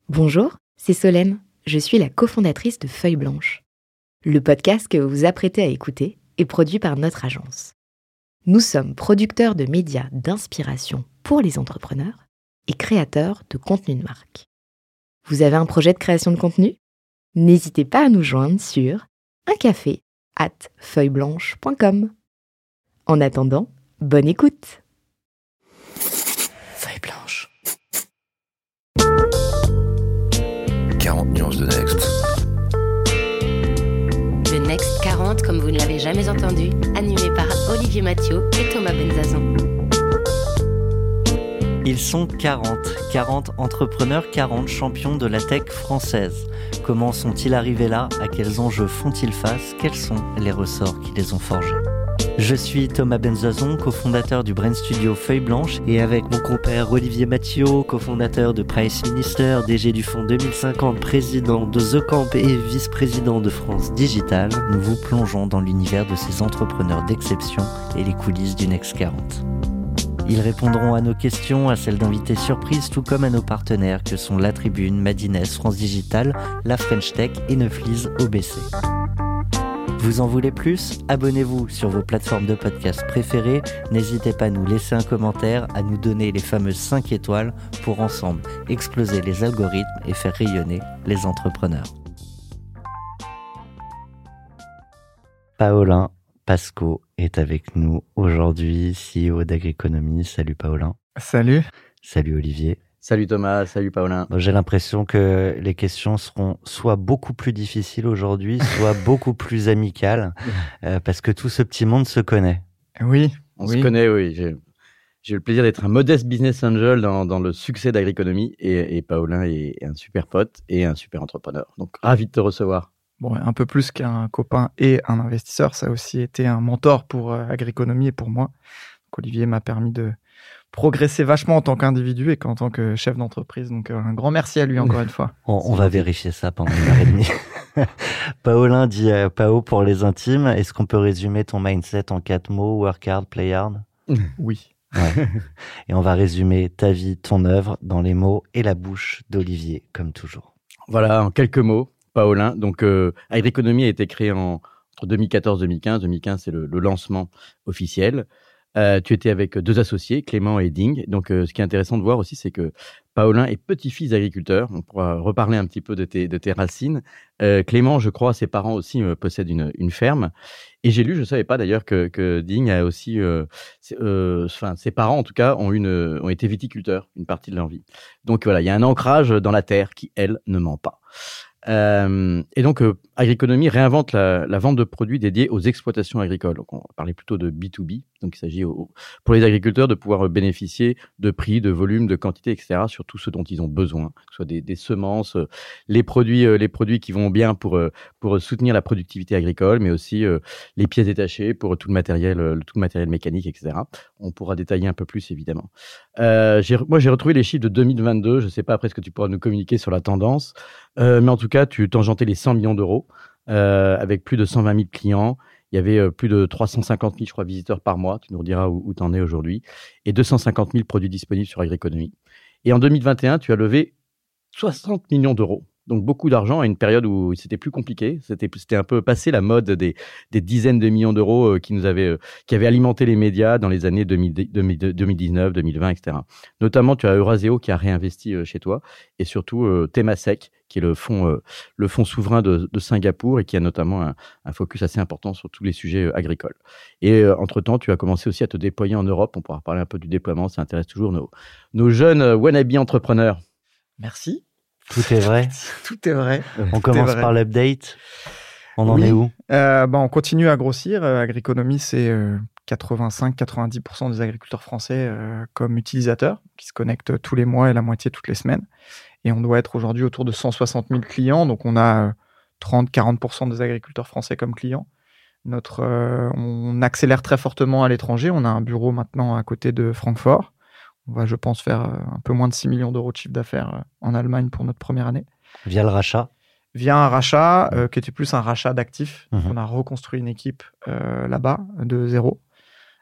Bonjour, c'est Solène. Je suis la cofondatrice de Feuille Blanche. Le podcast que vous vous apprêtez à écouter est produit par notre agence. Nous sommes producteurs de médias d'inspiration pour les entrepreneurs et créateurs de contenu de marque. Vous avez un projet de création de contenu ? N'hésitez pas à nous joindre sur uncafé@feuilleblanche.com. En attendant, bonne écoute. Feuille Blanche. 40 nuances de Next. Le Next 40, comme vous ne l'avez jamais entendu, animé par Olivier Mathieu et Thomas Benzazon. Ils sont 40 entrepreneurs, 40 champions de la tech française. Comment sont-ils arrivés là ? À quels enjeux font-ils face ? Quels sont les ressorts qui les ont forgés ? Je suis Thomas Benzazon, cofondateur du brand studio Feuille Blanche, et avec mon compère Olivier Mathieu, cofondateur de Price Minister, DG du fonds 2050, président de The Camp et vice-président de France Digital, nous vous plongeons dans l'univers de ces entrepreneurs d'exception et les coulisses du Next 40. Ils répondront à nos questions, à celles d'invités surprises, tout comme à nos partenaires que sont La Tribune, Madines, France Digital, La French Tech et Neuflize OBC. Vous en voulez plus ? Abonnez-vous sur vos plateformes de podcast préférées. N'hésitez pas à nous laisser un commentaire, à nous donner les fameuses 5 étoiles pour ensemble exploser les algorithmes et faire rayonner les entrepreneurs. Paolin Pasco est avec nous aujourd'hui, CEO d'Agriconomie. Salut Paolin. Salut. Salut Olivier. Salut Thomas, salut Paolin. Bon, j'ai l'impression que les questions seront soit beaucoup plus difficiles aujourd'hui, soit beaucoup plus amicales, parce que tout ce petit monde se connaît. Oui. On se connaît, oui. J'ai eu le plaisir d'être un modeste business angel dans le succès d'Agriconomie et Paolin est un super pote et un super entrepreneur. Donc, ravi de te recevoir. Bon, un peu plus qu'un copain et un investisseur, ça a aussi été un mentor pour Agriconomie et pour moi. Donc, Olivier m'a permis de progresser vachement en tant qu'individu et qu'en tant que chef d'entreprise. Donc, un grand merci à lui encore une fois. On va vérifier ça pendant une heure et demie. Paolin dit Pao pour les intimes. Est-ce qu'on peut résumer ton mindset en 4 mots ? Work hard, play hard ? Oui. Ouais. Et on va résumer ta vie, ton œuvre dans les mots et la bouche d'Olivier, comme toujours. Voilà, en quelques mots, Paolin. Donc, Agriconomie a été créée entre 2014 et 2015. 2015, c'est le lancement officiel. Tu étais avec 2 associés, Clément et Ding. Donc, ce qui est intéressant de voir aussi, c'est que Paolin est petit-fils d'agriculteur. On pourra reparler un petit peu de tes racines. Clément, je crois, ses parents aussi possèdent une ferme. Et j'ai lu, je ne savais pas d'ailleurs, que Ding a aussi... ses parents, en tout cas, ont été viticulteurs une partie de leur vie. Donc voilà, il y a un ancrage dans la terre qui, elle, ne ment pas. Et donc, Agriconomie réinvente la vente de produits dédiés aux exploitations agricoles. Donc, on va parler plutôt de B2B. Donc, il s'agit pour les agriculteurs de pouvoir bénéficier de prix, de volume, de quantité, etc. sur tout ce dont ils ont besoin, que ce soit des semences, les produits qui vont bien pour soutenir la productivité agricole, mais aussi les pièces détachées pour tout le matériel mécanique, etc. On pourra détailler un peu plus, évidemment. Moi, j'ai retrouvé les chiffres de 2022. Je ne sais pas après ce que tu pourras nous communiquer sur la tendance. Mais en tout cas, tu tangentais les 100 millions d'euros avec plus de 120 000 clients. Il y avait plus de 350 000, je crois, visiteurs par mois. Tu nous rediras où tu en es aujourd'hui. Et 250 000 produits disponibles sur Agriconomie. Et en 2021, tu as levé 60 millions d'euros. Donc, beaucoup d'argent à une période où c'était plus compliqué. C'était un peu passé la mode des dizaines de millions d'euros qui avaient alimenté les médias dans les années 2019, 2020, etc. Notamment, tu as Euraseo qui a réinvesti chez toi et surtout Temasek, qui est le fonds souverain de Singapour et qui a notamment un focus assez important sur tous les sujets agricoles. Et entre-temps, tu as commencé aussi à te déployer en Europe. On pourra parler un peu du déploiement. Ça intéresse toujours nos jeunes wannabe entrepreneurs. Merci. Tout est vrai. Tout est vrai. On commence par l'update. On en est où ? On continue à grossir. Agriconomie, c'est 85-90% des agriculteurs français comme utilisateurs qui se connectent tous les mois et la moitié toutes les semaines. Et on doit être aujourd'hui autour de 160 000 clients. Donc, on a 30-40% des agriculteurs français comme clients. On accélère très fortement à l'étranger. On a un bureau maintenant à côté de Francfort. On va, je pense, faire un peu moins de 6 millions d'euros de chiffre d'affaires en Allemagne pour notre première année. Via le rachat ? Via un rachat qui était plus un rachat d'actifs. On a reconstruit une équipe là-bas de zéro.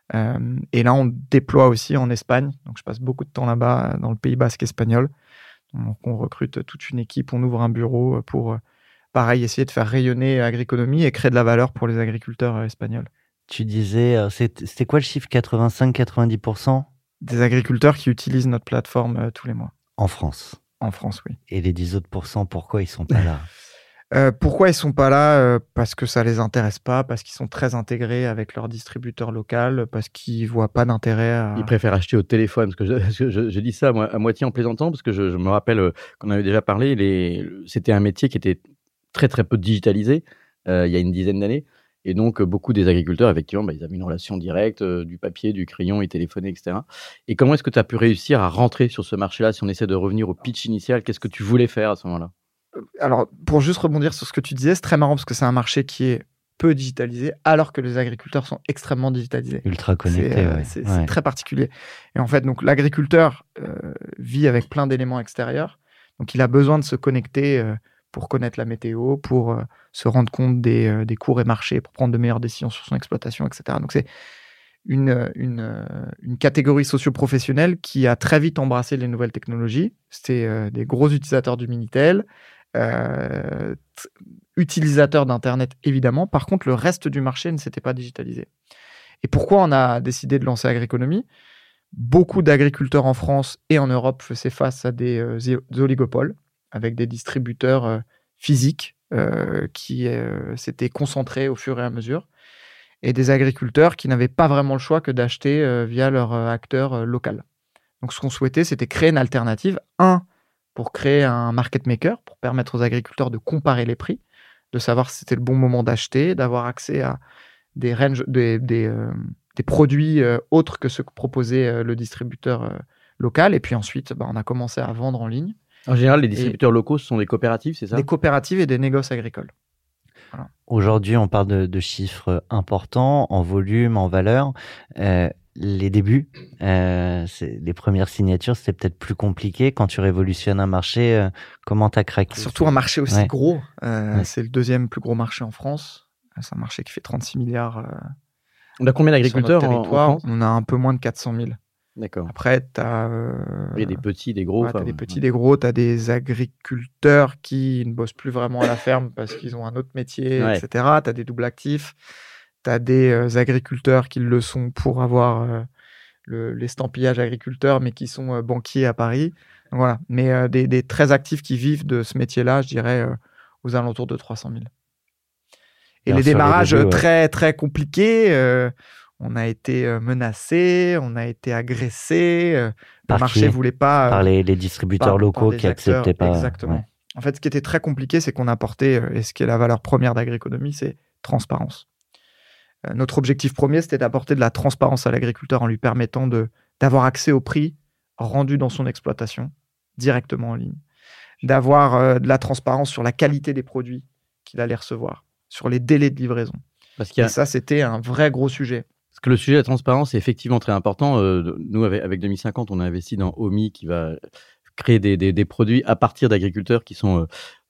Et là, on déploie aussi en Espagne. Donc, je passe beaucoup de temps là-bas dans le Pays basque espagnol. Donc, on recrute toute une équipe, on ouvre un bureau pour, pareil, essayer de faire rayonner Agriconomie et créer de la valeur pour les agriculteurs espagnols. Tu disais, c'était quoi le chiffre, 85-90% Des agriculteurs qui utilisent notre plateforme tous les mois. en France. En France, oui. Et les 10 autres pourcents, pourquoi ils sont pas là? Pourquoi ils sont pas là? Parce que ça les intéresse pas, parce qu'ils sont très intégrés avec leur distributeur local, parce qu'ils voient pas d'intérêt à... Ils préfèrent acheter au téléphone, parce que je dis ça moi, à moitié en plaisantant, parce que je me rappelle qu'on avait déjà parlé, c'était un métier qui était très très peu digitalisé il y a une dizaine d'années. Et donc, beaucoup des agriculteurs, effectivement, ils avaient une relation directe, du papier, du crayon, ils téléphonaient, etc. Et comment est-ce que tu as pu réussir à rentrer sur ce marché-là? Si on essaie de revenir au pitch initial, qu'est-ce que tu voulais faire à ce moment-là? Alors, pour juste rebondir sur ce que tu disais, c'est très marrant parce que c'est un marché qui est peu digitalisé, alors que les agriculteurs sont extrêmement digitalisés. Ultra connectés, C'est très particulier. Et en fait, donc, l'agriculteur vit avec plein d'éléments extérieurs. Donc, il a besoin de se connecter pour connaître la météo, pour se rendre compte des cours et marchés, pour prendre de meilleures décisions sur son exploitation, etc. Donc, c'est une catégorie socio-professionnelle qui a très vite embrassé les nouvelles technologies. C'était des gros utilisateurs du Minitel, utilisateurs d'Internet, évidemment. Par contre, le reste du marché ne s'était pas digitalisé. Et pourquoi on a décidé de lancer Agriconomie? Beaucoup d'agriculteurs en France et en Europe faisaient face à des oligopoles, avec des distributeurs physiques qui s'étaient concentrés au fur et à mesure, et des agriculteurs qui n'avaient pas vraiment le choix que d'acheter via leur acteur local. Donc ce qu'on souhaitait, c'était créer une alternative, pour créer un market maker, pour permettre aux agriculteurs de comparer les prix, de savoir si c'était le bon moment d'acheter, d'avoir accès à des ranges, des produits autres que ceux que proposait le distributeur local. Et puis ensuite, on a commencé à vendre en ligne. En général, les distributeurs locaux, ce sont des coopératives, c'est ça? Des coopératives et des négoces agricoles. Voilà. Aujourd'hui, on parle de chiffres importants, en volume, en valeur. Les débuts, les premières signatures, c'était peut-être plus compliqué. Quand tu révolutionnes un marché, comment tu as craqué? Surtout un marché aussi gros. C'est le deuxième plus gros marché en France. C'est un marché qui fait 36 milliards. On a combien d'agriculteurs en France? On a un peu moins de 400 000. D'accord. Après, tu as... Il y a des petits, des gros. Tu as des petits, des gros. Tu as des agriculteurs qui ne bossent plus vraiment à la ferme parce qu'ils ont un autre métier, etc. Tu as des doubles actifs. Tu as des agriculteurs qui le sont pour avoir l'estampillage agriculteur, mais qui sont banquiers à Paris. Donc, voilà. Mais des très actifs qui vivent de ce métier-là, je dirais, aux alentours de 300 000. Et les démarrages très, très compliqués. On a été menacé, on a été agressé. Le marché ne voulait pas... Par les distributeurs locaux qui n'acceptaient pas. Exactement. Ouais. En fait, ce qui était très compliqué, c'est qu'on apportait, et ce qui est la valeur première d'Agriconomie, c'est transparence. Notre objectif premier, c'était d'apporter de la transparence à l'agriculteur en lui permettant d'avoir accès au prix rendu dans son exploitation, directement en ligne. D'avoir de la transparence sur la qualité des produits qu'il allait recevoir, sur les délais de livraison. Et ça, c'était un vrai gros sujet. Parce que le sujet de la transparence est effectivement très important. Nous, avec 2050, on a investi dans OMI qui va créer des produits à partir d'agriculteurs qui sont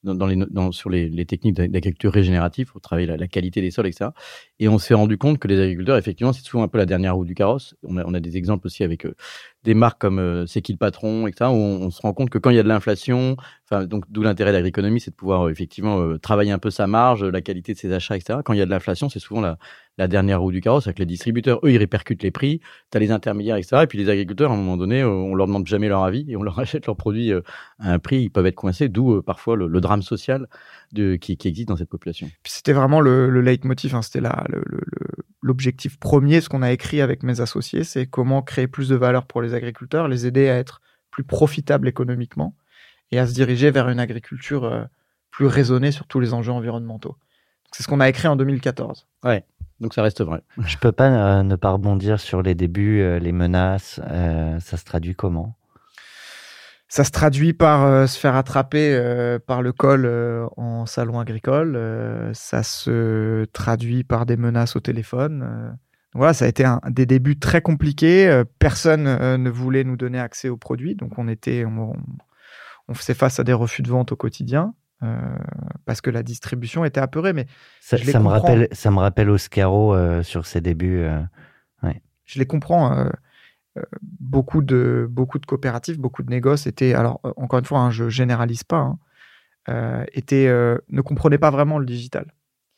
sur les techniques d'agriculture régénérative pour travailler la qualité des sols, etc. Et on s'est rendu compte que les agriculteurs, effectivement, c'est souvent un peu la dernière roue du carrosse. On a des exemples aussi avec des marques comme C'est qui le patron, etc. où on se rend compte que quand il y a de l'inflation, donc d'où l'intérêt d'Agriconomie, c'est de pouvoir effectivement travailler un peu sa marge, la qualité de ses achats, etc. Quand il y a de l'inflation, c'est souvent la dernière roue du carrosse, avec les distributeurs, eux, ils répercutent les prix, tu as les intermédiaires, etc. Et puis les agriculteurs, à un moment donné, on leur demande jamais leur avis et on leur achète leurs produits à un prix, ils peuvent être coincés, d'où parfois le drame social qui existe dans cette population. Puis c'était vraiment le leitmotiv, c'était l'objectif premier, ce qu'on a écrit avec mes associés, c'est comment créer plus de valeur pour les agriculteurs, les aider à être plus profitables économiquement et à se diriger vers une agriculture plus raisonnée sur tous les enjeux environnementaux. Donc, c'est ce qu'on a écrit en 2014. Ouais. Donc ça reste vrai. Je peux pas ne pas rebondir sur les débuts, les menaces. Ça se traduit comment? Ça se traduit par se faire attraper par le col en salon agricole. Ça se traduit par des menaces au téléphone. Voilà, ça a été des débuts très compliqués. Personne ne voulait nous donner accès aux produits. Donc on faisait face à des refus de vente au quotidien. Parce que la distribution était apeurée, mais ça me rappelle Oscaro sur ses débuts. Je les comprends. beaucoup de coopératives, beaucoup de négoces étaient, alors encore une fois, je généralise pas, ne comprenaient pas vraiment le digital.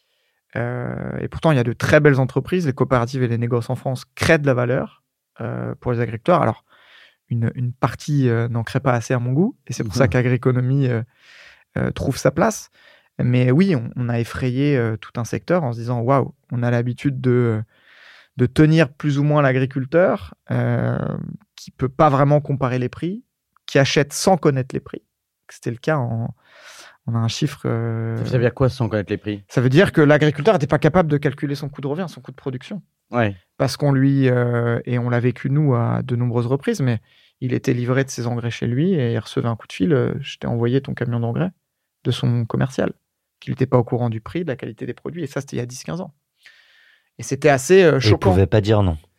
Et pourtant, il y a de très belles entreprises. Les coopératives et les négoces en France créent de la valeur pour les agriculteurs. Alors, une partie n'en crée pas assez à mon goût, et c'est pour ça qu'Agriconomie trouve sa place. Mais oui, on a effrayé tout un secteur en se disant, waouh, on a l'habitude de tenir plus ou moins l'agriculteur qui peut pas vraiment comparer les prix, qui achète sans connaître les prix. C'était le cas on a un chiffre. Ça veut dire quoi sans connaître les prix? Ça veut dire que l'agriculteur n'était pas capable de calculer son coût de revient, son coût de production. Ouais. Parce qu'on lui, et on l'a vécu nous à de nombreuses reprises, mais il était livré de ses engrais chez lui et il recevait un coup de fil, je t'ai envoyé ton camion d'engrais de son commercial, qu'il n'était pas au courant du prix, de la qualité des produits. Et ça, c'était il y a 10-15 ans. Et c'était assez choquant. Il ne pouvait pas dire non.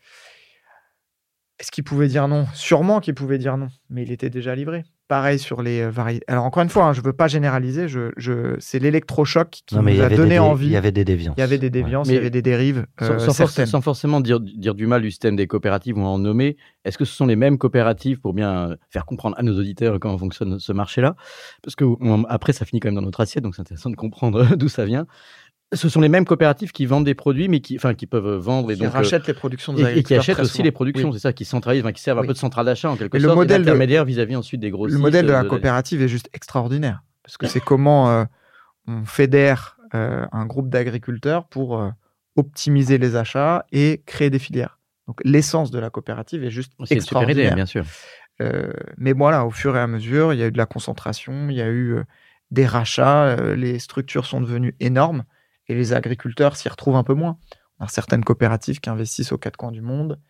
Est-ce qu'il pouvait dire non? Sûrement qu'il pouvait dire non, mais il était déjà livré. Pareil sur les variétés. Alors encore une fois, je ne veux pas généraliser, c'est l'électrochoc qui nous a donné envie. Il y avait des déviances. Il y avait des déviances, il y avait des dérives. Sans forcément dire du mal du système des coopératives ou en nommer, est-ce que ce sont les mêmes coopératives pour bien faire comprendre à nos auditeurs comment fonctionne ce marché-là? Parce que après, ça finit quand même dans notre assiette, donc c'est intéressant de comprendre d'où ça vient. Ce sont les mêmes coopératives qui vendent des produits, mais qui peuvent vendre qui rachètent les productions des agriculteurs. Et qui achètent aussi les productions, c'est ça, qui centralisent, qui servent un peu de centrale d'achat en quelque sorte. Le modèle intermédiaire vis-à-vis ensuite des grossistes. Le modèle de la coopérative est juste extraordinaire. Parce que c'est comment on fédère un groupe d'agriculteurs pour optimiser les achats et créer des filières. Donc l'essence de la coopérative est juste extraordinaire. Idée, bien sûr. Mais voilà, au fur et à mesure, il y a eu de la concentration, il y a eu des rachats, les structures sont devenues énormes. Et les agriculteurs s'y retrouvent un peu moins. On a certaines coopératives qui investissent aux quatre coins du monde,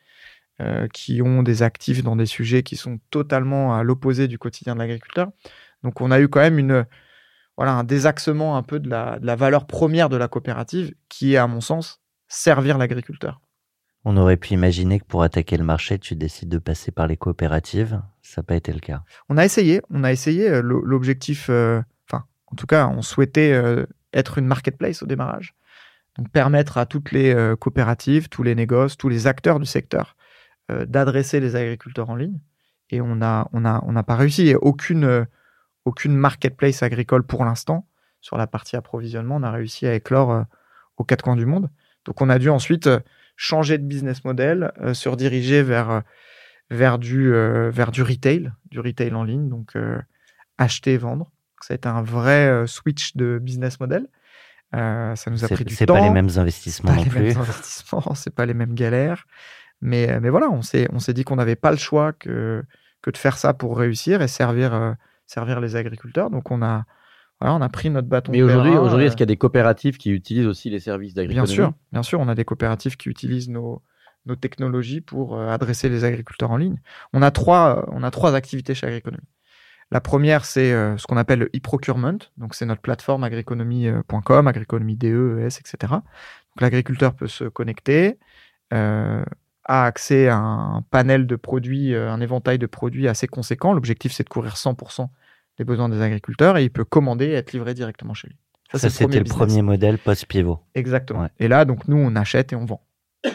qui ont des actifs dans des sujets qui sont totalement à l'opposé du quotidien de l'agriculteur. Donc on a eu quand même un désaxement un peu de la valeur première de la coopérative, qui est, à mon sens, servir l'agriculteur. On aurait pu imaginer que pour attaquer le marché, tu décides de passer par les coopératives. Ça n'a pas été le cas. On a essayé. L'objectif, en tout cas, on souhaitait être une marketplace au démarrage. Donc permettre à toutes les coopératives, tous les négoces, tous les acteurs du secteur d'adresser les agriculteurs en ligne. Et on n'a pas réussi. Il n'y a aucune marketplace agricole pour l'instant. Sur la partie approvisionnement, on a réussi à éclore aux quatre coins du monde. Donc on a dû ensuite changer de business model, se rediriger vers du retail en ligne, donc acheter et vendre. Ça a été un vrai switch de business model. Ça nous a pris du temps. C'est pas les mêmes investissements non plus. C'est pas les mêmes galères. Mais voilà, on s'est dit qu'on n'avait pas le choix que de faire ça pour réussir et servir les agriculteurs. Donc on a pris notre bâton de pèlerin. Mais aujourd'hui, est-ce qu'il y a des coopératives qui utilisent aussi les services d'agriculture? Bien sûr, on a des coopératives qui utilisent nos technologies pour adresser les agriculteurs en ligne. On a trois activités chez Agriconomie. La première, c'est ce qu'on appelle le e-procurement. Donc, c'est notre plateforme agriconomie.com, agriconomie DE, ES, etc. Donc, l'agriculteur peut se connecter, a accès à un panel de produits, un éventail de produits assez conséquent. L'objectif, c'est de couvrir 100% des besoins des agriculteurs et il peut commander et être livré directement chez lui. Ça c'était le premier modèle post-pivot. Exactement. Ouais. Et là, donc, nous, on achète et on vend.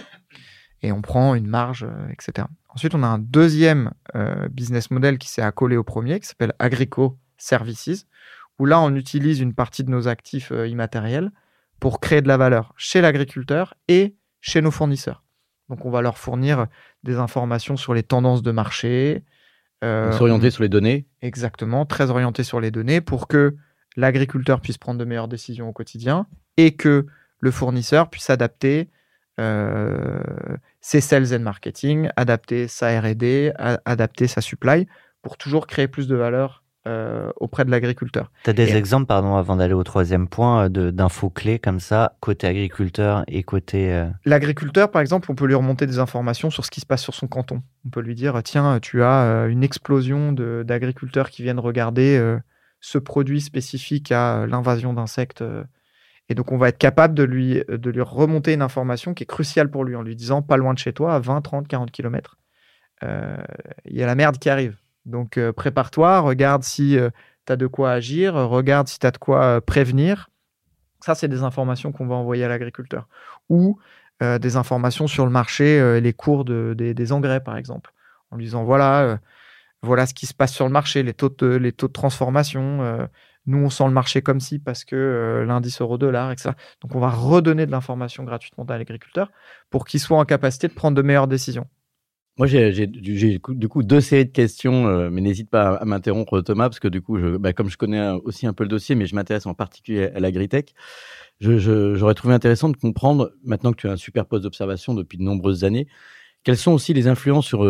Et on prend une marge, etc. Ensuite, on a un deuxième business model qui s'est accolé au premier, qui s'appelle Agrico Services, où là, on utilise une partie de nos actifs immatériels pour créer de la valeur chez l'agriculteur et chez nos fournisseurs. Donc, on va leur fournir des informations sur les tendances de marché. S'orienter sur les données. Exactement, très orienté sur les données pour que l'agriculteur puisse prendre de meilleures décisions au quotidien et que le fournisseur puisse adapter ses sales and marketing, adapter sa R&D, adapter sa supply pour toujours créer plus de valeur auprès de l'agriculteur. Tu as des exemples, avant d'aller au troisième point, d'infos clés comme ça, côté agriculteur et côté... L'agriculteur, par exemple, on peut lui remonter des informations sur ce qui se passe sur son canton. On peut lui dire, tiens, tu as une explosion d'agriculteurs qui viennent regarder ce produit spécifique à l'invasion d'insectes. Et donc, on va être capable de lui remonter une information qui est cruciale pour lui en lui disant, pas loin de chez toi, à 20, 30, 40 km, il y a la merde qui arrive. Donc, prépare-toi, regarde si tu as de quoi agir, regarde si tu as de quoi prévenir. Ça, c'est des informations qu'on va envoyer à l'agriculteur. Ou des informations sur le marché, les cours des engrais, par exemple. en lui disant voilà ce qui se passe sur le marché, les taux de transformation. Nous, on sent le marché comme ci parce que l'indice euro-dollar, etc. Donc, on va redonner de l'information gratuitement à l'agriculteur pour qu'il soit en capacité de prendre de meilleures décisions. Moi, j'ai du coup 2 séries de questions, mais n'hésite pas à m'interrompre, Thomas, parce que du coup, comme je connais aussi un peu le dossier, mais je m'intéresse en particulier à l'agritech, j'aurais trouvé intéressant de comprendre, maintenant que tu as un super poste d'observation depuis de nombreuses années, quelles sont aussi les influences sur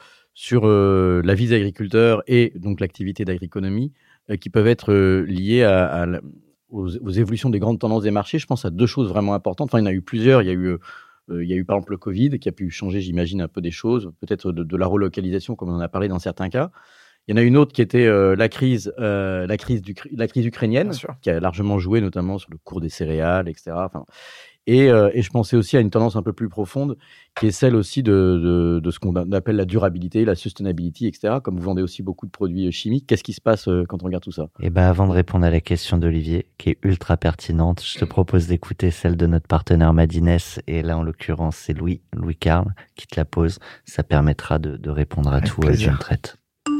la vie des agriculteurs et donc l'activité d'agriconomie qui peuvent être liées aux évolutions des grandes tendances des marchés. Je pense à 2 choses vraiment importantes. Enfin, il y en a eu plusieurs. Il y a eu par exemple le Covid qui a pu changer, j'imagine, un peu des choses, peut-être de la relocalisation, comme on en a parlé dans certains cas. Il y en a une autre qui était la crise ukrainienne, qui a largement joué, notamment sur le cours des céréales, etc. Enfin, et je pensais aussi à une tendance un peu plus profonde, qui est celle aussi de ce qu'on appelle la durabilité, la sustainability, etc. Comme vous vendez aussi beaucoup de produits chimiques, qu'est-ce qui se passe quand on regarde tout ça ? Et avant de répondre à la question d'Olivier, qui est ultra pertinente, je te propose d'écouter celle de notre partenaire Madines, et là en l'occurrence c'est Louis Carle qui te la pose. Ça permettra de répondre à tout d'une traite.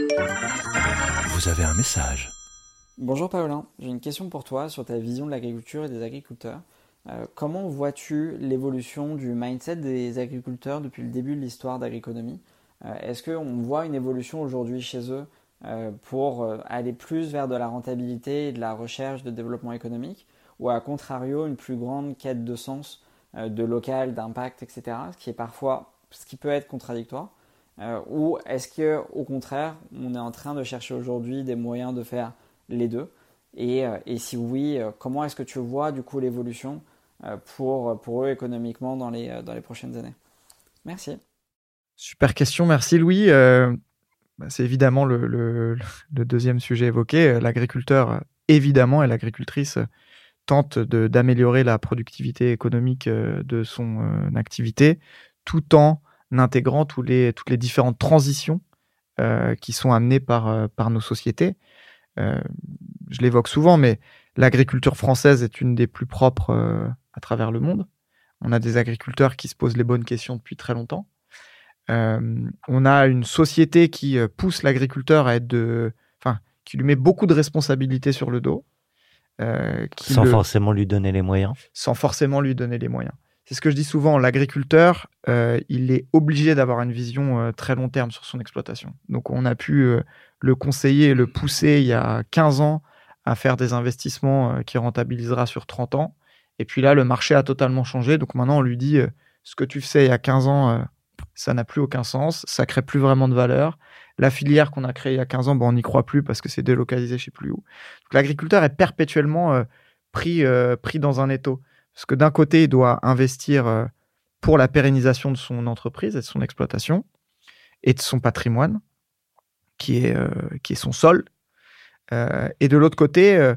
Vous avez un message. Bonjour Paolin, j'ai une question pour toi sur ta vision de l'agriculture et des agriculteurs. Comment vois-tu l'évolution du mindset des agriculteurs depuis le début de l'histoire d'Agriconomie ? Est-ce qu'on voit une évolution aujourd'hui chez eux pour aller plus vers de la rentabilité et de la recherche de développement économique, ou à contrario une plus grande quête de sens, de local, d'impact, etc., ce qui peut être contradictoire, ou est-ce qu'au contraire on est en train de chercher aujourd'hui des moyens de faire les deux ? Et si oui, comment est-ce que tu vois du coup l'évolution pour eux économiquement dans les prochaines années ? Merci. Super question, merci Louis. C'est évidemment le deuxième sujet évoqué. L'agriculteur, évidemment, et l'agricultrice tente d'améliorer la productivité économique de son activité, tout en intégrant toutes les différentes transitions qui sont amenées par nos sociétés. Je l'évoque souvent, mais l'agriculture française est une des plus propres à travers le monde. On a des agriculteurs qui se posent les bonnes questions depuis très longtemps. On a une société qui pousse l'agriculteur à qui lui met beaucoup de responsabilités sur le dos. Sans forcément lui donner les moyens. Sans forcément lui donner les moyens. C'est ce que je dis souvent, l'agriculteur, il est obligé d'avoir une vision très long terme sur son exploitation. Donc on a pu le conseiller et le pousser il y a 15 ans à faire des investissements qui rentabilisera sur 30 ans. Et puis là, le marché a totalement changé. Donc maintenant, on lui dit ce que tu faisais il y a 15 ans, ça n'a plus aucun sens, ça ne crée plus vraiment de valeur. La filière qu'on a créée il y a 15 ans, on n'y croit plus parce que c'est délocalisé je ne sais plus où. Donc, l'agriculteur est perpétuellement pris dans un étau. Parce que d'un côté, il doit investir pour la pérennisation de son entreprise et de son exploitation et de son patrimoine, qui est son sol. Et de l'autre côté,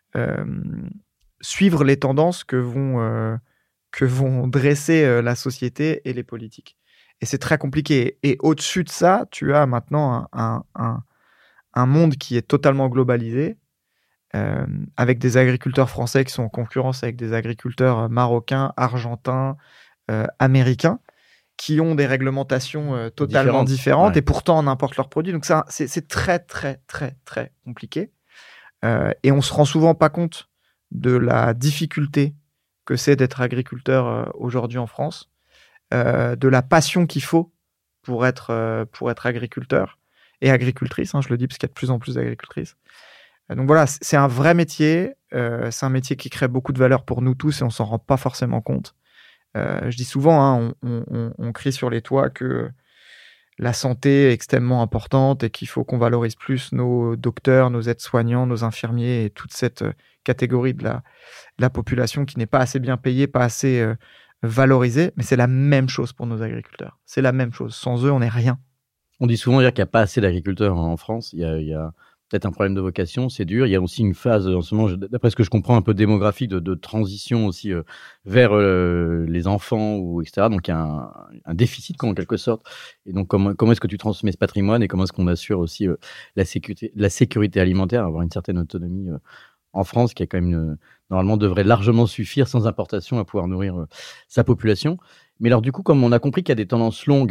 suivre les tendances que vont dresser la société et les politiques. Et c'est très compliqué. Et au-dessus de ça, tu as maintenant un monde qui est totalement globalisé, avec des agriculteurs français qui sont en concurrence avec des agriculteurs marocains, argentins, américains, qui ont des réglementations totalement différentes, ouais. Et pourtant on importe leurs produits. Donc c'est très, très, très, très compliqué. Et on ne se rend souvent pas compte de la difficulté que c'est d'être agriculteur aujourd'hui en France, de la passion qu'il faut pour être agriculteur et agricultrice, je le dis parce qu'il y a de plus en plus d'agricultrices. Donc voilà, c'est un vrai métier, c'est un métier qui crée beaucoup de valeur pour nous tous et on ne s'en rend pas forcément compte. Je dis souvent, on crie sur les toits que la santé est extrêmement importante et qu'il faut qu'on valorise plus nos docteurs, nos aides-soignants, nos infirmiers et toute cette catégorie de la population qui n'est pas assez bien payée, pas assez valorisée. Mais c'est la même chose pour nos agriculteurs. C'est la même chose. Sans eux, on n'est rien. On dit souvent qu'il n'y a pas assez d'agriculteurs en France. Il y a peut-être un problème de vocation, c'est dur. Il y a aussi une phase, en ce moment, d'après ce que je comprends, un peu démographique de transition aussi vers les enfants, etc. Donc, il y a un déficit, en quelque sorte. Et donc, comment est-ce que tu transmets ce patrimoine et comment est-ce qu'on assure aussi la sécurité alimentaire, avoir une certaine autonomie en France, qui a quand même, normalement, devrait largement suffire sans importation à pouvoir nourrir sa population. Mais alors, du coup, comme on a compris qu'il y a des tendances longues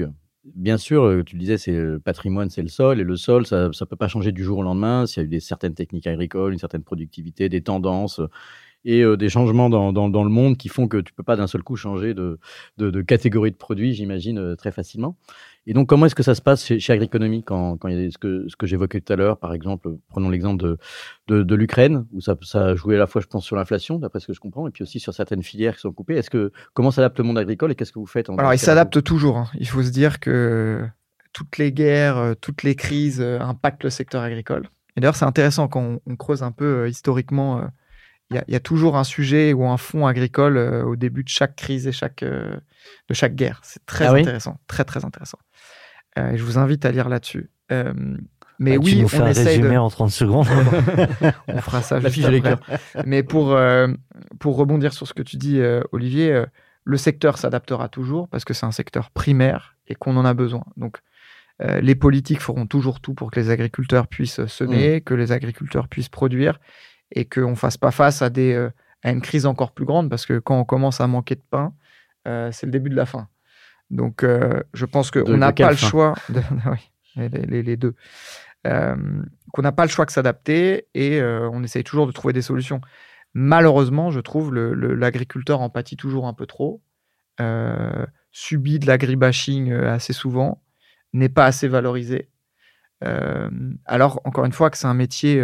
bien sûr, tu le disais, c'est le patrimoine, c'est le sol, et le sol, ça peut pas changer du jour au lendemain. S'il y a eu certaines techniques agricoles, une certaine productivité, des tendances et des changements dans le monde qui font que tu peux pas d'un seul coup changer de catégorie de produits, j'imagine, très facilement. Et donc, comment est-ce que ça se passe chez Agriconomie quand il y a ce que j'évoquais tout à l'heure, par exemple, prenons l'exemple de l'Ukraine, où ça a joué à la fois, je pense, sur l'inflation, d'après ce que je comprends, et puis aussi sur certaines filières qui sont coupées. Comment s'adapte le monde agricole et qu'est-ce que vous faites Alors, il s'adapte toujours, hein. Il faut se dire que toutes les guerres, toutes les crises impactent le secteur agricole. Et d'ailleurs, c'est intéressant quand on creuse un peu historiquement. Il y a toujours un sujet ou un fonds agricole au début de chaque crise et de chaque guerre. C'est très intéressant, très très intéressant. Et je vous invite à lire là-dessus. Mais oui, tu nous fais on un essaye résumé en 30 secondes. On fera ça La juste fiche de lecture. Mais pour rebondir sur ce que tu dis, Olivier, le secteur s'adaptera toujours parce que c'est un secteur primaire et qu'on en a besoin. Donc, les politiques feront toujours tout pour que les agriculteurs puissent semer, que les agriculteurs puissent produire et qu'on ne fasse pas face à une crise encore plus grande, parce que quand on commence à manquer de pain, c'est le début de la fin. Donc, je pense qu'on n'a pas le choix... Oui, les deux. Qu'on n'a pas le choix que s'adapter, et on essaye toujours de trouver des solutions. Malheureusement, je trouve l'agriculteur en pâtit toujours un peu trop, subit de l'agribashing assez souvent, n'est pas assez valorisé. Alors, encore une fois, que c'est un métier,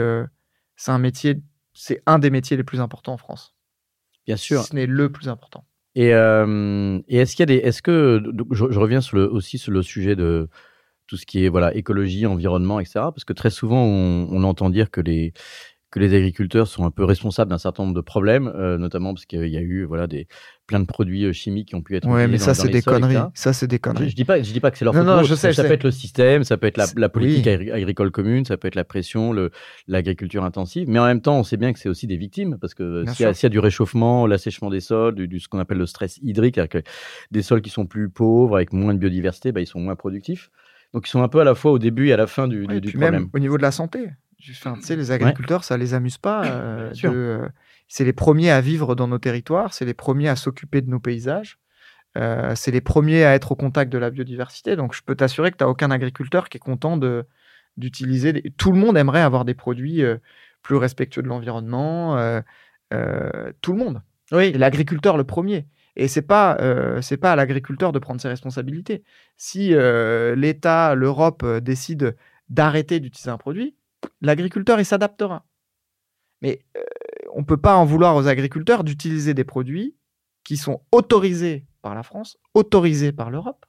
c'est un des métiers les plus importants en France. Bien sûr. Si ce n'est le plus important. Et est-ce qu'il y a je reviens aussi sur le sujet de tout ce qui est écologie, environnement, etc. Parce que très souvent, on entend dire que les agriculteurs sont un peu responsables d'un certain nombre de problèmes, notamment parce qu'il y a eu plein de produits chimiques qui ont pu être utilisés. Ouais, mais ça, c'est des conneries. Etc. Ça, c'est des conneries. Je dis pas que c'est leur faute. Non, je sais. Ça peut être le système, ça peut être la politique oui. agricole commune, ça peut être la pression, l'agriculture intensive. Mais en même temps, on sait bien que c'est aussi des victimes, parce que s'il y a du réchauffement, l'assèchement des sols, ce qu'on appelle le stress hydrique, avec des sols qui sont plus pauvres, avec moins de biodiversité, ils sont moins productifs. Donc, ils sont un peu à la fois au début et à la fin du problème. Même au niveau de la santé. Les agriculteurs, ça les amuse pas. C'est les premiers à vivre dans nos territoires, c'est les premiers à s'occuper de nos paysages, c'est les premiers à être au contact de la biodiversité. Donc, je peux t'assurer que tu n'as aucun agriculteur qui est content d'utiliser... Tout le monde aimerait avoir des produits plus respectueux de l'environnement. Tout le monde. Oui. Et l'agriculteur le premier. Et c'est pas à l'agriculteur de prendre ses responsabilités. Si l'État, l'Europe décide d'arrêter d'utiliser un produit, l'agriculteur, il s'adaptera. Mais on ne peut pas en vouloir aux agriculteurs d'utiliser des produits qui sont autorisés par la France, autorisés par l'Europe.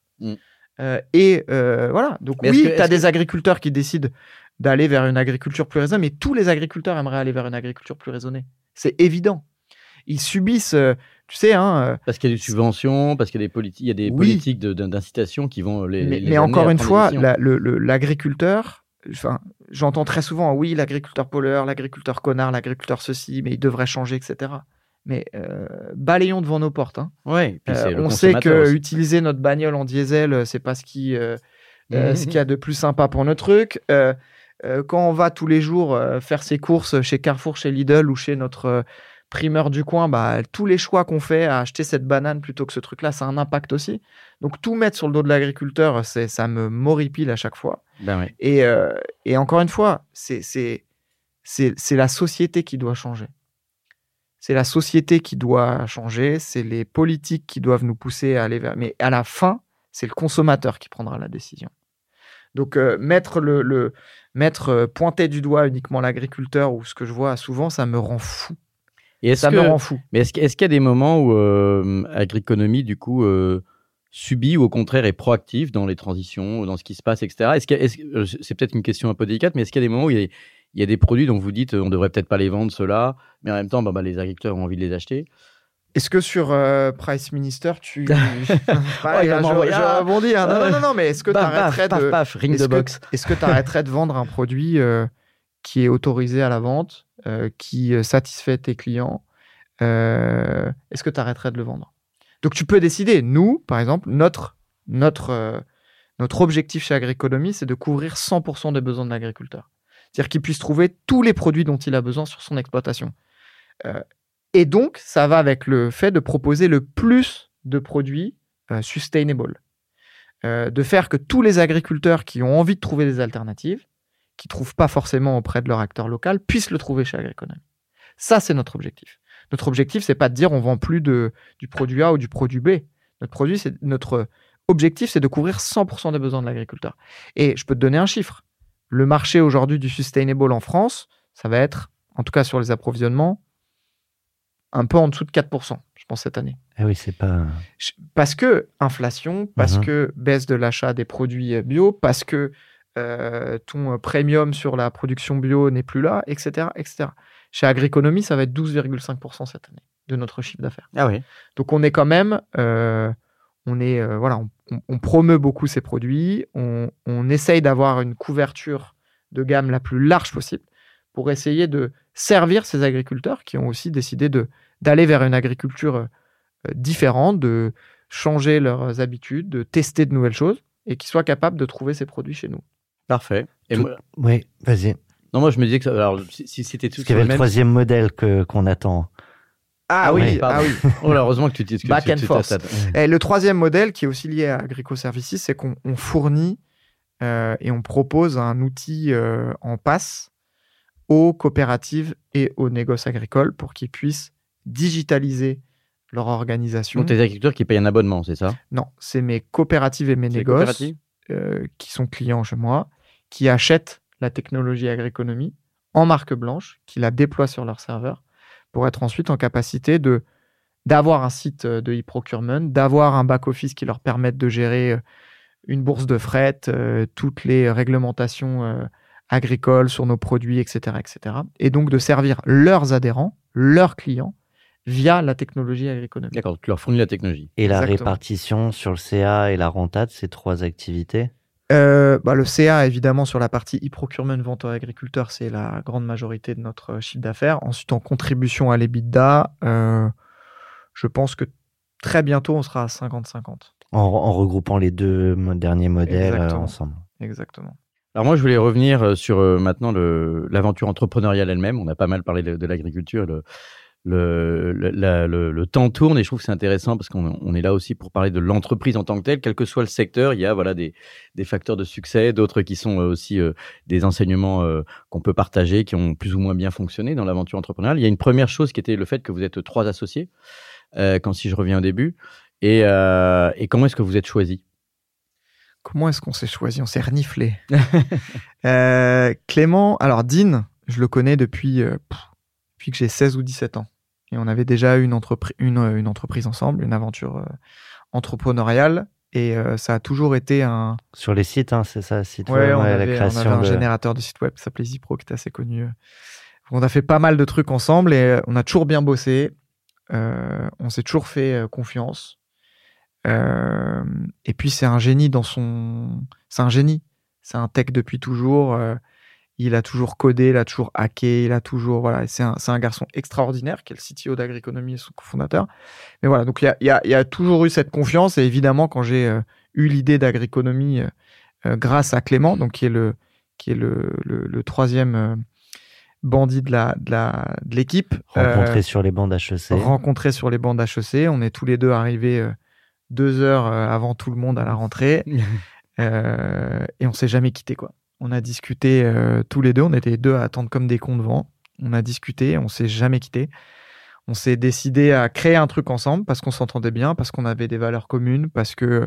Voilà. Donc tu as des agriculteurs qui décident d'aller vers une agriculture plus raisonnée, mais tous les agriculteurs aimeraient aller vers une agriculture plus raisonnée. C'est évident. Ils subissent... parce qu'il y a des subventions, parce qu'il y a des politiques d'incitation qui vont les mais encore une fois, l'agriculteur... j'entends très souvent, oui, l'agriculteur pollueur, l'agriculteur connard, l'agriculteur ceci, mais il devrait changer, etc. Mais balayons devant nos portes. Hein. Ouais, on sait que utiliser notre bagnole en diesel, c'est pas ce qu'il y a de plus sympa pour notre truc. Quand on va tous les jours faire ses courses chez Carrefour, chez Lidl ou chez notre primeur du coin, tous les choix qu'on fait à acheter cette banane plutôt que ce truc-là, ça a un impact aussi. Donc, tout mettre sur le dos de l'agriculteur, ça me m'horripile à chaque fois. Ouais. Et encore une fois, c'est la société qui doit changer. C'est la société qui doit changer, c'est les politiques qui doivent nous pousser à aller vers... Mais à la fin, c'est le consommateur qui prendra la décision. Donc, pointer du doigt uniquement l'agriculteur, ou ce que je vois souvent, ça me rend fou. Me rend fou. Mais est-ce qu'il y a des moments où Agriconomie, du coup, subit ou au contraire est proactive dans les transitions, dans ce qui se passe, etc. C'est peut-être une question un peu délicate, mais est-ce qu'il y a des moments où il y a des produits dont vous dites on devrait peut-être pas les vendre, ceux-là, mais en même temps, les agriculteurs ont envie de les acheter? Est-ce que sur Price Minister, tu... je rebondis. Non, mais est-ce que tu arrêterais Est-ce que tu arrêterais de vendre un produit qui est autorisé à la vente, qui satisfait tes clients, est-ce que tu arrêterais de le vendre? Donc, tu peux décider. Nous, par exemple, notre objectif chez Agriconomie, c'est de couvrir 100% des besoins de l'agriculteur. C'est-à-dire qu'il puisse trouver tous les produits dont il a besoin sur son exploitation. Et donc, ça va avec le fait de proposer le plus de produits sustainable. de faire que tous les agriculteurs qui ont envie de trouver des alternatives, qui ne trouvent pas forcément auprès de leur acteur local, puissent le trouver chez Agriconomie. Ça, c'est notre objectif. Notre objectif, c'est pas de dire on vend plus du produit A ou du produit B. Notre objectif, c'est de couvrir 100% des besoins de l'agriculteur. Et je peux te donner un chiffre. Le marché aujourd'hui du sustainable en France, ça va être, en tout cas sur les approvisionnements, un peu en dessous de 4%, je pense, cette année. Ah oui, c'est pas... Parce que inflation, parce que baisse de l'achat des produits bio, parce que ton premium sur la production bio n'est plus là, etc., etc. Chez Agriconomie, ça va être 12,5% cette année de notre chiffre d'affaires. Ah oui. Donc on est quand même, on promeut beaucoup ces produits, on essaye d'avoir une couverture de gamme la plus large possible pour essayer de servir ces agriculteurs qui ont aussi décidé d'aller vers une agriculture différente, de changer leurs habitudes, de tester de nouvelles choses et qui soient capables de trouver ces produits chez nous. Parfait. Et moi... Oui, vas-y. Non, moi je me disais que alors, si c'était tout. Parce qu'il y avait le troisième modèle qu'on attend. Ah oui. Oh, là, heureusement que tu dis que Back and forth. Et le troisième modèle qui est aussi lié à Agrico Services, c'est qu'on fournit et on propose un outil en passe aux coopératives et aux négoces agricoles pour qu'ils puissent digitaliser leur organisation. Donc, tes agriculteurs qui payent un abonnement, c'est ça? Non, c'est mes coopératives et mes négoces qui sont clients chez moi, qui achètent la technologie Agriconomie en marque blanche, qui la déploient sur leur serveur pour être ensuite en capacité d'avoir un site de e-procurement, d'avoir un back-office qui leur permette de gérer une bourse de fret, toutes les réglementations agricoles sur nos produits, etc., etc. Et donc de servir leurs adhérents, leurs clients, via la technologie Agriconomie. D'accord, tu leur fournis la technologie. Et la répartition sur le CA et la rentade, ces trois activités? Le CA, évidemment, sur la partie e-procurement, vente aux agriculteurs, c'est la grande majorité de notre chiffre d'affaires. Ensuite, en contribution à l'EBITDA, je pense que très bientôt, on sera à 50-50. En regroupant les deux derniers modèles ensemble. Exactement. Alors moi, je voulais revenir sur maintenant l'aventure entrepreneuriale elle-même. On a pas mal parlé de l'agriculture. Le temps tourne et je trouve que c'est intéressant parce qu'on est là aussi pour parler de l'entreprise en tant que telle, quel que soit le secteur. Il y a des facteurs de succès, d'autres qui sont aussi des enseignements qu'on peut partager, qui ont plus ou moins bien fonctionné dans l'aventure entrepreneuriale. Il y a une première chose qui était le fait que vous êtes 3 associés, si je reviens au début. Et comment est-ce que vous êtes choisis? Comment est-ce qu'on s'est choisi? On s'est reniflé. Clément, alors Dean, je le connais depuis que j'ai 16 ou 17 ans. Et on avait déjà eu une entreprise ensemble, une aventure entrepreneuriale. Et ça a toujours été un... Sur les sites, c'est ça, site web, on avait un générateur de site web qui s'appelait Zipro, qui était assez connu. On a fait pas mal de trucs ensemble et on a toujours bien bossé. On s'est toujours fait confiance. Et puis c'est un génie c'est un génie. C'est un tech depuis toujours. Il a toujours codé, il a toujours hacké, il a toujours... Voilà, c'est un garçon extraordinaire qui est le CTO d'Agriconomie et son cofondateur. Mais voilà, donc il y a toujours eu cette confiance. Et évidemment, quand j'ai eu l'idée d'Agriconomie grâce à Clément, donc qui est le troisième bandit de l'équipe. Rencontré sur les bancs d'HEC. Rencontré sur les bancs d'HEC. On est tous les deux arrivés 2 heures avant tout le monde à la rentrée. Et on s'est jamais quitté, quoi. On a discuté tous les deux. On était 2 à attendre comme des cons devant. On a discuté. On s'est jamais quitté. On s'est décidé à créer un truc ensemble parce qu'on s'entendait bien, parce qu'on avait des valeurs communes, parce que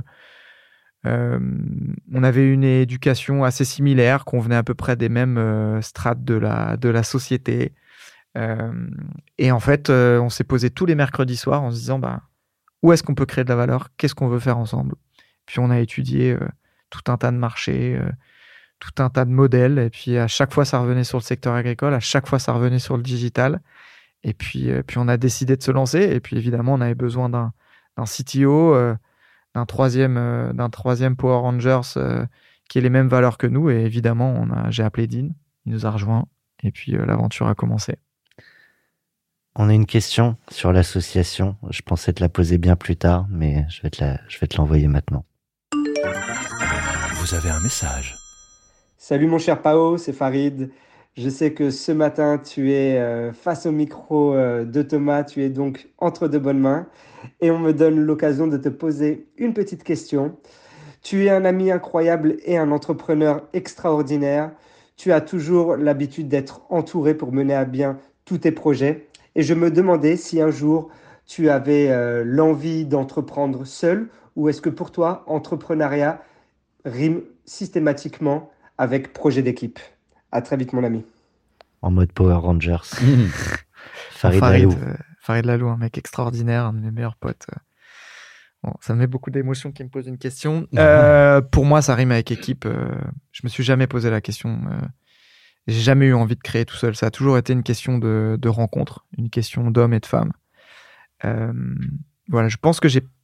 on avait une éducation assez similaire, qu'on venait à peu près des mêmes strates de la société. Et en fait, on s'est posé tous les mercredis soirs en se disant où est-ce qu'on peut créer de la valeur? Qu'est-ce qu'on veut faire ensemble? Puis on a étudié tout un tas de marchés, tout un tas de modèles. Et puis à chaque fois, ça revenait sur le secteur agricole. À chaque fois, ça revenait sur le digital. Et puis on a décidé de se lancer. Et puis évidemment, on avait besoin d'un CTO, d'un troisième Power Rangers qui ait les mêmes valeurs que nous. Et évidemment, j'ai appelé Dean. Il nous a rejoints. Et puis l'aventure a commencé. On a une question sur l'association. Je pensais te la poser bien plus tard, mais je vais te l'envoyer maintenant. Vous avez un message. Salut mon cher Pao, c'est Farid. Je sais que ce matin, tu es face au micro de Thomas, tu es donc entre de bonnes mains. Et on me donne l'occasion de te poser une petite question. Tu es un ami incroyable et un entrepreneur extraordinaire. Tu as toujours l'habitude d'être entouré pour mener à bien tous tes projets. Et je me demandais si un jour tu avais l'envie d'entreprendre seul ou est-ce que pour toi, entrepreneuriat rime systématiquement avec projet d'équipe. À très vite, mon ami. En mode Power Rangers. Farid Lalou. Farid Lalou, un mec extraordinaire, un de mes meilleurs potes. Bon, ça me met beaucoup d'émotions qui me pose une question. Pour moi, ça rime avec équipe. Je me suis jamais posé la question. J'ai jamais eu envie de créer tout seul. Ça a toujours été une question de rencontre, une question d'hommes et de femmes. Voilà, je pense que j'ai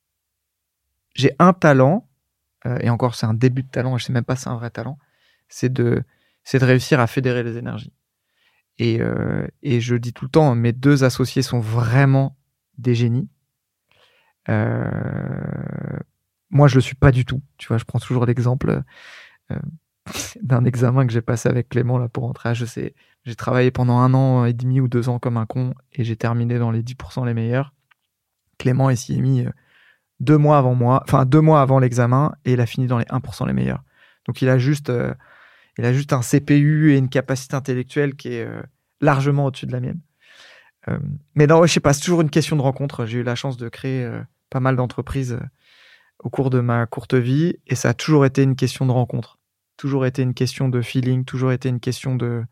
un talent, et encore c'est un début de talent, je sais même pas si c'est un vrai talent, c'est de réussir à fédérer les énergies. Et je dis tout le temps, mes 2 associés sont vraiment des génies. Moi, je le suis pas du tout. Tu vois, je prends toujours l'exemple d'un examen que j'ai passé avec Clément là pour entrer à HEC. J'ai travaillé pendant 1 an et demi ou 2 ans comme un con et j'ai terminé dans les 10% les meilleurs. Clément, il s'y est mis 2 mois avant moi, enfin 2 mois avant l'examen, et il a fini dans les 1% les meilleurs. Donc il a juste un CPU et une capacité intellectuelle qui est largement au-dessus de la mienne. Mais non, je sais pas, c'est toujours une question de rencontre. J'ai eu la chance de créer pas mal d'entreprises au cours de ma courte vie, et ça a toujours été une question de rencontre. Toujours été une question de feeling, toujours été une question de...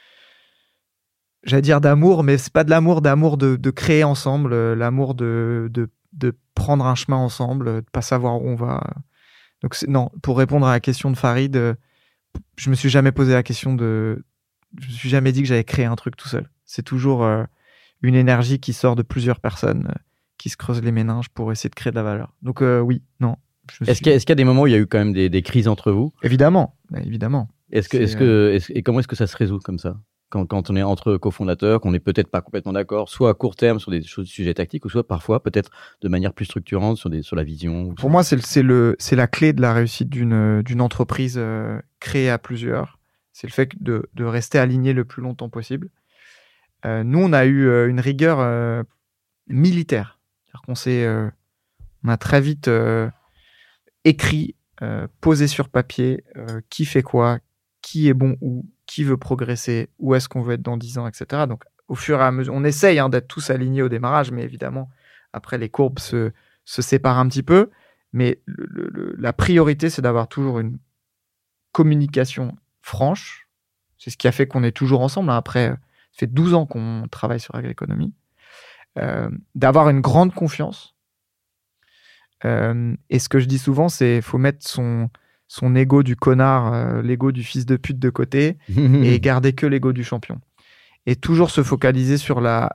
J'allais dire d'amour, mais c'est pas de l'amour de créer ensemble, l'amour de prendre un chemin ensemble, de pas savoir où on va. Donc non, pour répondre à la question de Farid, je me suis jamais posé la question je me suis jamais dit que j'allais créer un truc tout seul. C'est toujours une énergie qui sort de plusieurs personnes qui se creusent les méninges pour essayer de créer de la valeur. Donc oui, non. Est-ce qu'il y a des moments où il y a eu quand même des crises entre vous ? Évidemment. Et comment est-ce que ça se résout comme ça ? Quand on est entre cofondateurs, qu'on n'est peut-être pas complètement d'accord, soit à court terme sur des sujets tactiques, ou soit parfois peut-être de manière plus structurante sur la vision. Pour moi, c'est la clé de la réussite d'une entreprise créée à plusieurs. C'est le fait de rester aligné le plus longtemps possible. Nous, on a eu une rigueur militaire. C'est-à-dire on a très vite écrit, posé sur papier qui fait quoi, qui est bon où, qui veut progresser, où est-ce qu'on veut être dans 10 ans, etc. Donc, au fur et à mesure, on essaye d'être tous alignés au démarrage, mais évidemment, après, les courbes se séparent un petit peu. Mais la priorité, c'est d'avoir toujours une communication franche. C'est ce qui a fait qu'on est toujours ensemble. Après, ça fait 12 ans qu'on travaille sur Agriconomie. D'avoir une grande confiance. Et ce que je dis souvent, c'est qu'il faut mettre son ego du connard, l'ego du fils de pute de côté et garder que l'ego du champion. Et toujours se focaliser sur la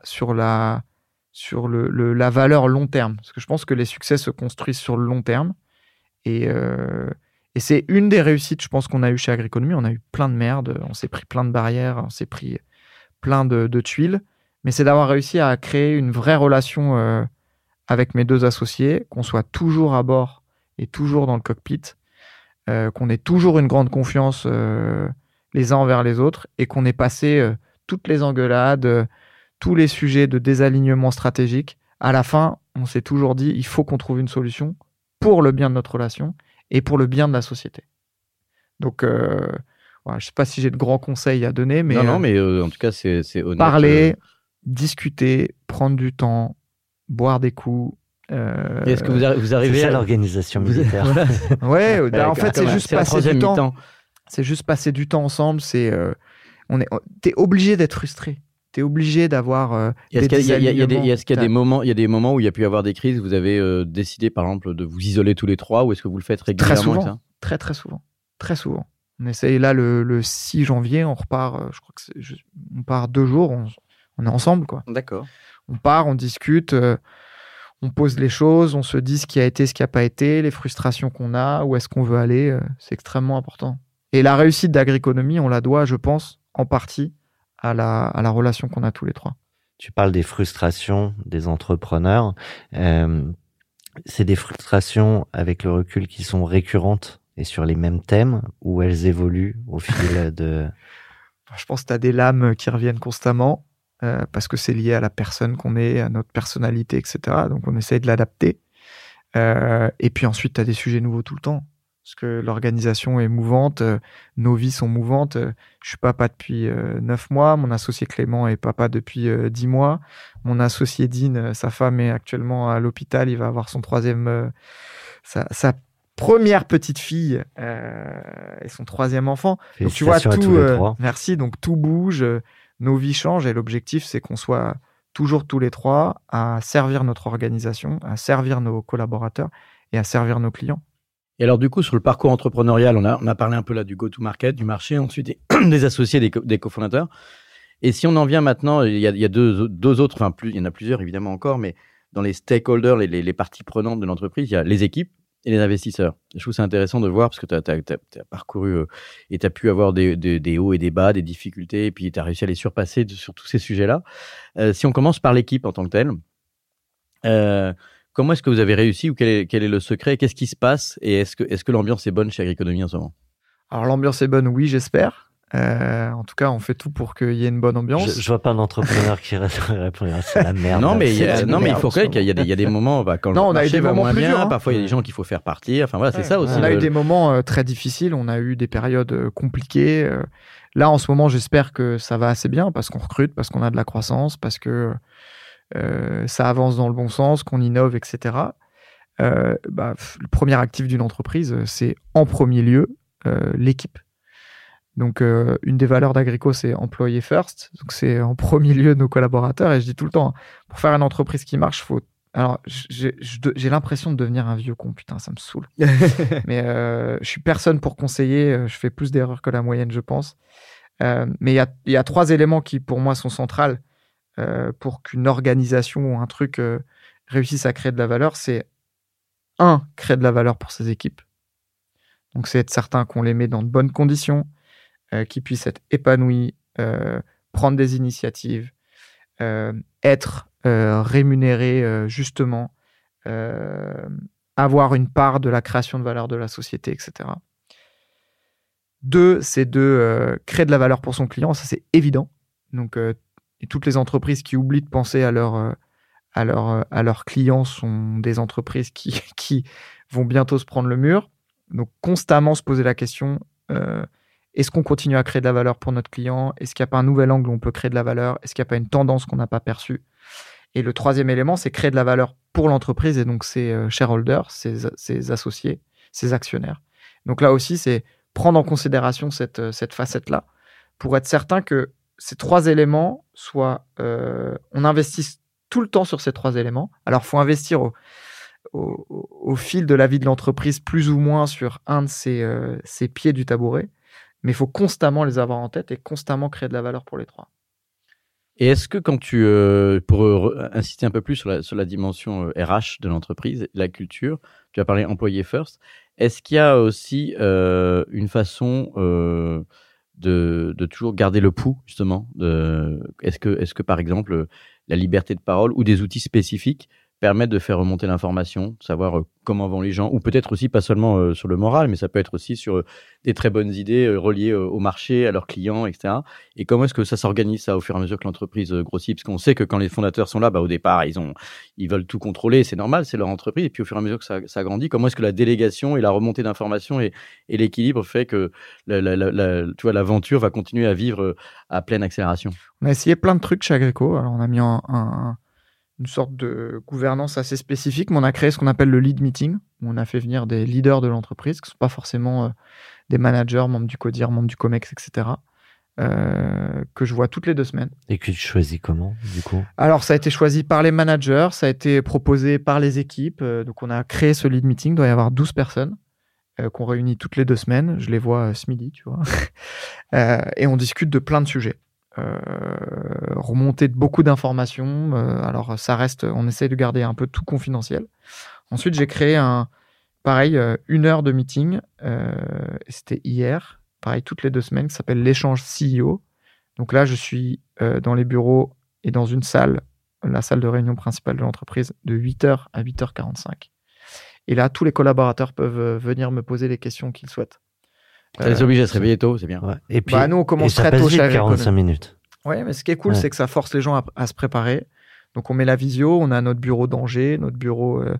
valeur long terme. Parce que je pense que les succès se construisent sur le long terme. Et c'est une des réussites, je pense, qu'on a eu chez Agriconomie. On a eu plein de merde, on s'est pris plein de barrières, on s'est pris plein de tuiles. Mais c'est d'avoir réussi à créer une vraie relation avec mes 2 associés, qu'on soit toujours à bord et toujours dans le cockpit, qu'on ait toujours une grande confiance les uns envers les autres, et qu'on ait passé toutes les engueulades, tous les sujets de désalignement stratégique. À la fin, on s'est toujours dit, il faut qu'on trouve une solution pour le bien de notre relation et pour le bien de la société. Donc, voilà, je ne sais pas si j'ai de grands conseils à donner, mais... Non, mais en tout cas, c'est honnête. Parler, discuter, prendre du temps, boire des coups. Est-ce que vous arrivez à l'organisation militaire? Ouais, en fait, c'est juste passer du temps. Mi-temps. C'est juste passer du temps ensemble. T'es obligé d'être frustré. T'es obligé d'avoir des désalignements. Est-ce qu'il y a des moments où il y a pu y avoir des crises, vous avez décidé, par exemple, de vous isoler tous les 3, ou est-ce que vous le faites régulièrement? Très souvent. Avec ça Très souvent. Très souvent. On essaye, là, le 6 janvier, on repart, je crois que on part 2 jours, on est ensemble, quoi. D'accord. On part, on discute, on pose les choses, on se dit ce qui a été, ce qui n'a pas été, les frustrations qu'on a, où est-ce qu'on veut aller. C'est extrêmement important. Et la réussite d'Agriconomie, on la doit, je pense, en partie à la relation qu'on a tous les 3. Tu parles des frustrations des entrepreneurs. C'est des frustrations, avec le recul, qui sont récurrentes et sur les mêmes thèmes, ou elles évoluent au fil de... Je pense que tu as des lames qui reviennent constamment, parce que c'est lié à la personne qu'on est, à notre personnalité, etc. Donc on essaye de l'adapter. Et puis ensuite, tu as des sujets nouveaux tout le temps. Parce que l'organisation est mouvante, nos vies sont mouvantes. Je suis papa depuis 9 mois, mon associé Clément est papa depuis 10 mois. Mon associé Dean, sa femme est actuellement à l'hôpital, il va avoir son sa première petite fille et son 3e enfant. Donc tu vois, tout, merci, donc tout bouge, nos vies changent et l'objectif c'est qu'on soit toujours tous les 3 à servir notre organisation, à servir nos collaborateurs et à servir nos clients. Et alors, du coup, sur le parcours entrepreneurial, on a parlé un peu là du go-to-market, du marché, ensuite des associés, des cofondateurs. Et si on en vient maintenant, il y a deux autres, enfin, il y en a plusieurs évidemment encore, mais dans les stakeholders, les parties prenantes de l'entreprise, il y a les équipes et les investisseurs. Je trouve ça intéressant de voir parce que tu as parcouru et tu as pu avoir des hauts et des bas, des difficultés, et puis tu as réussi à les surpasser sur tous ces sujets-là. Si on commence par l'équipe en tant que telle, comment est-ce que vous avez réussi ou quel est le secret? Qu'est-ce qui se passe? Et est-ce que l'ambiance est bonne chez Agriconomie en ce moment? Alors, l'ambiance est bonne, oui, j'espère. En tout cas, on fait tout pour qu'il y ait une bonne ambiance. Je vois pas d'entrepreneur qui répond à c'est la merde. Non, mais il faut qu'il y a des moments quand le marché va moins bien. Parfois, il y a des gens qu'il faut faire partir. Enfin, voilà, c'est ça aussi. On a eu des moments très difficiles. On a eu des périodes compliquées. Là, en ce moment, j'espère que ça va assez bien parce qu'on recrute, parce qu'on a de la croissance, parce que ça avance dans le bon sens, qu'on innove, etc. Le premier actif d'une entreprise, c'est en premier lieu l'équipe. Donc, une des valeurs d'Agrico, c'est employé first. Donc, c'est en premier lieu nos collaborateurs. Et je dis tout le temps, pour faire une entreprise qui marche, faut. Alors, j'ai l'impression de devenir un vieux con. Putain, ça me saoule. Mais je suis personne pour conseiller. Je fais plus d'erreurs que la moyenne, je pense. Mais il y a 3 éléments qui, pour moi, sont centrales. Pour qu'une organisation ou un truc réussisse à créer de la valeur, c'est 1, créer de la valeur pour ses équipes. Donc, c'est être certain qu'on les met dans de bonnes conditions, qu'ils puissent être épanouis, prendre des initiatives, être rémunérés justement, avoir une part de la création de valeur de la société, etc. 2, c'est de créer de la valeur pour son client, ça c'est évident. Donc, et toutes les entreprises qui oublient de penser à leurs clients sont des entreprises qui vont bientôt se prendre le mur. Donc, constamment se poser la question, est-ce qu'on continue à créer de la valeur pour notre client? Est-ce qu'il n'y a pas un nouvel angle où on peut créer de la valeur? Est-ce qu'il n'y a pas une tendance qu'on n'a pas perçue? Et le 3e élément, c'est créer de la valeur pour l'entreprise et donc ses shareholders, ses associés, ses actionnaires. Donc là aussi, c'est prendre en considération cette facette-là pour être certain que ces 3 éléments on investisse tout le temps sur ces 3 éléments. Alors, il faut investir au fil de la vie de l'entreprise, plus ou moins sur un de ces pieds du tabouret, mais il faut constamment les avoir en tête et constamment créer de la valeur pour les 3. Et est-ce que quand pour insister un peu plus sur la dimension RH de l'entreprise, la culture, tu as parlé employé first, est-ce qu'il y a aussi une façon de toujours garder le pouls, justement. Est-ce que, par exemple, la liberté de parole ou des outils spécifiques permettent de faire remonter l'information, savoir comment vont les gens, ou peut-être aussi pas seulement sur le moral, mais ça peut être aussi sur des très bonnes idées reliées au marché, à leurs clients, etc. Et comment est-ce que ça s'organise, ça, au fur et à mesure que l'entreprise grossit? Parce qu'on sait que quand les fondateurs sont là, au départ, ils veulent tout contrôler, c'est normal, c'est leur entreprise. Et puis au fur et à mesure que ça grandit, comment est-ce que la délégation et la remontée d'informations et l'équilibre fait que tu vois, l'aventure va continuer à vivre à pleine accélération? On a essayé plein de trucs chez Agrico. Alors, on a mis une sorte de gouvernance assez spécifique, mais on a créé ce qu'on appelle le lead meeting, où on a fait venir des leaders de l'entreprise, qui ne sont pas forcément des managers, membres du CODIR, membres du COMEX, etc., que je vois toutes les 2 semaines. Et que tu choisis comment, du coup? Alors, ça a été choisi par les managers, ça a été proposé par les équipes. Donc, on a créé ce lead meeting. Il doit y avoir 12 personnes qu'on réunit toutes les 2 semaines. Je les vois ce midi, tu vois. Et on discute de plein de sujets. Remonter de beaucoup d'informations. Alors, ça reste, on essaie de garder un peu tout confidentiel. Ensuite, j'ai créé 1 heure de meeting. C'était hier. Pareil, toutes les 2 semaines, qui s'appelle l'échange CEO. Donc là, je suis dans les bureaux et dans une salle, la salle de réunion principale de l'entreprise, de 8h à 8h45. Et là, tous les collaborateurs peuvent venir me poser les questions qu'ils souhaitent. Ça les oblige à se réveiller tôt, c'est bien. Ouais. Et puis, nous, on commence très tôt chez Agriconomie. 45 minutes. Oui, mais ce qui est cool, c'est que ça force les gens à se préparer. Donc, on met la visio, on a notre bureau d'Angers, notre bureau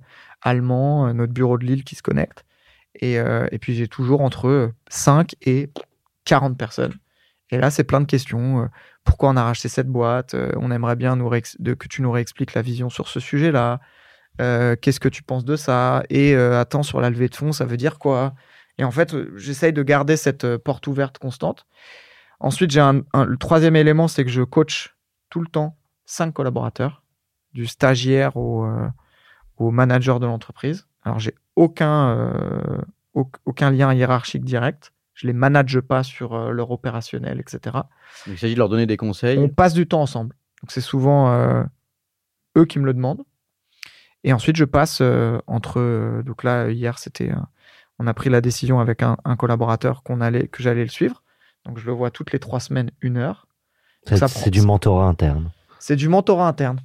allemand, notre bureau de Lille qui se connecte. Et puis, j'ai toujours entre 5 et 40 personnes. Et là, c'est plein de questions. Pourquoi on a racheté cette boîte ? On aimerait bien que tu nous réexpliques la vision sur ce sujet-là. Qu'est-ce que tu penses de ça ? Et attends, sur la levée de fonds, ça veut dire quoi ? Et en fait, j'essaye de garder cette porte ouverte constante. Ensuite, le troisième élément, c'est que je coach tout le temps 5 collaborateurs, du stagiaire au manager de l'entreprise. Alors, j'ai aucun lien hiérarchique direct. Je les manage pas sur leur opérationnel, etc. Donc, il s'agit de leur donner des conseils. On passe du temps ensemble. Donc, c'est souvent eux qui me le demandent. Et ensuite, je passe donc là, hier, on a pris la décision avec un collaborateur que j'allais le suivre. Donc, je le vois toutes les 3 semaines, 1 heure. C'est du mentorat interne. C'est du mentorat interne.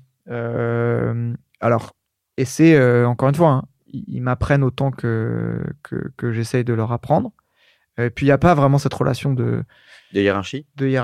Et c'est, encore une fois, ils m'apprennent autant que j'essaye de leur apprendre. Et puis, il n'y a pas vraiment cette relation de hiérarchie.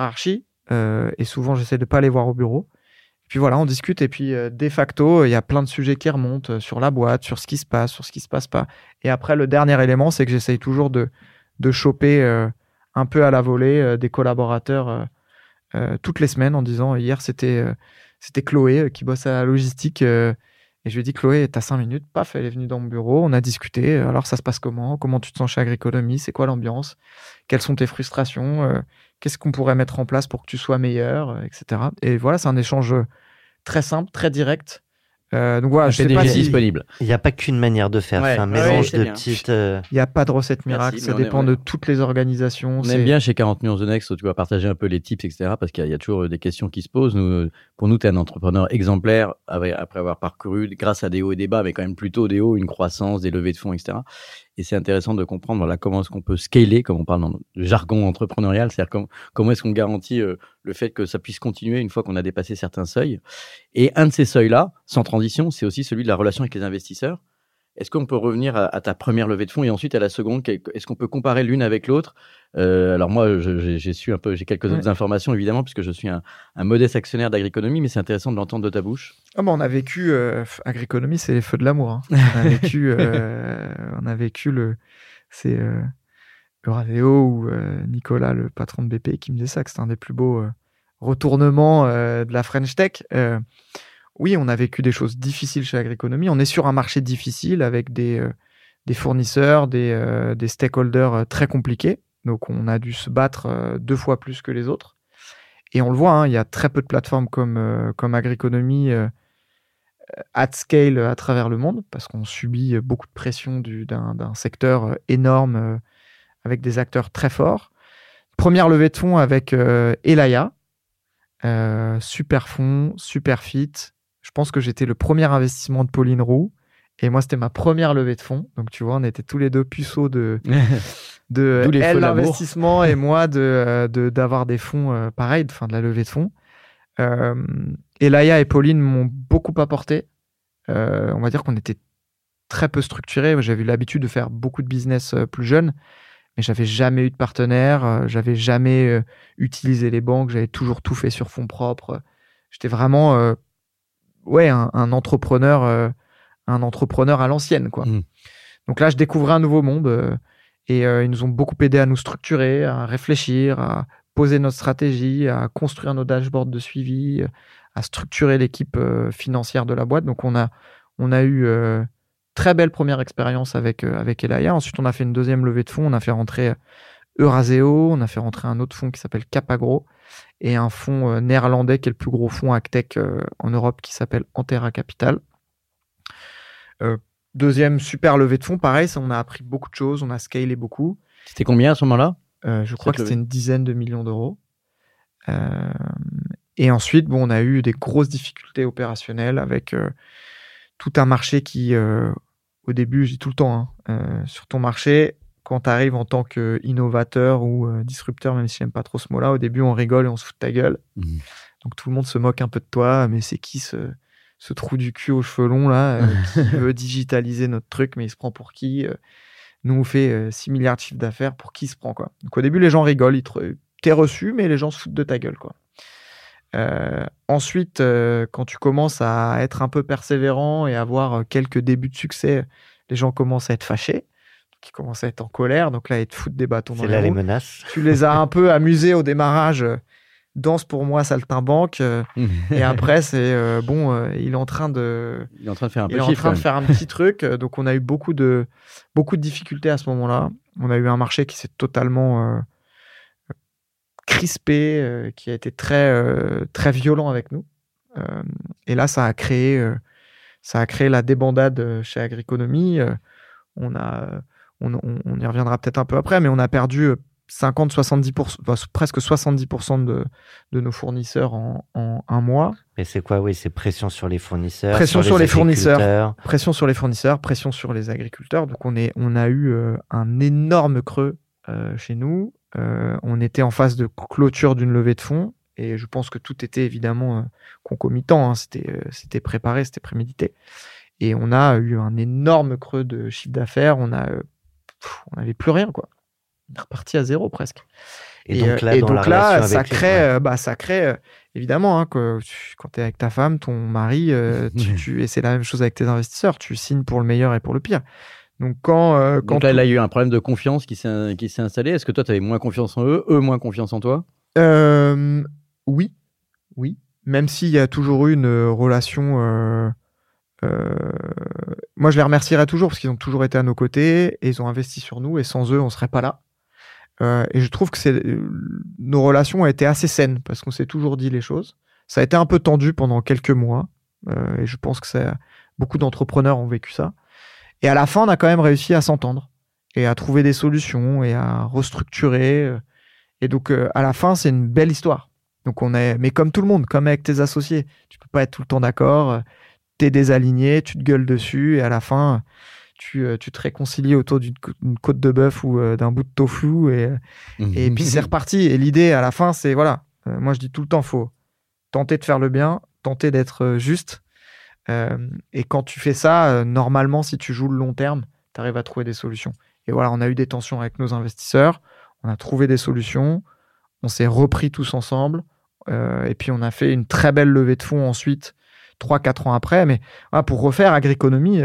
Et souvent, j'essaie de ne pas les voir au bureau. Et puis voilà, on discute. Et puis, de facto, il y a plein de sujets qui remontent sur la boîte, sur ce qui se passe, sur ce qui ne se passe pas. Et après, le dernier élément, c'est que j'essaye toujours de choper un peu à la volée des collaborateurs toutes les semaines en disant, hier, c'était Chloé qui bosse à la logistique. Et je lui ai dit, Chloé, t'as 5 minutes. Paf, elle est venue dans mon bureau. On a discuté. Alors, ça se passe comment ? Comment tu te sens chez Agriconomie ? C'est quoi l'ambiance ? Quelles sont tes frustrations ? Qu'est-ce qu'on pourrait mettre en place pour que tu sois meilleur, etc. Et voilà, c'est un échange très simple, très direct. Donc voilà, je sais pas si disponible. Il n'y a pas qu'une manière de faire. C'est un mélange de petites. Il n'y a pas de recette miracle. Ça dépend de toutes les organisations. On aime bien chez 40 Nuances de Next, tu vas partager un peu les tips, etc. Parce qu'il y a toujours des questions qui se posent. Pour nous, tu es un entrepreneur exemplaire après avoir parcouru, grâce à des hauts et des bas, mais quand même plutôt des hauts, une croissance, des levées de fonds, etc. Et c'est intéressant de comprendre comment est-ce qu'on peut scaler, comme on parle dans le jargon entrepreneurial, c'est-à-dire comment est-ce qu'on garantit le fait que ça puisse continuer une fois qu'on a dépassé certains seuils. Et un de ces seuils-là, sans transition, c'est aussi celui de la relation avec les investisseurs. Est-ce qu'on peut revenir à ta première levée de fonds et ensuite à la seconde ? Est-ce qu'on peut comparer l'une avec l'autre ? Alors moi, j'ai quelques autres informations évidemment, puisque je suis un modeste actionnaire d'Agriconomie, mais c'est intéressant de l'entendre de ta bouche. On a vécu Agriconomie, c'est les feux de l'amour. On a vécu c'est Eurazeo ou Nicolas, le patron de BP, qui me disait ça, que c'était un des plus beaux retournements de la French Tech. Oui, on a vécu des choses difficiles chez Agriconomie. On est sur un marché difficile avec des fournisseurs, des stakeholders très compliqués. Donc, on a dû se battre 2 fois plus que les autres. Et on le voit, il y a très peu de plateformes comme Agriconomie at scale à travers le monde, parce qu'on subit beaucoup de pression d'un secteur énorme avec des acteurs très forts. Première levée de fonds avec Elaya. Super fonds, super fit. Je pense que j'étais le premier investissement de Pauline Roux. Et moi, c'était ma première levée de fonds. Donc, tu vois, on était tous les deux puceaux de elle, l'investissement, et moi, d'avoir des fonds pareils, de la levée de fonds. Elaya et Pauline m'ont beaucoup apporté. On va dire qu'on était très peu structurés. J'avais eu l'habitude de faire beaucoup de business plus jeune, mais j'avais jamais eu de partenaire. J'avais jamais utilisé les banques. J'avais toujours tout fait sur fonds propres. J'étais vraiment un entrepreneur à l'ancienne, quoi. Donc là, je découvrais un nouveau monde et ils nous ont beaucoup aidé à nous structurer, à réfléchir, à poser notre stratégie, à construire nos dashboards de suivi, à structurer l'équipe financière de la boîte. Donc on a eu très belle première expérience avec Elaya. Ensuite, on a fait une deuxième levée de fonds. On a fait rentrer Eurazeo, on a fait rentrer un autre fonds qui s'appelle Capagro et un fonds néerlandais qui est le plus gros fonds agtech en Europe qui s'appelle Antera Capital. Deuxième super levée de fonds, pareil, on a appris beaucoup de choses, on a scalé beaucoup. C'était combien à ce moment-là ? Je crois que c'était une dizaine de millions d'euros. Et ensuite, on a eu des grosses difficultés opérationnelles avec tout un marché qui, au début, je dis tout le temps, sur ton marché, quand tu arrives en tant qu'innovateur ou disrupteur, même si j'aime pas trop ce mot-là, au début, on rigole et on se fout de ta gueule. Donc, tout le monde se moque un peu de toi, mais c'est qui ce trou du cul aux cheveux longs, là, qui veut digitaliser notre truc, mais il se prend pour qui Nous, on fait 6 milliards de chiffre d'affaires, pour qui il se prend, quoi. Donc, au début, les gens rigolent, t'es reçu, mais les gens se foutent de ta gueule, quoi. Ensuite, quand tu commences à être un peu persévérant et avoir quelques débuts de succès, les gens commencent à être fâchés, qui commencent à être en colère. Donc là, ils te foutent des bâtons dans C'est les là les roues. menaces. Tu les as un peu amusés au démarrage. Danse pour moi, saltimbanque. Et après, c'est il est en train de faire un peu il est en chiffre, train quand de faire un petit truc. Donc, on a eu beaucoup de difficultés à ce moment-là. On a eu un marché qui s'est totalement crispé, qui a été très violent avec nous. Et là, ça a créé la débandade chez Agriconomie. On y reviendra peut-être un peu après, mais on a perdu 50-70%, presque 70% de nos fournisseurs en un mois. Mais c'est quoi? Oui, c'est pression sur les fournisseurs. Pression sur les fournisseurs. agriculteurs. Pression sur les fournisseurs, pression sur les agriculteurs. Donc, on a eu un énorme creux chez nous. On était en phase de clôture d'une levée de fonds. Et je pense que tout était évidemment concomitant. Hein. C'était préparé, c'était prémédité. Et on a eu un énorme creux de chiffre d'affaires. On n'avait plus rien, quoi. On est reparti à zéro presque. Et donc là, ça crée évidemment, hein, que quand tu es avec ta femme, ton mari, et c'est la même chose avec tes investisseurs. Tu signes pour le meilleur et pour le pire. Donc donc là, il y a eu un problème de confiance qui s'est installé. Est-ce que toi, tu avais moins confiance en eux moins confiance en toi? Oui. Même s'il y a toujours eu une relation. Moi, je les remercierai toujours parce qu'ils ont toujours été à nos côtés et ils ont investi sur nous. Et sans eux, on serait pas là. Et je trouve que nos relations ont été assez saines parce qu'on s'est toujours dit les choses. Ça a été un peu tendu pendant quelques mois. Et je pense que beaucoup d'entrepreneurs ont vécu ça. Et à la fin, on a quand même réussi à s'entendre et à trouver des solutions et à restructurer. Et donc, à la fin, c'est une belle histoire. Donc, mais comme tout le monde, comme avec tes associés, tu peux pas être tout le temps d'accord. T'es désaligné, tu te gueules dessus et à la fin, tu te réconcilies autour d'une côte de bœuf ou d'un bout de tofu et puis c'est reparti. Et l'idée à la fin, c'est voilà. Moi, je dis tout le temps, faut tenter de faire le bien, tenter d'être juste. Et quand tu fais ça, normalement, si tu joues le long terme, tu arrives à trouver des solutions. Et voilà, on a eu des tensions avec nos investisseurs, on a trouvé des solutions, on s'est repris tous ensemble, et puis on a fait une très belle levée de fonds ensuite, 3-4 ans après. Mais voilà, pour refaire Agriconomie,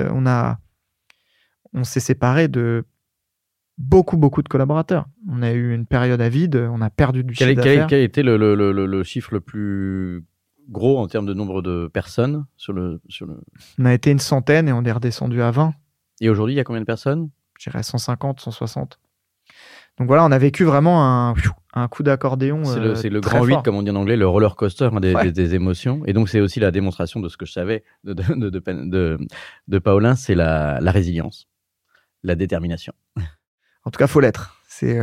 on s'est séparé de beaucoup de collaborateurs. On a eu une période à vide, on a perdu du chiffre d'affaires. Quel était le chiffre le plus gros en termes de nombre de personnes sur le... On a été une centaine et on est redescendu à 20. Et aujourd'hui, il y a combien de personnes? Je dirais 150, 160. Donc voilà, on a vécu vraiment un coup d'accordéon. C'est le grand 8, comme on dit en anglais, le roller coaster des émotions. Et donc, c'est aussi la démonstration de ce que je savais de Paulin, c'est la résilience, la détermination. En tout cas, il faut l'être.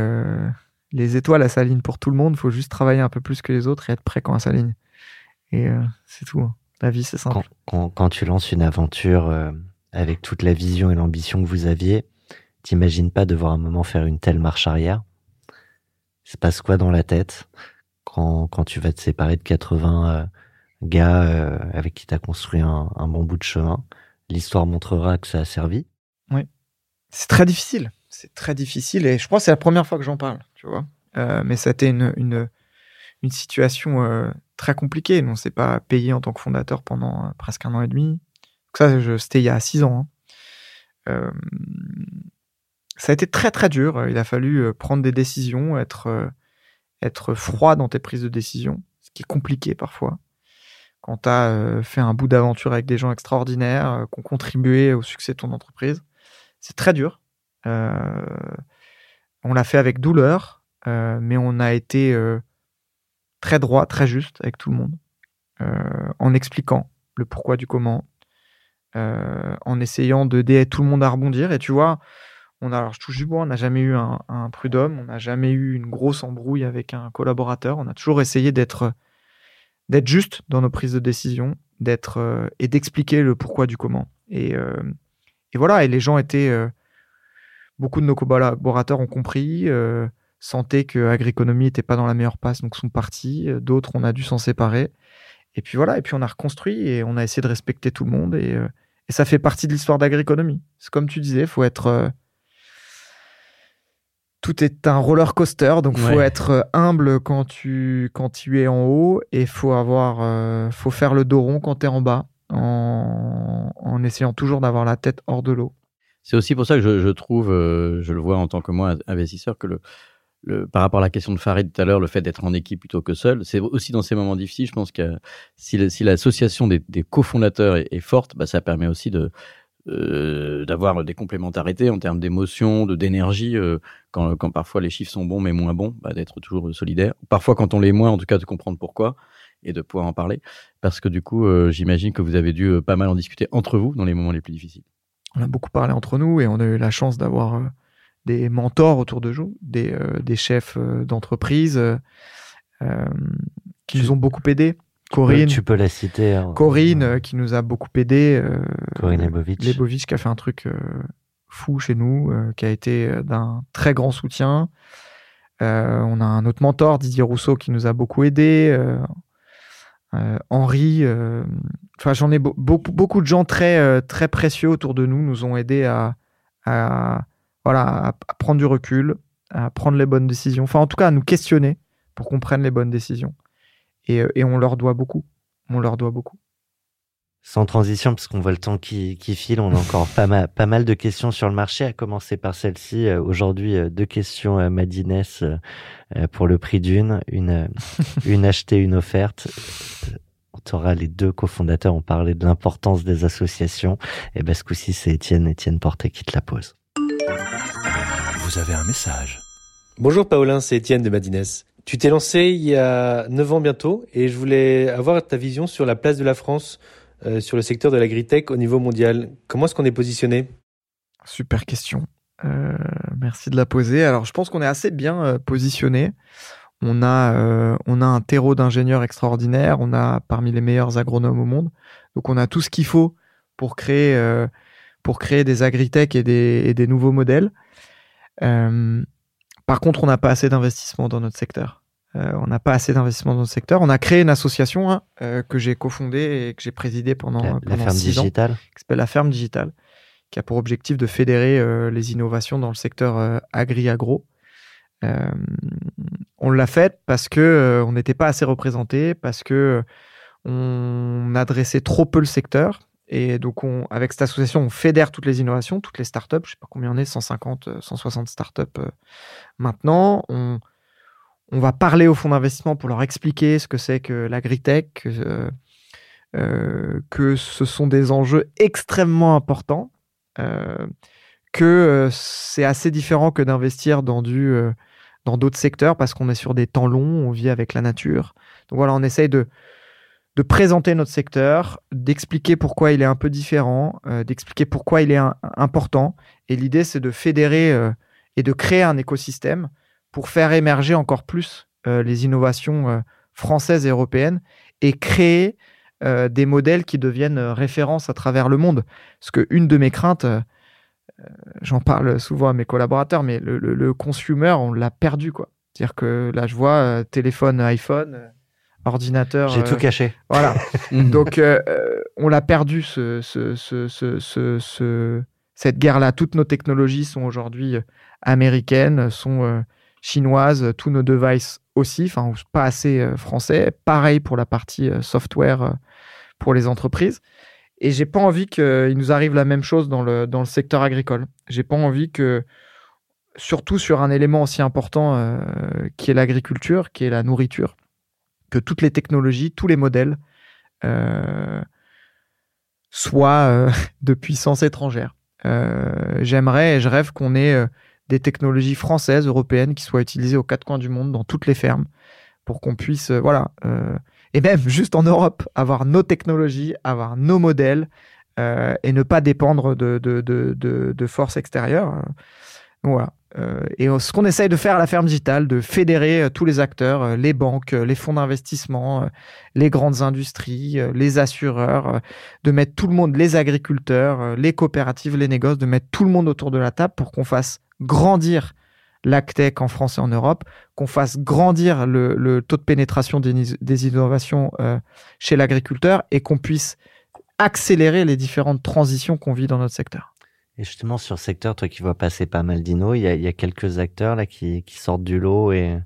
Les étoiles, elles s'alignent pour tout le monde. Il faut juste travailler un peu plus que les autres et être prêt quand elles s'alignent. Et c'est tout. Hein. La vie, c'est simple. Quand tu lances une aventure avec toute la vision et l'ambition que vous aviez, t'imagines pas devoir à un moment faire une telle marche arrière? Il se passe quoi dans la tête quand tu vas te séparer de 80 gars avec qui tu as construit un bon bout de chemin? L'histoire montrera que ça a servi. Oui. C'est très difficile. C'est très difficile et je crois que c'est la première fois que j'en parle, tu vois. Mais ça a été une situation très compliquée. On ne s'est pas payé en tant que fondateur pendant presque 1 an et demi. Donc ça, c'était il y a 6 ans. Hein. Ça a été très très dur. Il a fallu prendre des décisions, être froid dans tes prises de décision, ce qui est compliqué parfois. Quand tu as fait un bout d'aventure avec des gens extraordinaires qui ont contribué au succès de ton entreprise, c'est très dur. On l'a fait avec douleur, mais on a été très droit, très juste avec tout le monde, en expliquant le pourquoi du comment, en essayant d'aider tout le monde à rebondir. Et tu vois, alors je touche du bois, on n'a jamais eu un prud'homme, on n'a jamais eu une grosse embrouille avec un collaborateur. On a toujours essayé d'être juste dans nos prises de décision, et d'expliquer le pourquoi du comment. Et voilà, et les gens beaucoup de nos collaborateurs ont compris, sentaient que Agriconomie n'était pas dans la meilleure passe, donc sont partis. D'autres, on a dû s'en séparer. Et puis voilà, et puis on a reconstruit et on a essayé de respecter tout le monde. Et ça fait partie de l'histoire d'Agriconomie. C'est comme tu disais, il faut être tout est un roller coaster, donc faut être humble quand tu es en haut et faut faire le dos rond quand tu es en bas, en essayant toujours d'avoir la tête hors de l'eau. C'est aussi pour ça que je trouve, je le vois en tant que moi investisseur, que par rapport à la question de Farid tout à l'heure, le fait d'être en équipe plutôt que seul, c'est aussi dans ces moments difficiles, je pense que si l'association des cofondateurs est forte, ça permet aussi d'avoir des complémentarités en termes d'émotion, d'énergie, quand parfois les chiffres sont bons mais moins bons, d'être toujours solidaire. Parfois quand on l'est moins, en tout cas de comprendre pourquoi et de pouvoir en parler. Parce que du coup, j'imagine que vous avez dû pas mal en discuter entre vous dans les moments les plus difficiles. On a beaucoup parlé entre nous et on a eu la chance d'avoir des mentors autour de nous, des chefs d'entreprise qui nous ont beaucoup aidés. Corinne, tu peux la citer. Corinne qui nous a beaucoup aidé. Corinne Lebovic qui a fait un truc fou chez nous, qui a été d'un très grand soutien. On a un autre mentor, Didier Rousseau, qui nous a beaucoup aidé. Henri, j'en ai beaucoup de gens très très précieux autour de nous ont aidés à prendre du recul, à prendre les bonnes décisions. Enfin, en tout cas, à nous questionner pour qu'on prenne les bonnes décisions. Et on leur doit beaucoup. Sans transition, parce qu'on voit le temps qui file, on a encore pas mal de questions sur le marché, à commencer par celle-ci. Aujourd'hui, 2 questions Madines pour le prix d'une. Une achetée, une offerte. On aura les 2 cofondateurs ont parlé de l'importance des associations. Et ce coup-ci, c'est Étienne Portet qui te la pose. Vous avez un message. Bonjour Paulin, c'est Étienne de Madines. Tu t'es lancé il y a 9 ans bientôt et je voulais avoir ta vision sur la place de la France sur le secteur de l'agritech au niveau mondial. Comment est-ce qu'on est positionné ? Super question. Merci de la poser. Alors, je pense qu'on est assez bien positionné. On a un terreau d'ingénieurs extraordinaire. On a parmi les meilleurs agronomes au monde. Donc, on a tout ce qu'il faut pour créer des agritech et des nouveaux modèles. Par contre, on n'a pas assez d'investissement dans notre secteur. On a créé une association que j'ai cofondée et que j'ai présidée pendant 6 ans, qui s'appelle la Ferme Digitale, qui a pour objectif de fédérer les innovations dans le secteur agri-agro. On l'a fait parce que on n'était pas assez représenté, parce que on adressait trop peu le secteur. Et donc, avec cette association, on fédère toutes les innovations, toutes les startups. Je ne sais pas combien on est, 150, 160 startups maintenant. On va parler aux fonds d'investissement pour leur expliquer ce que c'est que l'agritech, que ce sont des enjeux extrêmement importants, que c'est assez différent que d'investir dans d'autres secteurs parce qu'on est sur des temps longs, on vit avec la nature. Donc voilà, on essaye de présenter notre secteur, d'expliquer pourquoi il est un peu différent, d'expliquer pourquoi il est important. Et l'idée, c'est de fédérer et de créer un écosystème pour faire émerger encore plus les innovations françaises et européennes et créer des modèles qui deviennent référence à travers le monde. Parce qu'une de mes craintes, j'en parle souvent à mes collaborateurs, mais le consumer, on l'a perdu, quoi. C'est-à-dire que là, je vois téléphone, iPhone, ordinateur. J'ai tout caché. Voilà. Donc, on l'a perdu, cette guerre-là. Toutes nos technologies sont aujourd'hui américaines, sont chinoises, tous nos devices aussi, enfin, pas assez français. Pareil pour la partie software pour les entreprises. Et j'ai pas envie qu'il nous arrive la même chose dans le secteur agricole. J'ai pas envie que, surtout sur un élément aussi important qui est l'agriculture, qui est la nourriture, que toutes les technologies, tous les modèles soient de puissance étrangère. J'aimerais et je rêve qu'on ait des technologies françaises, européennes, qui soient utilisées aux 4 coins du monde, dans toutes les fermes, pour qu'on puisse, et même juste en Europe, avoir nos technologies, avoir nos modèles, et ne pas dépendre de forces extérieures. Voilà. Et ce qu'on essaye de faire à la Ferme Digitale, de fédérer tous les acteurs, les banques, les fonds d'investissement, les grandes industries, les assureurs, de mettre tout le monde, les agriculteurs, les coopératives, les négoces, de mettre tout le monde autour de la table pour qu'on fasse grandir l'agtech en France et en Europe, qu'on fasse grandir le taux de pénétration des innovations chez l'agriculteur et qu'on puisse accélérer les différentes transitions qu'on vit dans notre secteur. Et justement, sur ce secteur, toi qui vois passer pas mal d'innos, il y a quelques acteurs là qui sortent du lot et...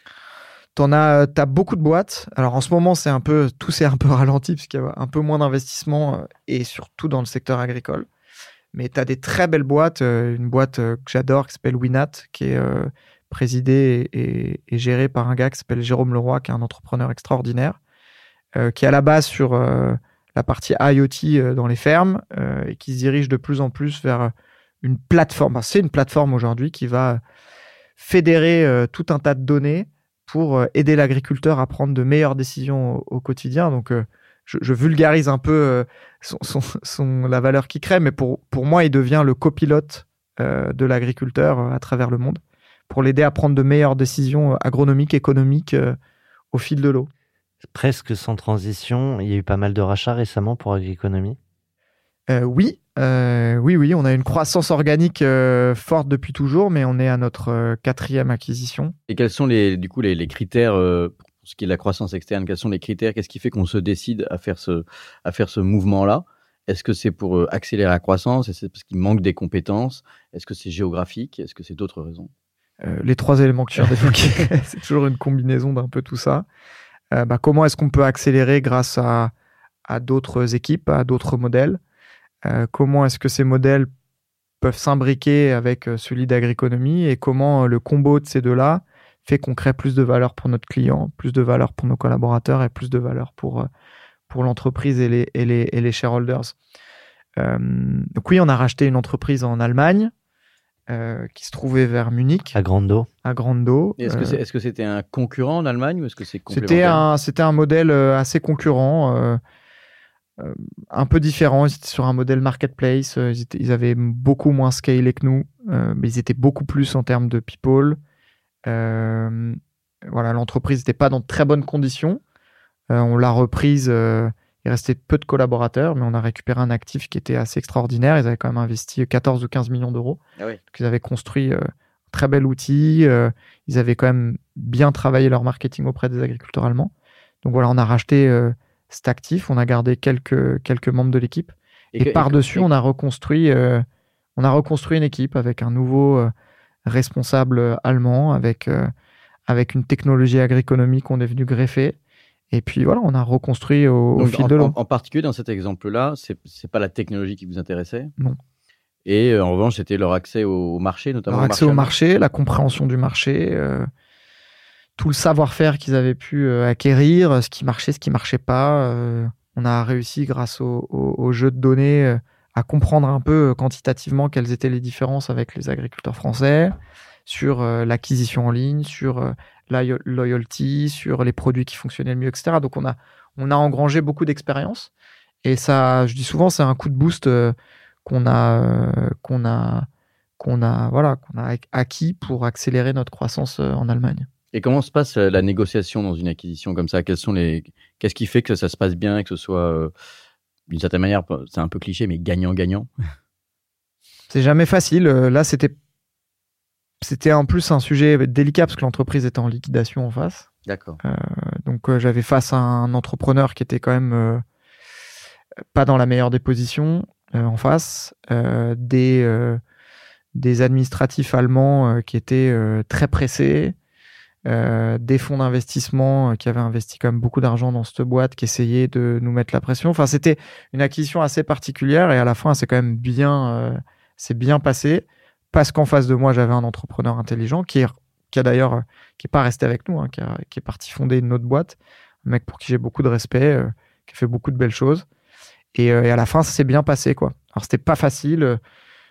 T'as beaucoup de boîtes. Alors en ce moment, tout s'est un peu ralenti parce qu'il y a un peu moins d'investissement et surtout dans le secteur agricole. Mais tu as des très belles boîtes. Une boîte que j'adore qui s'appelle Winat, qui est présidée et gérée par un gars qui s'appelle Jérôme Leroy, qui est un entrepreneur extraordinaire, qui est à la base sur la partie IoT dans les fermes et qui se dirige de plus en plus vers une plateforme. Enfin, c'est une plateforme aujourd'hui qui va fédérer tout un tas de données pour aider l'agriculteur à prendre de meilleures décisions au quotidien. Donc, je vulgarise un peu la valeur qu'il crée, mais pour moi, il devient le copilote de l'agriculteur à travers le monde pour l'aider à prendre de meilleures décisions agronomiques, économiques au fil de l'eau. Presque sans transition, il y a eu pas mal de rachats récemment pour Agriconomie. Oui, on a une croissance organique forte depuis toujours, mais on est à notre 4e acquisition. Et quels sont les critères pour ce qui est de la croissance externe? Quels sont les critères? Qu'est-ce qui fait qu'on se décide à faire ce mouvement-là? Est-ce que c'est pour accélérer la croissance? Est-ce que c'est parce qu'il manque des compétences? Est-ce que c'est géographique? Est-ce que c'est d'autres raisons? Les 3 éléments que tu viens d'évoquer, c'est toujours une combinaison d'un peu tout ça. Comment est-ce qu'on peut accélérer grâce à d'autres équipes, à d'autres modèles? Comment est-ce que ces modèles peuvent s'imbriquer avec celui d'Agriconomie et comment le combo de ces deux-là fait qu'on crée plus de valeur pour notre client, plus de valeur pour nos collaborateurs et plus de valeur pour l'entreprise et les shareholders. Donc oui, on a racheté une entreprise en Allemagne qui se trouvait vers Munich. À Grando. Et est-ce que c'était un concurrent en Allemagne ou est-ce que c'est complémentaire? C'était un modèle assez concurrent, un peu différent. Ils étaient sur un modèle marketplace. Ils avaient beaucoup moins scalé que nous, mais ils étaient beaucoup plus en termes de people. L'entreprise n'était pas dans de très bonnes conditions. On l'a reprise. Il restait peu de collaborateurs, mais on a récupéré un actif qui était assez extraordinaire. Ils avaient quand même investi 14 ou 15 millions d'euros. Ah oui. Donc, ils avaient construit un très bel outil. Ils avaient quand même bien travaillé leur marketing auprès des agriculteurs allemands. Donc voilà, on a racheté cet actif. On a gardé quelques membres de l'équipe. Et par-dessus, on a reconstruit une équipe avec un nouveau responsable allemand, avec une technologie agroéconomique qu'on est venu greffer. Et puis voilà, on a reconstruit au fil de l'eau. En particulier, dans cet exemple-là, c'est pas la technologie qui vous intéressait? Non. Et en revanche, c'était leur accès au marché, notamment leur accès au marché, la compréhension du marché, tout le savoir-faire qu'ils avaient pu acquérir, ce qui marchait pas. On a réussi, grâce au jeu de données, à comprendre un peu quantitativement quelles étaient les différences avec les agriculteurs français sur l'acquisition en ligne, sur la loyalty, sur les produits qui fonctionnaient le mieux, etc. Donc on a engrangé beaucoup d'expérience et ça, je dis souvent, c'est un coup de boost qu'on a acquis pour accélérer notre croissance en Allemagne. Et comment se passe la négociation dans une acquisition comme ça? Qu'est-ce qui fait que ça se passe bien et que ce soit d'une certaine manière, c'est un peu cliché, mais gagnant-gagnant? C'est jamais facile. Là, c'était en plus un sujet délicat parce que l'entreprise était en liquidation en face. D'accord. Donc j'avais face à un entrepreneur qui était quand même pas dans la meilleure des positions en face, des administratifs allemands qui étaient très pressés, des fonds d'investissement qui avaient investi quand même beaucoup d'argent dans cette boîte, qui essayaient de nous mettre la pression. Enfin, c'était une acquisition assez particulière et à la fin, c'est quand même bien passé. Parce qu'en face de moi, j'avais un entrepreneur intelligent qui est pas resté avec nous, qui est parti fonder une autre boîte. Un mec pour qui j'ai beaucoup de respect, qui a fait beaucoup de belles choses. Et à la fin, ça s'est bien passé, quoi. Alors, c'était pas facile.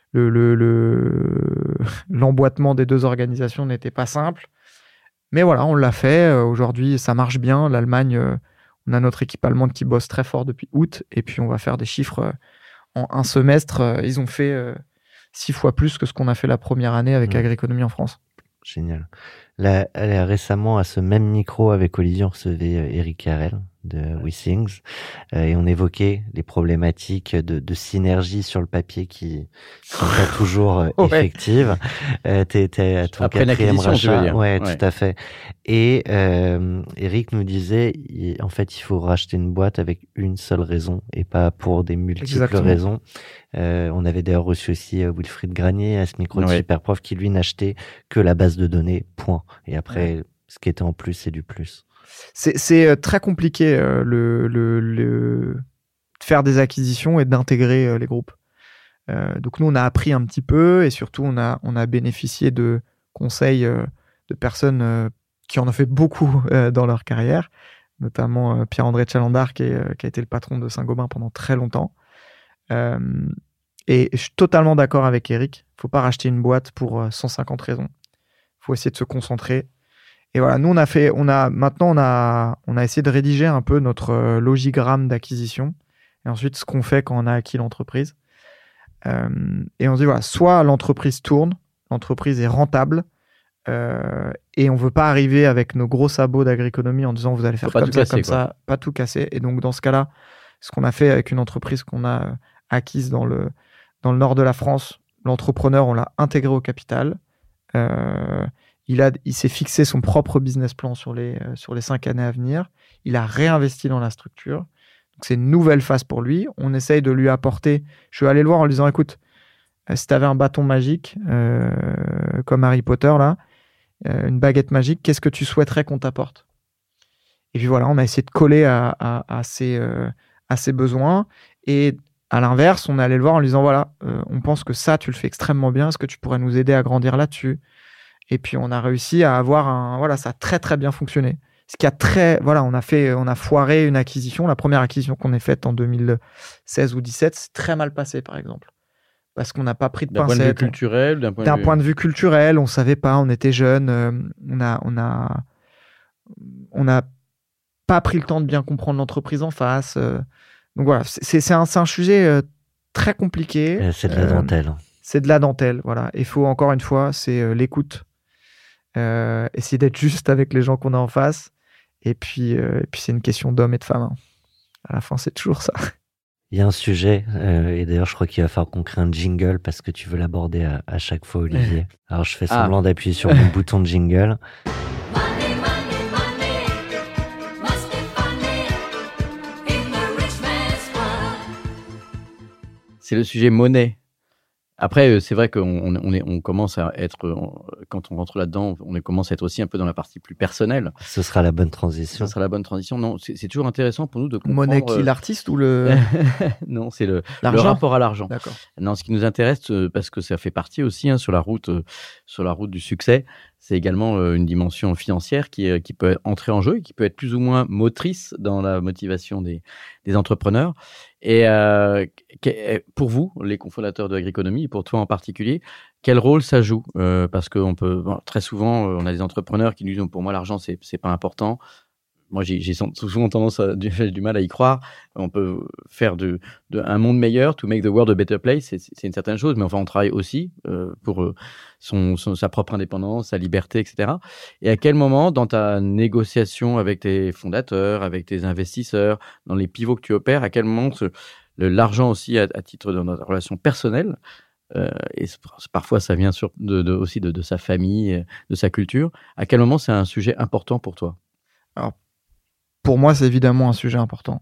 L'emboîtement des deux organisations n'était pas simple. Mais voilà, on l'a fait. Aujourd'hui, ça marche bien. L'Allemagne, on a notre équipe allemande qui bosse très fort depuis août. Et puis, on va faire des chiffres en un semestre. Ils ont fait 6 fois plus que ce qu'on a fait la première année avec Agriconomie en France. Génial. Récemment, à ce même micro avec Olivier, on recevait Eric Carrel de WeThings, et on évoquait les problématiques de synergie sur le papier qui sont pas toujours effectives. T'es à ton Après 4e l'acquisition, tu veux rachat. dire. Ouais, Ouais. tout à fait. Et Eric nous disait, en fait, il faut racheter une boîte avec une seule raison et pas pour des multiples Exactement. raisons. On avait d'ailleurs reçu aussi Wilfried Granier à ce micro de Ouais. Superprof qui lui n'achetait que la base de données, point. Et après, ce qui était en plus, c'est du plus. C'est très compliqué de faire des acquisitions et d'intégrer les groupes. Donc nous, on a appris un petit peu et surtout, on a bénéficié de conseils de personnes qui en ont fait beaucoup dans leur carrière, notamment Pierre-André Chalandard qui a été le patron de Saint-Gobain pendant très longtemps. Et je suis totalement d'accord avec Eric. Il ne faut pas racheter une boîte pour 150 raisons. Il faut essayer de se concentrer. Et voilà, nous, on a essayé de rédiger un peu notre logigramme d'acquisition et ensuite ce qu'on fait quand on a acquis l'entreprise. Et on se dit, voilà, soit l'entreprise tourne, l'entreprise est rentable, et on ne veut pas arriver avec nos gros sabots d'agriconomie en disant vous allez faire Faut pas comme tout ça, casser, comme quoi. ça, pas tout casser. Et donc, dans ce cas-là, ce qu'on a fait avec une entreprise qu'on a acquise dans le nord de la France, l'entrepreneur, on l'a intégré au capital. Il s'est fixé son propre business plan sur les 5 années à venir. Il a réinvesti dans la structure. Donc, c'est une nouvelle phase pour lui. On essaye de lui apporter... Je suis allé le voir en lui disant, écoute, si tu avais un bâton magique, comme Harry Potter, là, une baguette magique, qu'est-ce que tu souhaiterais qu'on t'apporte ? Et puis voilà, on a essayé de coller à ses besoins. Et à l'inverse, on est allé le voir en lui disant, voilà, on pense que ça, tu le fais extrêmement bien. Est-ce que tu pourrais nous aider à grandir là-dessus ? Et puis, on a réussi à avoir voilà, ça a très, très bien fonctionné. Ce qui a on a foiré une acquisition. La première acquisition qu'on ait faite en 2016 ou 2017, c'est très mal passé, par exemple. Parce qu'on n'a pas pris de D'un point de vue pincettes. culturel, D'un point de vue culturel, on savait pas, on était jeunes, on n'a pas pris le temps de bien comprendre l'entreprise en face. Donc voilà, c'est un sujet très compliqué. C'est de la dentelle. C'est de la dentelle, voilà. Il faut, encore une fois, c'est l'écoute. Essayer d'être juste avec les gens qu'on a en face. Et puis c'est une question d'hommes et de femmes. Hein. À la fin, c'est toujours ça. Il y a un sujet, et d'ailleurs je crois qu'il va falloir qu'on crée un jingle parce que tu veux l'aborder à chaque fois, Olivier. Alors je fais semblant d'appuyer sur mon bouton de jingle. C'est le sujet monnaie. Après, c'est vrai qu'on commence à être, quand on rentre là-dedans, on commence à être aussi un peu dans la partie plus personnelle. Ce sera la bonne transition. Ce sera la bonne transition. Non, c'est toujours intéressant pour nous de comprendre. Monnaie qui, l'artiste ou le... Non, c'est le L'argent. rapport à l'argent. D'accord. Non, ce qui nous intéresse, parce que ça fait partie aussi sur la route du succès, c'est également une dimension financière qui peut entrer en jeu et qui peut être plus ou moins motrice dans la motivation des entrepreneurs. Et pour vous, les cofondateurs de Agriconomie, et pour toi en particulier, quel rôle ça joue ? Parce que très souvent, on a des entrepreneurs qui nous disent pour moi l'argent c'est pas important. Moi, j'ai souvent tendance j'ai du mal à y croire. On peut faire un monde meilleur, to make the world a better place, c'est une certaine chose, mais enfin, on travaille aussi pour sa propre indépendance, sa liberté, etc. Et à quel moment, dans ta négociation avec tes fondateurs, avec tes investisseurs, dans les pivots que tu opères, à quel moment l'argent aussi, à titre de notre relation personnelle, et parfois ça vient aussi de sa famille, de sa culture, à quel moment c'est un sujet important pour toi ? Alors, pour moi, c'est évidemment un sujet important.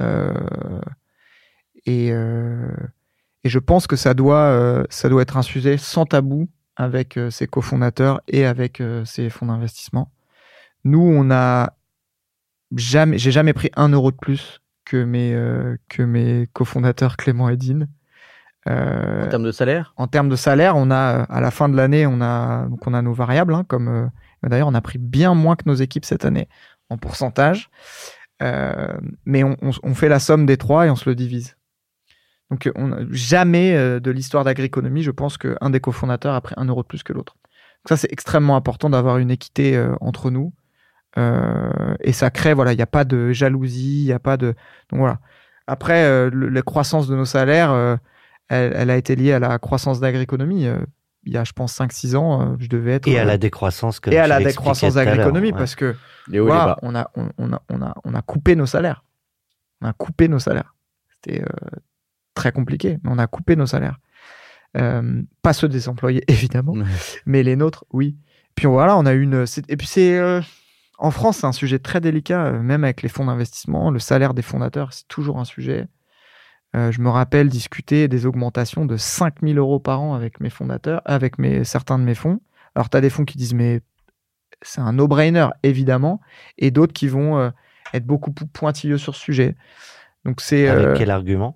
Et je pense que ça doit être un sujet sans tabou avec ses cofondateurs et avec ses fonds d'investissement. Nous, j'ai jamais pris 1 euro de plus que mes cofondateurs Clément et Dean. En termes de salaire ? En termes de salaire, on a, à la fin de l'année, on a nos variables, hein, comme d'ailleurs, on a pris bien moins que nos équipes cette année en pourcentage, mais on fait la somme des 3 et on se le divise. Donc, jamais de l'histoire d'Agriconomie, je pense qu'un des cofondateurs a pris 1 euro de plus que l'autre. Donc ça, c'est extrêmement important d'avoir une équité entre nous. Et ça crée, voilà, il n'y a pas de jalousie, il n'y a pas de... Donc voilà. Après, la croissance de nos salaires, elle a été liée à la croissance d'Agriconomie. il y a, je pense, 5-6 ans, je devais être... Et à la décroissance que Et à tu la l'expliquais décroissance tout à l'heure, d'Agriconomie, ouais. parce que Les hauts et les voilà, bas. on a coupé nos salaires. On a coupé nos salaires. C'était très compliqué, mais on a coupé nos salaires. Pas ceux des employés, évidemment, mais les nôtres, oui. Puis voilà, on a eu une... Et puis en France, c'est un sujet très délicat, même avec les fonds d'investissement. Le salaire des fondateurs, c'est toujours un sujet. Je me rappelle discuter des augmentations de 5 000 € par an avec mes fondateurs, avec certains de mes fonds. Alors, tu as des fonds qui disent, mais c'est un no-brainer, évidemment, et d'autres qui vont être beaucoup plus pointilleux sur ce sujet. Donc, c'est... Avec quel argument?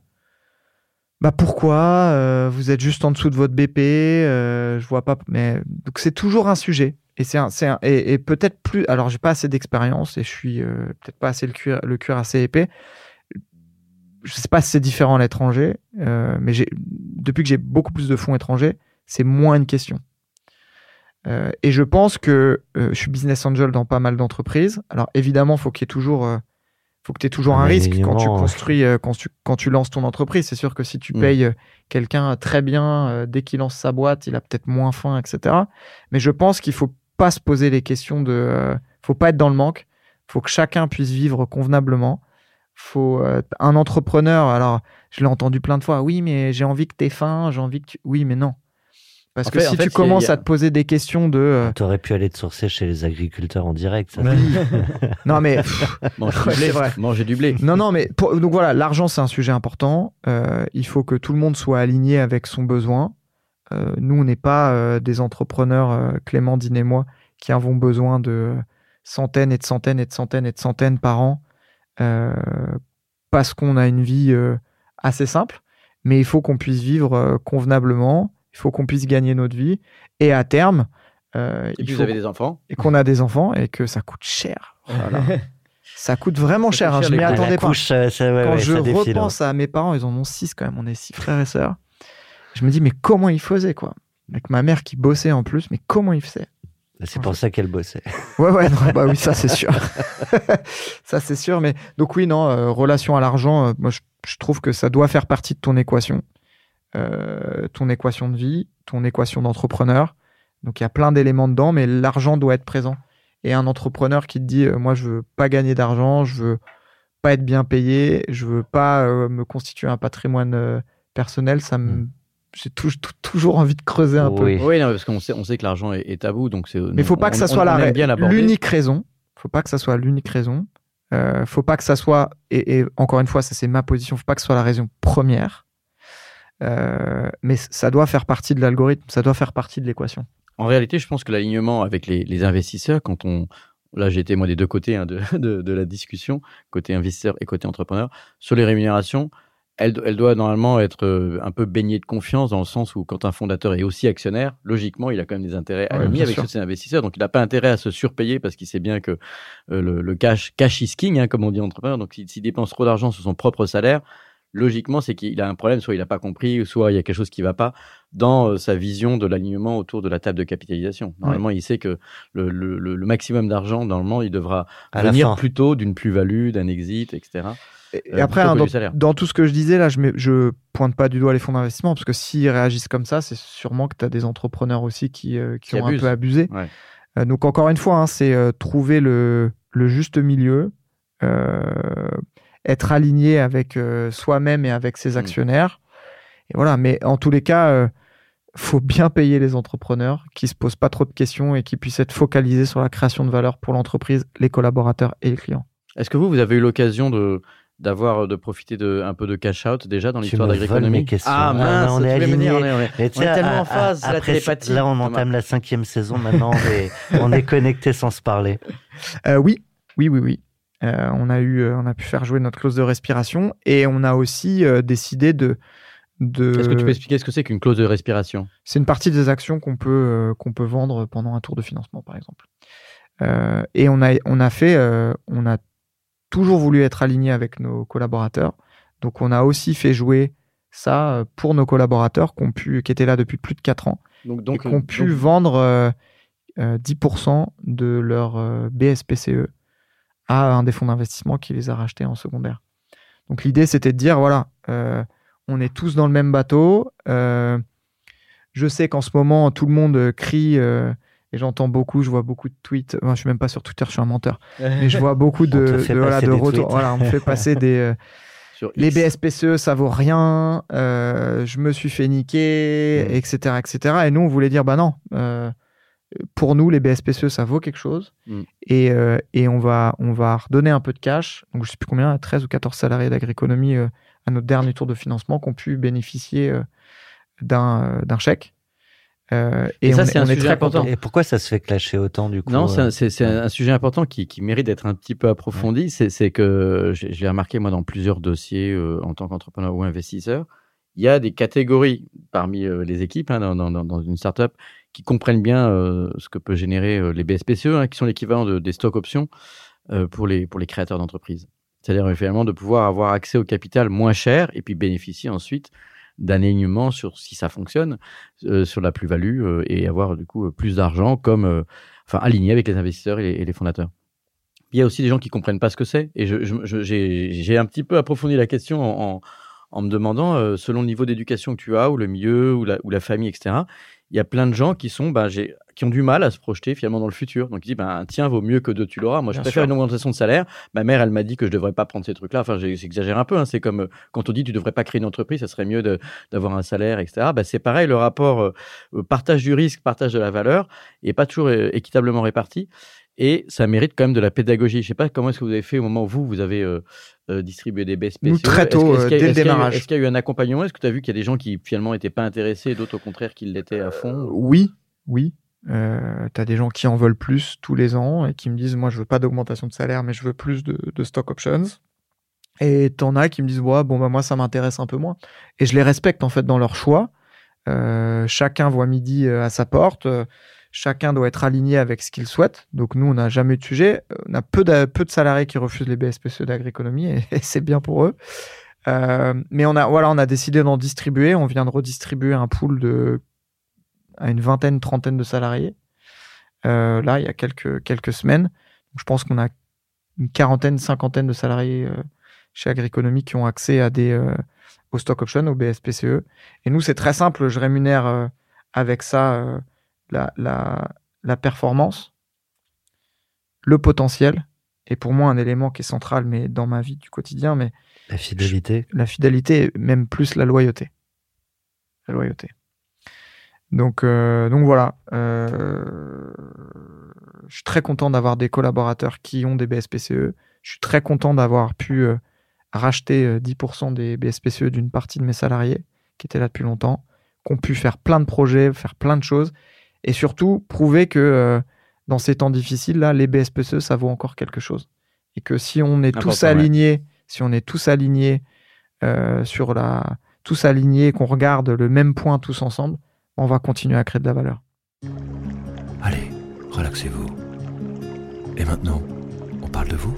Pourquoi vous êtes juste en dessous de votre BP, je vois pas... Mais... Donc, c'est toujours un sujet. Et peut-être plus... Alors, j'ai pas assez d'expérience et je suis peut-être pas assez le cuir assez épais. Je sais pas si c'est différent à l'étranger, mais depuis que j'ai beaucoup plus de fonds étrangers, c'est moins une question. Et je pense que je suis business angel dans pas mal d'entreprises. Alors évidemment, faut que tu aies toujours un risque quand tu construis, quand tu lances ton entreprise. C'est sûr que si tu payes quelqu'un très bien dès qu'il lance sa boîte, il a peut-être moins faim, etc. Mais je pense qu'il faut pas se poser les questions faut pas être dans le manque. Faut que chacun puisse vivre convenablement. Faut un entrepreneur. Alors, je l'ai entendu plein de fois. Oui, mais j'ai envie que tu aies faim. J'ai envie que tu... Oui, mais non. Parce que si tu commences à te poser des questions de... Tu aurais pu aller te sourcer chez les agriculteurs en direct. Ça. Non, mais... Manger du blé. Non, mais... Donc voilà, l'argent, c'est un sujet important. Il faut que tout le monde soit aligné avec son besoin. Nous, on n'est pas des entrepreneurs, Clément, Dean et moi, qui avons besoin de centaines et de centaines et de centaines et de centaines par an parce qu'on a une vie assez simple. Mais il faut qu'on puisse vivre convenablement. Il faut qu'on puisse gagner notre vie. Et à terme... et puis vous avez des enfants. Et qu'on a des enfants et que ça coûte cher. Voilà. Ça coûte vraiment cher. Hein. Je m'y attendais pas. Quand je repense à mes parents, ils en ont 6 quand même. On est 6 frères et sœurs. Je me dis, mais comment ils faisaient, quoi? Avec ma mère qui bossait en plus, mais comment ils faisaient? C'est pour ça qu'elle bossait. Ouais, non, bah oui, ça c'est sûr. Ça c'est sûr. Mais donc oui, non, relation à l'argent, moi je trouve que ça doit faire partie de ton équation. Ton équation de vie, ton équation d'entrepreneur. Donc il y a plein d'éléments dedans, mais l'argent doit être présent. Et un entrepreneur qui te dit, moi je veux pas gagner d'argent, je veux pas être bien payé, je veux pas me constituer un patrimoine personnel, j'ai toujours envie de creuser un peu. Oui, non, parce qu'on sait que l'argent est tabou, donc c'est. Mais il faut pas que ça soit l'unique raison. Faut pas que ça soit l'unique raison. Faut pas que ça soit, et encore une fois, ça c'est ma position, faut pas que ce soit la raison première. Mais ça doit faire partie de l'algorithme, ça doit faire partie de l'équation. En réalité, je pense que l'alignement avec les investisseurs, là j'ai été moi des deux côtés de la discussion, côté investisseur et côté entrepreneur, sur les rémunérations, elle doit normalement être un peu baignée de confiance dans le sens où quand un fondateur est aussi actionnaire, logiquement il a quand même des intérêts alignés avec tous ses investisseurs, donc il n'a pas intérêt à se surpayer parce qu'il sait bien que le cash is king, hein, comme on dit entrepreneur, donc s'il dépense trop d'argent sur son propre salaire, logiquement, c'est qu'il a un problème, soit il n'a pas compris, soit il y a quelque chose qui ne va pas dans sa vision de l'alignement autour de la table de capitalisation. Normalement, il sait que le maximum d'argent, normalement, il devra venir plutôt d'une plus-value, d'un exit, etc. Et après, dans tout ce que je disais, là, je pointe pas du doigt les fonds d'investissement, parce que s'ils réagissent comme ça, c'est sûrement que tu as des entrepreneurs aussi qui ont un peu abusé. Ouais. Donc, encore une fois, c'est trouver le juste milieu, être aligné avec soi-même et avec ses actionnaires. Et voilà. Mais en tous les cas, faut bien payer les entrepreneurs qui se posent pas trop de questions et qui puissent être focalisés sur la création de valeur pour l'entreprise, les collaborateurs et les clients. Est-ce que vous avez eu l'occasion de profiter un peu de cash out déjà dans l'histoire d'Agriconomie? Ah mince, on est aligné. On est tellement en phase, la télépathie. Là, on entame la 5e saison maintenant, on est connecté sans se parler. Oui. On a pu faire jouer notre clause de respiration et on a aussi décidé de... Est-ce que tu peux expliquer ce que c'est qu'une clause de respiration? C'est une partie des actions qu'on peut vendre pendant un tour de financement, par exemple. Et on a toujours voulu être aligné avec nos collaborateurs. Donc, on a aussi fait jouer ça pour nos collaborateurs qui étaient là depuis plus de 4 ans et qui ont pu vendre 10% de leur BSPCE à un des fonds d'investissement qui les a rachetés en secondaire. Donc, l'idée, c'était de dire, voilà, on est tous dans le même bateau. Je sais qu'en ce moment, tout le monde crie, et j'entends beaucoup, je vois beaucoup de tweets. Moi, je suis même pas sur Twitter, je suis un menteur. Mais je vois beaucoup de retours. Voilà, on me fait passer des... les BSPCE, ça vaut rien. Je me suis fait niquer, etc., etc. Et nous, on voulait dire, bah non. Pour nous, les BSPCE, ça vaut quelque chose. Et on va redonner un peu de cash. Donc, je sais plus combien, 13 ou 14 salariés d'Agriconomie à notre dernier tour de financement qui ont pu bénéficier d'un chèque. Et ça, c'est un sujet important. Et pourquoi ça se fait clasher autant du coup? Non, c'est un sujet important qui mérite d'être un petit peu approfondi. C'est que je l'ai remarqué moi dans plusieurs dossiers en tant qu'entrepreneur ou investisseur. Il y a des catégories parmi les équipes dans une startup qui comprennent bien ce que peut générer les BSPCE, qui sont l'équivalent des stock options pour les créateurs d'entreprises. C'est-à-dire finalement de pouvoir avoir accès au capital moins cher et puis bénéficier ensuite d'un alignement sur si ça fonctionne, sur la plus-value et avoir du coup plus d'argent aligné avec les investisseurs et les fondateurs. Il y a aussi des gens qui comprennent pas ce que c'est et j'ai un petit peu approfondi la question en me demandant, selon le niveau d'éducation que tu as, ou le milieu, ou la famille, etc., il y a plein de gens qui ont du mal à se projeter finalement dans le futur. Donc, ils disent, tiens, vaut mieux que deux, tu l'auras. Moi, je préfère une augmentation de salaire. Ma mère, elle m'a dit que je ne devrais pas prendre ces trucs-là. Enfin, j'exagère un peu. C'est comme quand on dit, tu ne devrais pas créer une entreprise, ça serait mieux d'avoir un salaire, etc. C'est pareil, le rapport partage du risque, partage de la valeur n'est pas toujours équitablement réparti. Et ça mérite quand même de la pédagogie. Je ne sais pas comment est-ce que vous avez fait au moment où vous avez distribué des BSPCE. Nous, très tôt, dès le démarrage. Est-ce qu'il y a eu un accompagnement? Est-ce que tu as vu qu'il y a des gens qui finalement n'étaient pas intéressés et d'autres au contraire qui l'étaient à fond? Oui. Tu as des gens qui en veulent plus tous les ans et qui me disent, moi, je veux pas d'augmentation de salaire, mais je veux plus de stock options. Et t'en as qui me disent, moi, ça m'intéresse un peu moins. Et je les respecte en fait dans leur choix. Chacun voit midi à sa porte. Chacun doit être aligné avec ce qu'il souhaite. Donc, nous, on n'a jamais eu de sujet. On a peu de salariés qui refusent les BSPCE d'Agriconomie et c'est bien pour eux. Mais on a décidé d'en distribuer. On vient de redistribuer un pool à une vingtaine, trentaine de salariés. Là, il y a quelques semaines. Donc, je pense qu'on a une quarantaine, cinquantaine de salariés chez Agriconomie qui ont accès aux stock options, aux BSPCE. Et nous, c'est très simple. Je rémunère avec ça... la performance, le potentiel, et pour moi un élément qui est central mais dans ma vie du quotidien, mais la fidélité, même plus la loyauté. Donc voilà, je suis très content d'avoir des collaborateurs qui ont des BSPCE. Je suis très content d'avoir pu racheter 10% des BSPCE d'une partie de mes salariés qui étaient là depuis longtemps, qui ont pu faire plein de projets, faire plein de choses. Et surtout, prouver que dans ces temps difficiles-là, les BSPCE, ça vaut encore quelque chose. Et que si on est tous alignés, qu'on regarde le même point tous ensemble, on va continuer à créer de la valeur. Allez, relaxez-vous. Et maintenant, on parle de vous?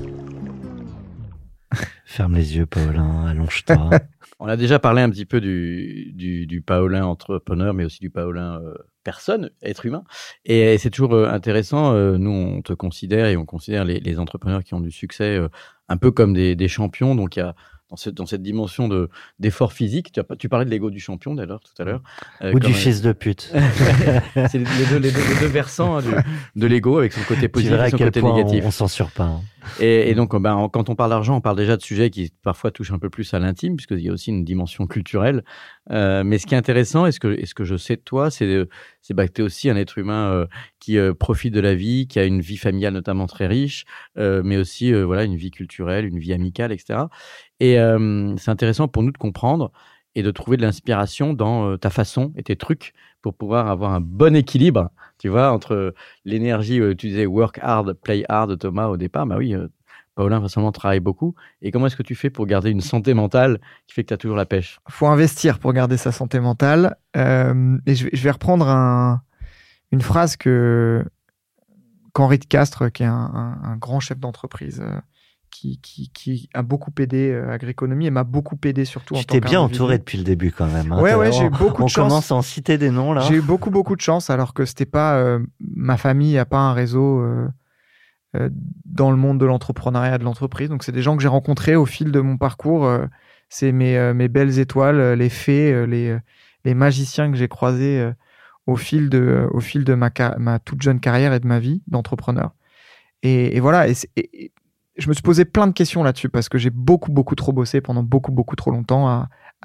Ferme les yeux, Paulin, allonge-toi. On a déjà parlé un petit peu du Paulin entrepreneur, mais aussi du Paulin personne, être humain. Et c'est toujours intéressant. Nous, on te considère et on considère les entrepreneurs qui ont du succès un peu comme des champions. Donc, il y a dans cette dimension d'effort physique. Tu parlais de l'ego du champion d'ailleurs tout à l'heure. Ou du fils de pute. C'est les deux versants de l'ego avec son côté positif et son côté négatif. On censure pas. Hein. Et donc, quand on parle d'argent, on parle déjà de sujets qui parfois touchent un peu plus à l'intime, puisqu'il y a aussi une dimension culturelle. Mais ce qui est intéressant, et ce que je sais de toi, c'est que tu es aussi un être humain qui profite de la vie, qui a une vie familiale notamment très riche, mais aussi une vie culturelle, une vie amicale, etc. Et c'est intéressant pour nous de comprendre et de trouver de l'inspiration dans ta façon et tes trucs pour pouvoir avoir un bon équilibre, tu vois, entre l'énergie, tu disais work hard, play hard, Thomas, au départ. Bah oui, Paulin, forcément, travaille beaucoup. Et comment est-ce que tu fais pour garder une santé mentale qui fait que tu as toujours la pêche? Il faut investir pour garder sa santé mentale. Et je vais reprendre une phrase qu'Henri de Castres, qui est un grand chef d'entreprise, qui a beaucoup aidé Agriconomie et m'a beaucoup aidé surtout en tant qu'individu. J'étais bien entouré depuis le début quand même. Hein. Ouais, j'ai eu beaucoup de chance. On commence à en citer des noms là. J'ai eu beaucoup de chance alors que c'était pas ma famille n'a pas un réseau dans le monde de l'entrepreneuriat, de l'entreprise. Donc c'est des gens que j'ai rencontrés au fil de mon parcours. C'est mes belles étoiles, les fées, les magiciens que j'ai croisés au fil de ma toute jeune carrière et de ma vie d'entrepreneur. Et voilà, et je me suis posé plein de questions là-dessus parce que j'ai beaucoup trop bossé pendant beaucoup trop longtemps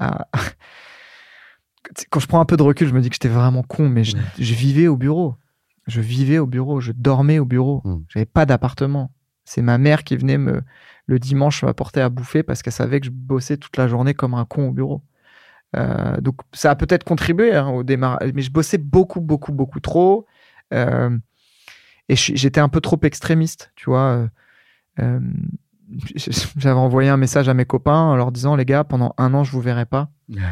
Quand je prends un peu de recul, je me dis que j'étais vraiment con, mais je vivais au bureau. Je dormais au bureau. J'avais pas d'appartement. C'est ma mère qui venait le dimanche m'apporter à bouffer parce qu'elle savait que je bossais toute la journée comme un con au bureau. Donc ça a peut-être contribué au démarrage, mais je bossais beaucoup trop. Et j'étais un peu trop extrémiste, tu vois. J'avais envoyé un message à mes copains en leur disant, les gars, pendant 1 an, je vous verrai pas.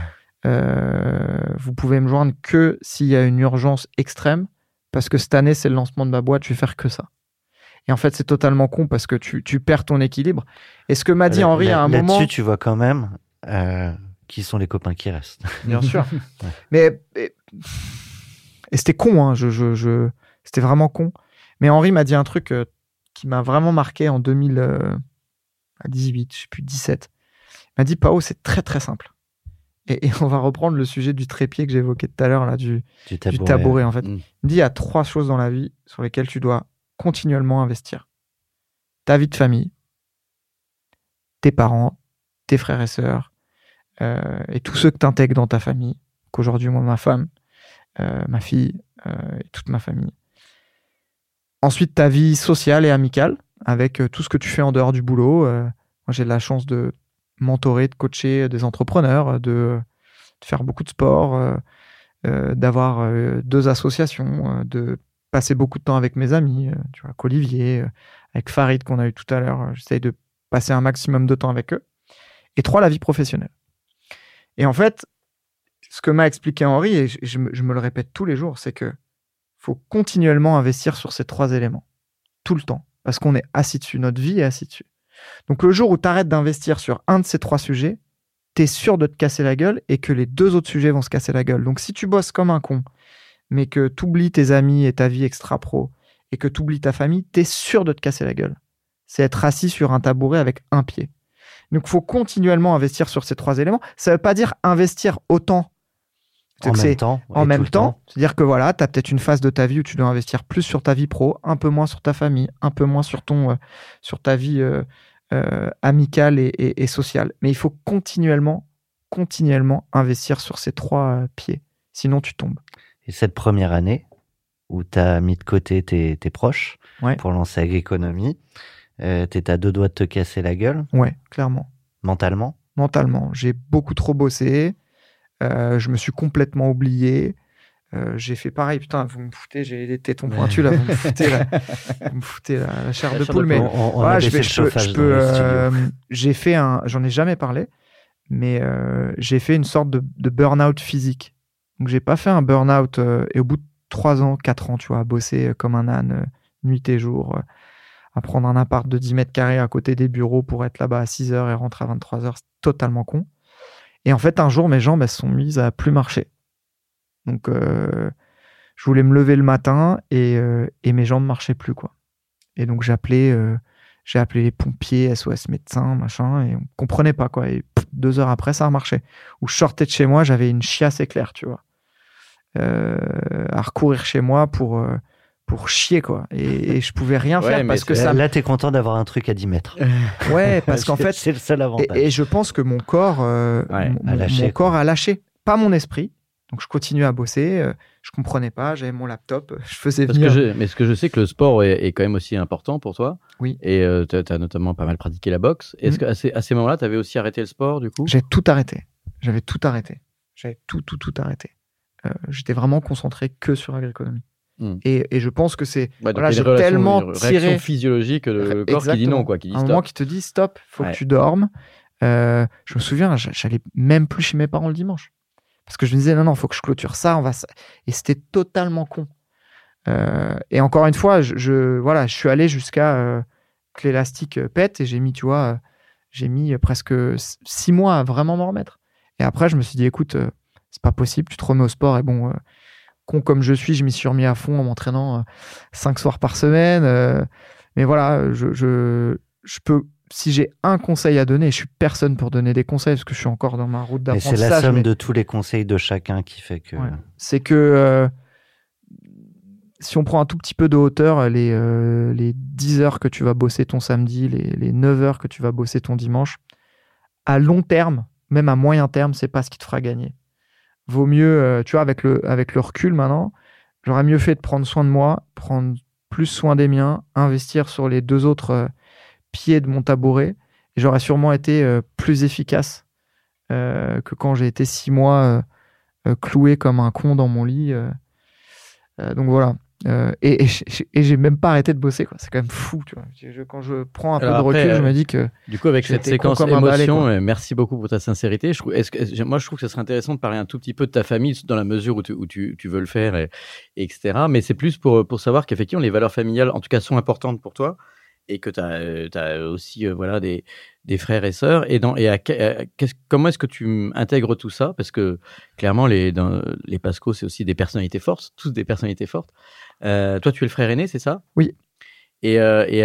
Vous pouvez me joindre que s'il y a une urgence extrême, parce que cette année, c'est le lancement de ma boîte, je vais faire que ça. Et en fait, c'est totalement con parce que tu perds ton équilibre. Et ce que m'a dit Henri à un moment... Là-dessus, tu vois quand même qui sont les copains qui restent. Bien sûr. Mais c'était con, hein. C'était vraiment con. Mais Henri m'a dit un truc qui m'a vraiment marqué en 2018, je sais plus, 17. Il m'a dit, Pao, c'est très très simple. Et on va reprendre le sujet du trépied que j'évoquais tout à l'heure, là, du tabouret, en fait. Il me dit, il y a 3 choses dans la vie sur lesquelles tu dois continuellement investir. Ta vie de famille, tes parents, tes frères et sœurs, et tous ceux que tu intègres dans ta famille. Qu'aujourd'hui, moi, ma femme, ma fille, et toute ma famille. Ensuite, ta vie sociale et amicale, avec tout ce que tu fais en dehors du boulot. Moi, j'ai de la chance de mentorer, de coacher des entrepreneurs, de faire beaucoup de sport, d'avoir 2 associations, de passer beaucoup de temps avec mes amis, tu vois, qu'Olivier, avec Farid qu'on a eu tout à l'heure. J'essaye de passer un maximum de temps avec eux. Et 3, la vie professionnelle. Et en fait, ce que m'a expliqué Henri, et je me le répète tous les jours, c'est que faut continuellement investir sur ces 3 éléments, tout le temps, parce qu'on est assis dessus, notre vie est assis dessus. Donc le jour où tu arrêtes d'investir sur un de ces 3 sujets, tu es sûr de te casser la gueule et que les 2 autres sujets vont se casser la gueule. Donc si tu bosses comme un con, mais que tu oublies tes amis et ta vie extra-pro, et que tu oublies ta famille, tu es sûr de te casser la gueule. C'est être assis sur un tabouret avec un pied. Donc il faut continuellement investir sur ces 3 éléments. Ça ne veut pas dire investir autant. En même temps, c'est-à-dire que voilà, tu as peut-être une phase de ta vie où tu dois investir plus sur ta vie pro, un peu moins sur ta famille, un peu moins sur ta vie amicale et sociale. Mais il faut continuellement investir sur ces 3 pieds. Sinon, tu tombes. Et cette première année où tu as mis de côté tes proches pour lancer Agriconomie, tu étais à 2 doigts de te casser la gueule. Ouais, clairement. Mentalement. J'ai beaucoup trop bossé. Je me suis complètement oublié. J'ai fait pareil. Putain, vous me foutez, j'ai les tétons pointus là. Vous me foutez la chair de poule. Mais on j'ai fait j'en ai jamais parlé, mais j'ai fait une sorte de burn-out physique. Donc j'ai pas fait un burn-out et au bout de 3 ans, 4 ans, tu vois, à bosser comme un âne nuit et jour, à prendre un appart de 10 mètres carrés à côté des bureaux pour être là-bas à 6h et rentrer à 23h, c'est totalement con. Et en fait, un jour, mes jambes, elles se sont mises à plus marcher. Donc, je voulais me lever le matin et mes jambes ne marchaient plus, quoi. Et donc, j'ai appelé les pompiers, SOS médecins, machin, et on ne comprenait pas, quoi. Et 2 heures après, ça a marché. Où je sortais de chez moi, j'avais une chiasse éclair, tu vois. À recourir chez moi pour chier, quoi. Et je pouvais rien faire parce que ça... Là, t'es content d'avoir un truc à 10 mètres. Ouais, parce qu'en fait... C'est le seul avantage. Et je pense que mon corps mon corps a lâché. Pas mon esprit. Donc, je continuais à bosser. Je comprenais pas. J'avais mon laptop. Je faisais venir... Mais ce que je sais que le sport est quand même aussi important pour toi. Oui. Et tu as notamment pas mal pratiqué la boxe. Est-ce qu'à ces moments-là, tu avais aussi arrêté le sport, du coup? J'ai tout arrêté. J'avais tout arrêté. J'avais tout arrêté. J'étais vraiment concentré que sur Agriconomie. Et je pense que c'est j'ai tellement tiré réaction physiologique le corps qui dit non, quoi, qui dit un stop. moment qui te dit stop, faut que tu dormes. Je me souviens, j'allais même plus chez mes parents le dimanche parce que je me disais non, faut que je clôture ça, et c'était totalement con. Et encore une fois, je suis allé jusqu'à que l'élastique pète et j'ai mis presque 6 mois à vraiment m'en remettre. Et après, je me suis dit écoute, c'est pas possible, tu te remets au sport et bon. Con comme je suis, je m'y suis remis à fond en m'entraînant 5 soirs par semaine. Mais voilà, je peux, si j'ai un conseil à donner, je suis personne pour donner des conseils parce que je suis encore dans ma route d'apprentissage. C'est la somme de tous les conseils de chacun qui fait que... Ouais. C'est que si on prend un tout petit peu de hauteur, les 10 heures que tu vas bosser ton samedi, les 9 heures que tu vas bosser ton dimanche, à long terme, même à moyen terme, c'est pas ce qui te fera gagner. Vaut mieux, tu vois, avec le recul maintenant, j'aurais mieux fait de prendre soin de moi, prendre plus soin des miens, investir sur les 2 autres pieds de mon tabouret, et j'aurais sûrement été plus efficace que quand j'ai été 6 mois cloué comme un con dans mon lit. Donc voilà. Et j'ai même pas arrêté de bosser, quoi. C'est quand même fou, tu vois. Quand je prends un peu de recul, je me dis que du coup, avec cette séquence émotion, merci beaucoup pour ta sincérité. Moi, je trouve que ça serait intéressant de parler un tout petit peu de ta famille dans la mesure où tu veux le faire, etc. Mais c'est plus pour savoir qu'effectivement, les valeurs familiales, en tout cas, sont importantes pour toi, et que tu as aussi voilà, des frères et sœurs. Comment est-ce que tu intègres tout ça? Parce que clairement, les Pasco, c'est aussi des personnalités fortes, tous des personnalités fortes. Toi, tu es le frère aîné, c'est ça? Oui. Et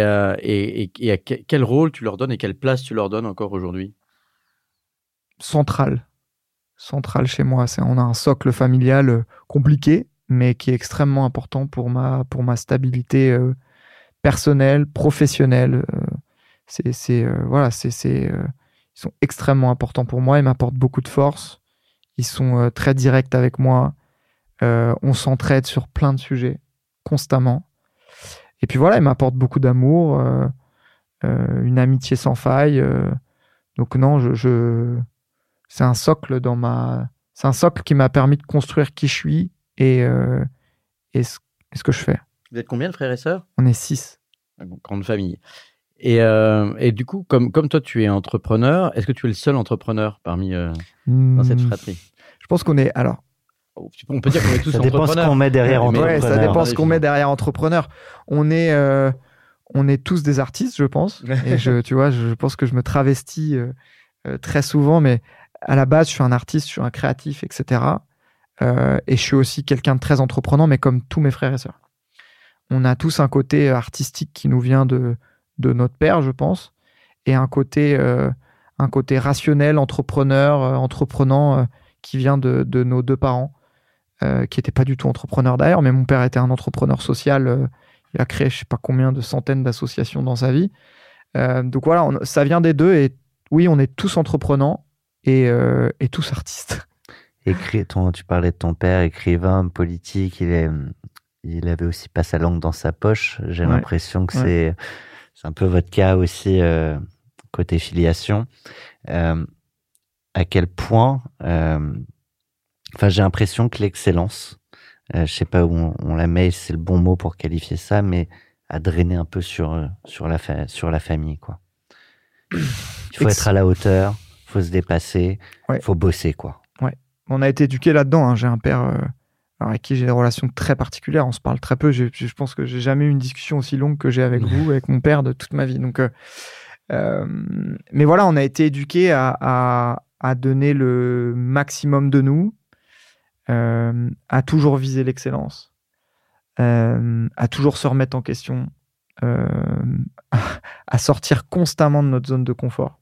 quel rôle tu leur donnes et quelle place tu leur donnes encore aujourd'hui? Central chez moi. On a un socle familial compliqué, mais qui est extrêmement important pour ma stabilité personnelle, professionnelle. Voilà, ils sont extrêmement importants pour moi. Ils m'apportent beaucoup de force. Ils sont très directs avec moi. On s'entraide sur plein de sujets constamment. Et puis voilà, ils m'apportent beaucoup d'amour, une amitié sans faille. Donc non, c'est un socle c'est un socle qui m'a permis de construire qui je suis et ce que je fais. Vous êtes combien de frères et sœurs? On est 6. Grande famille. Et du coup, comme toi, tu es entrepreneur, est-ce que tu es le seul entrepreneur parmi dans cette fratrie? Je pense qu'on est... Alors, on peut dire qu'on est tous entrepreneurs. Ça dépend ce qu'on met derrière entrepreneur. Ouais, ça dépend ce qu'on met derrière entrepreneur. On est tous des artistes, je pense. Et tu vois, je pense que je me travestis très souvent, mais à la base, je suis un artiste, je suis un créatif, etc. Et je suis aussi quelqu'un de très entreprenant, mais comme tous mes frères et sœurs. On a tous un côté artistique qui nous vient de notre père, je pense, et un côté rationnel, entreprenant qui vient de nos 2 parents, qui n'étaient pas du tout entrepreneurs d'ailleurs, mais mon père était un entrepreneur social. Il a créé je sais pas combien de centaines d'associations dans sa vie. Donc voilà, ça vient des 2, et oui, on est tous entreprenants et tous artistes. Tu parlais de ton père, écrivain, politique, il avait aussi pas sa langue dans sa poche. J'ai l'impression que c'est un peu votre cas aussi, côté filiation. À quel point, j'ai l'impression que l'excellence, je sais pas où on la met, c'est le bon mot pour qualifier ça, mais a drainé un peu sur la famille, quoi. Il faut être à la hauteur, faut se dépasser, faut bosser, quoi. Ouais. On a été éduqués là-dedans, hein. J'ai un père avec qui j'ai des relations très particulières. On se parle très peu. Je pense que j'ai jamais eu une discussion aussi longue que j'ai avec vous, avec mon père, de toute ma vie. Donc, mais voilà, on a été éduqués à donner le maximum de nous, à toujours viser l'excellence, à toujours se remettre en question, à sortir constamment de notre zone de confort.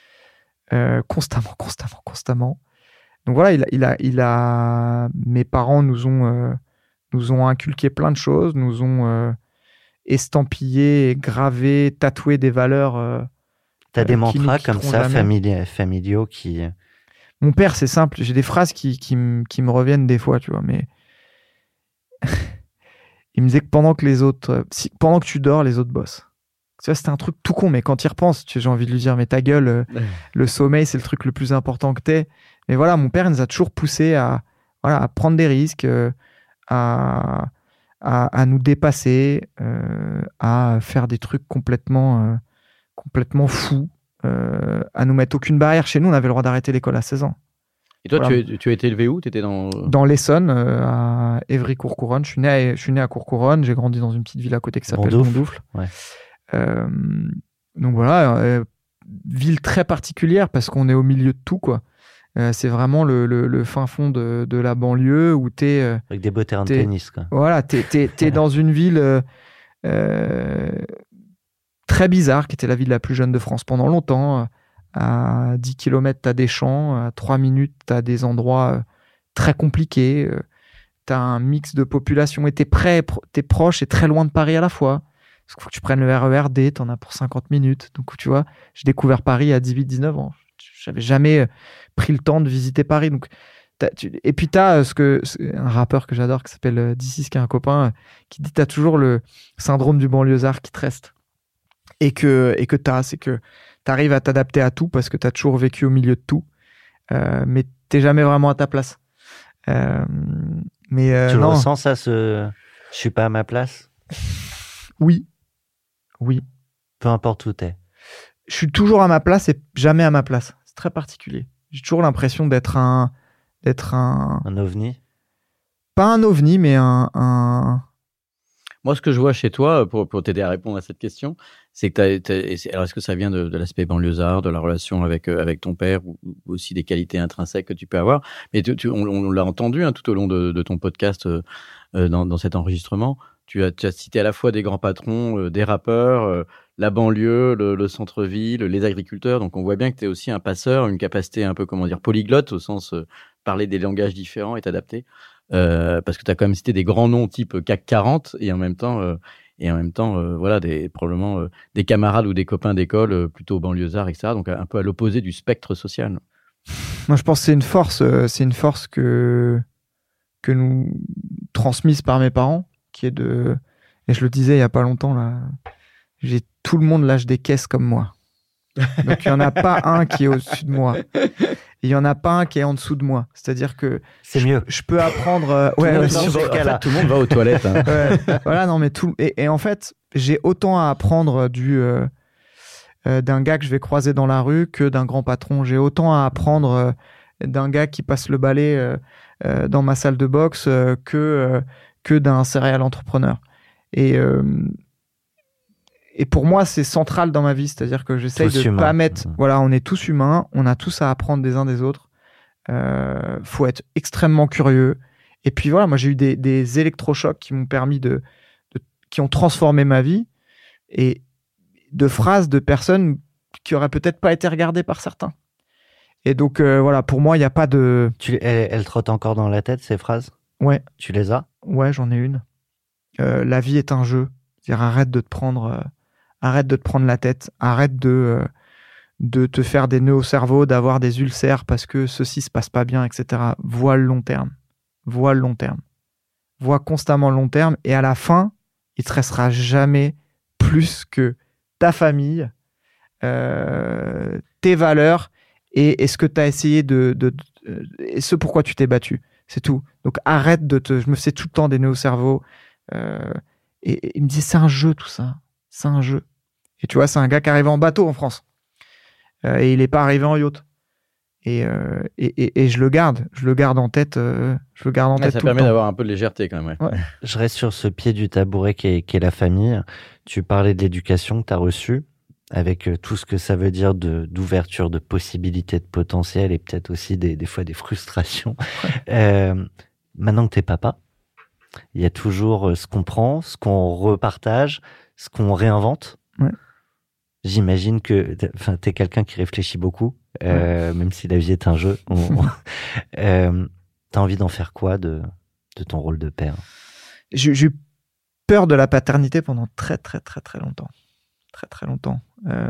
Constamment. Donc voilà, mes parents nous ont inculqué plein de choses, nous ont estampillé, gravé, tatoué des valeurs. T'as des mantras comme ça, familiaux qui... Mon père, c'est simple. J'ai des phrases qui me reviennent des fois, tu vois, mais il me disait que pendant que tu dors, les autres bossent. Tu vois, c'était un truc tout con, mais quand il repense, j'ai envie de lui dire, mais ta gueule, le sommeil, c'est le truc le plus important que t'aies. Mais voilà, mon père, il nous a toujours poussé à prendre des risques, à nous dépasser, à faire des trucs complètement fous, à nous mettre aucune barrière. Chez nous, on avait le droit d'arrêter l'école à 16 ans. Et toi, voilà. Tu as été élevé où? Tu étais dans l'Essonne, à Évry-Courcouronnes. Je suis né à Courcouronnes. J'ai grandi dans une petite ville à côté qui s'appelle Bondoufle. Ouais. Donc voilà, ville très particulière parce qu'on est au milieu de tout, quoi. C'est vraiment le fin fond de la banlieue où t'es... avec des beaux terrains de tennis, quoi. Voilà, t'es dans une ville très bizarre, qui était la ville la plus jeune de France pendant longtemps. À 10 km, t'as des champs. À 3 minutes, t'as des endroits très compliqués. un mix de population et t'es proche et très loin de Paris à la fois. Parce qu'il faut que tu prennes le RER D, t'en as pour 50 minutes. Donc, tu vois, j'ai découvert Paris à 18-19 ans. J'avais jamais pris le temps de visiter Paris. Donc, et puis, t'as un rappeur que j'adore qui s'appelle D6, qui est un copain, qui dit t'as toujours le syndrome du banlieusard qui te reste. Et que c'est que t'arrives à t'adapter à tout parce que t'as toujours vécu au milieu de tout. Mais t'es jamais vraiment à ta place. Tu le ressens, ça, je suis pas à ma place? Oui. Peu importe où t'es. Je suis toujours à ma place et jamais à ma place. C'est très particulier. J'ai toujours l'impression d'être un ovni. Pas un ovni, mais un... Moi, ce que je vois chez toi, pour t'aider à répondre à cette question, c'est que alors, est-ce que ça vient de l'aspect banlieusard, de la relation avec ton père, ou aussi des qualités intrinsèques que tu peux avoir? Mais on l'a entendu tout au long de ton podcast, dans cet enregistrement. Tu as cité à la fois des grands patrons, des rappeurs, la banlieue, le centre-ville, les agriculteurs. Donc, on voit bien que tu es aussi un passeur, une capacité un peu, polyglotte, au sens parler des langages différents et t'adapter. Parce que tu as quand même cité des grands noms type CAC 40 et en même temps, voilà, probablement des camarades ou des copains d'école plutôt banlieusards, etc. Donc, un peu à l'opposé du spectre social. Moi, je pense que c'est une force que nous transmise par mes parents, qui est et je le disais il y a pas longtemps là, tout le monde lâche des caisses comme moi. Donc il y en a pas un qui est au-dessus de moi. Il y en a pas un qui est en dessous de moi. C'est-à-dire que c'est mieux. Je peux apprendre. Tout le monde va aux toilettes. Hein. Ouais, voilà, non mais et en fait, j'ai autant à apprendre d'un gars que je vais croiser dans la rue que d'un grand patron. J'ai autant à apprendre d'un gars qui passe le balai dans ma salle de boxe que d'un serial entrepreneur. Et pour moi, c'est central dans ma vie. C'est-à-dire que j'essaye de pas mettre... Voilà, on est tous humains, on a tous à apprendre des uns des autres. Faut être extrêmement curieux. Et puis voilà, moi, j'ai eu des électrochocs qui m'ont permis qui ont transformé ma vie. Et de phrases de personnes qui auraient peut-être pas été regardées par certains. Et donc, voilà, pour moi, il n'y a pas de... Elle trotte encore dans la tête, ces phrases? Ouais. Tu les as? Ouais, j'en ai une. La vie est un jeu. C'est-à-dire, arrête de te prendre la tête. Arrête de te faire des nœuds au cerveau, d'avoir des ulcères parce que ceci se passe pas bien, etc. Vois le long terme. Vois constamment le long terme. Et à la fin, il te restera jamais plus que ta famille, tes valeurs et ce que tu as essayé et ce pourquoi tu t'es battu. C'est tout. Donc arrête je me faisais tout le temps des nœuds au cerveau. Et il me disait, c'est un jeu tout ça. C'est un jeu. Et tu vois, c'est un gars qui arrivait en bateau en France. Et il n'est pas arrivé en yacht. Et je le garde. Je le garde en tête. Ça permet d'avoir un peu de légèreté quand même. Ouais. Je reste sur ce pied du tabouret qu'est la famille. Tu parlais de l'éducation que tu as reçue, avec tout ce que ça veut dire d'ouverture, de possibilités, de potentiel, et peut-être aussi des fois des frustrations. Ouais. Maintenant que tu es papa, il y a toujours ce qu'on prend, ce qu'on repartage, ce qu'on réinvente. Ouais. J'imagine que t'es quelqu'un qui réfléchit beaucoup, même si la vie est un jeu. T'as envie d'en faire quoi de ton rôle de père? J'ai eu peur de la paternité pendant très très très très longtemps. Très très longtemps.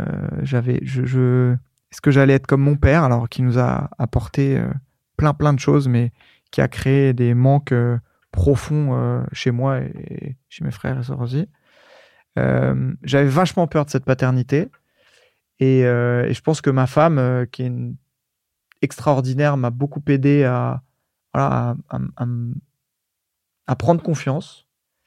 Est-ce que j'allais être comme mon père, alors qui nous a apporté plein de choses, mais qui a créé des manques profonds chez moi et chez mes frères et sœurs aussi. J'avais vachement peur de cette paternité et je pense que ma femme, qui est extraordinaire, m'a beaucoup aidé à prendre confiance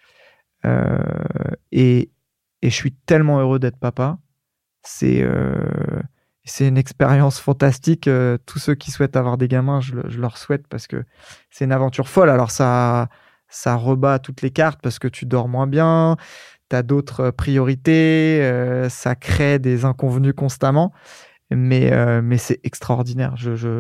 et je suis tellement heureux d'être papa. C'est une expérience fantastique. Tous ceux qui souhaitent avoir des gamins, je leur souhaite, parce que c'est une aventure folle. Alors ça rebat toutes les cartes parce que tu dors moins bien, tu as d'autres priorités, ça crée des inconvenus constamment, mais c'est extraordinaire.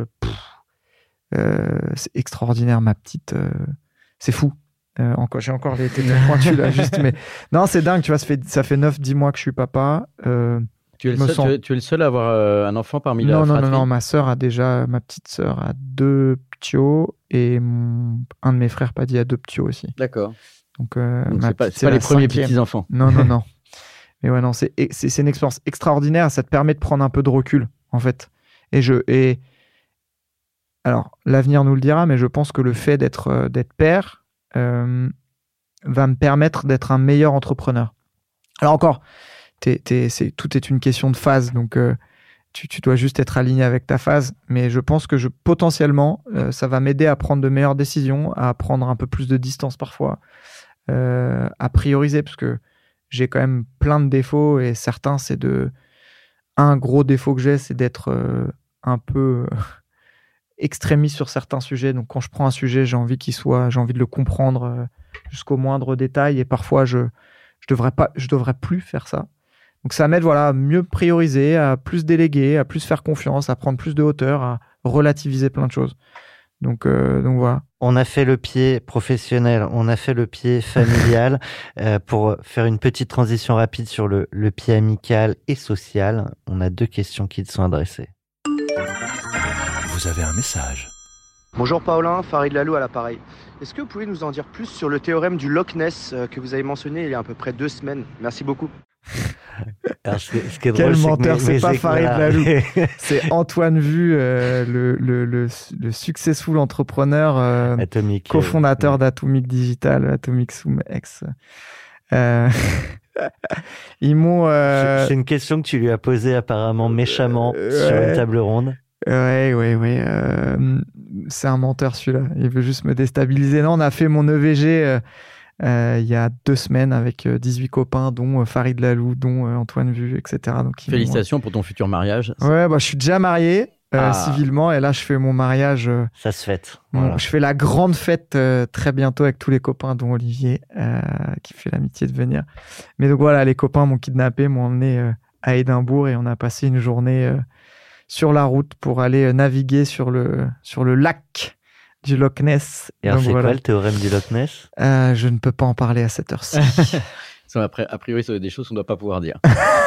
C'est extraordinaire, ma petite. C'est fou. J'ai encore les tétons pointus là, juste, mais non, c'est dingue. Tu vois, ça fait 9-10 mois que je suis papa. Tu es le seul à avoir un enfant parmi la fratrie? Non, ma petite sœur a 2 ptios et un de mes frères Paddy a 2 ptios aussi. D'accord. Donc c'est pas les premiers petits-enfants. Non. Mais ouais, non, c'est une expérience extraordinaire. Ça te permet de prendre un peu de recul, en fait. Alors, l'avenir nous le dira, mais je pense que le fait d'être père va me permettre d'être un meilleur entrepreneur. Alors encore, tout est une question de phase, donc tu dois juste être aligné avec ta phase. Mais je pense que potentiellement, ça va m'aider à prendre de meilleures décisions, à prendre un peu plus de distance parfois, à prioriser, parce que j'ai quand même plein de défauts et certains, un gros défaut que j'ai, c'est d'être un peu extrémiste sur certains sujets. Donc quand je prends un sujet, j'ai envie de le comprendre jusqu'au moindre détail, et parfois je devrais plus faire ça. Donc ça m'aide à mieux prioriser, à plus déléguer, à plus faire confiance, à prendre plus de hauteur, à relativiser plein de choses. Donc voilà. On a fait le pied professionnel, on a fait le pied familial. Pour faire une petite transition rapide sur le pied amical et social, on a 2 questions qui te sont adressées. Vous avez un message. Bonjour Paulin, Farid Lalou à l'appareil. Est-ce que vous pouvez nous en dire plus sur le théorème du Loch Ness que vous avez mentionné il y a à peu près 2 semaines? Merci beaucoup. Alors, ce qui est Quel drôle, menteur, c'est pas Farid Lalou. C'est Antoine Vu, le successful entrepreneur, cofondateur d'Atomic Digital, Atomic Zoom X. Ils m'ont. C'est une question que tu lui as posée apparemment méchamment sur une table ronde. Ouais. C'est un menteur celui-là. Il veut juste me déstabiliser. Non, on a fait mon EVG il y a 2 semaines avec 18 copains, dont Farid Lalou, dont Antoine Vu, etc. Donc, félicitations pour ton futur mariage. Ouais, je suis déjà marié civilement, et là je fais mon mariage. Ça se fête. Voilà. Je fais la grande fête très bientôt avec tous les copains, dont Olivier, qui fait l'amitié de venir. Mais donc voilà, les copains m'ont kidnappé, m'ont emmené à Édimbourg, et on a passé une journée sur la route pour aller naviguer sur le lac du Loch Ness. Et alors, quoi le théorème du Loch Ness? Je ne peux pas en parler à cette heure-ci. A priori, ça va être des choses qu'on ne doit pas pouvoir dire.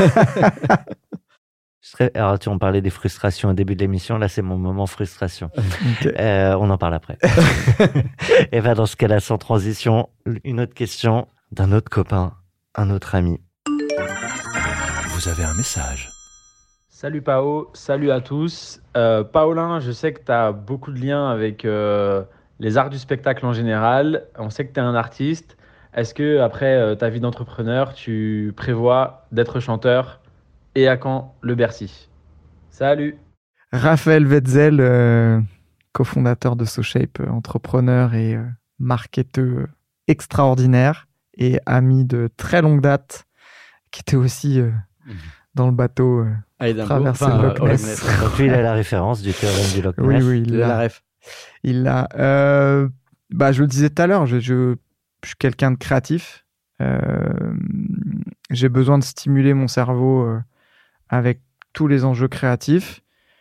Alors, on parlait des frustrations au début de l'émission. Là, c'est mon moment frustration. Okay. On en parle après. Et bien, dans ce cas-là, sans transition, une autre question d'un autre copain, un autre ami. Vous avez un message. Salut Pao, salut à tous. Paulin, je sais que tu as beaucoup de liens avec les arts du spectacle en général. On sait que tu es un artiste. Est-ce que après ta vie d'entrepreneur, tu prévois d'être chanteur? Et à quand le Bercy? Salut. Raphaël Wetzel, cofondateur de SoShape, entrepreneur et marketeur extraordinaire et ami de très longue date, qui était aussi dans le bateau traverser le Loch Ness. Donc lui, il a la référence du théorème du Loch Ness. Oui, il l'a. Il l'a. Je le disais tout à l'heure, je suis quelqu'un de créatif. J'ai besoin de stimuler mon cerveau avec tous les enjeux créatifs.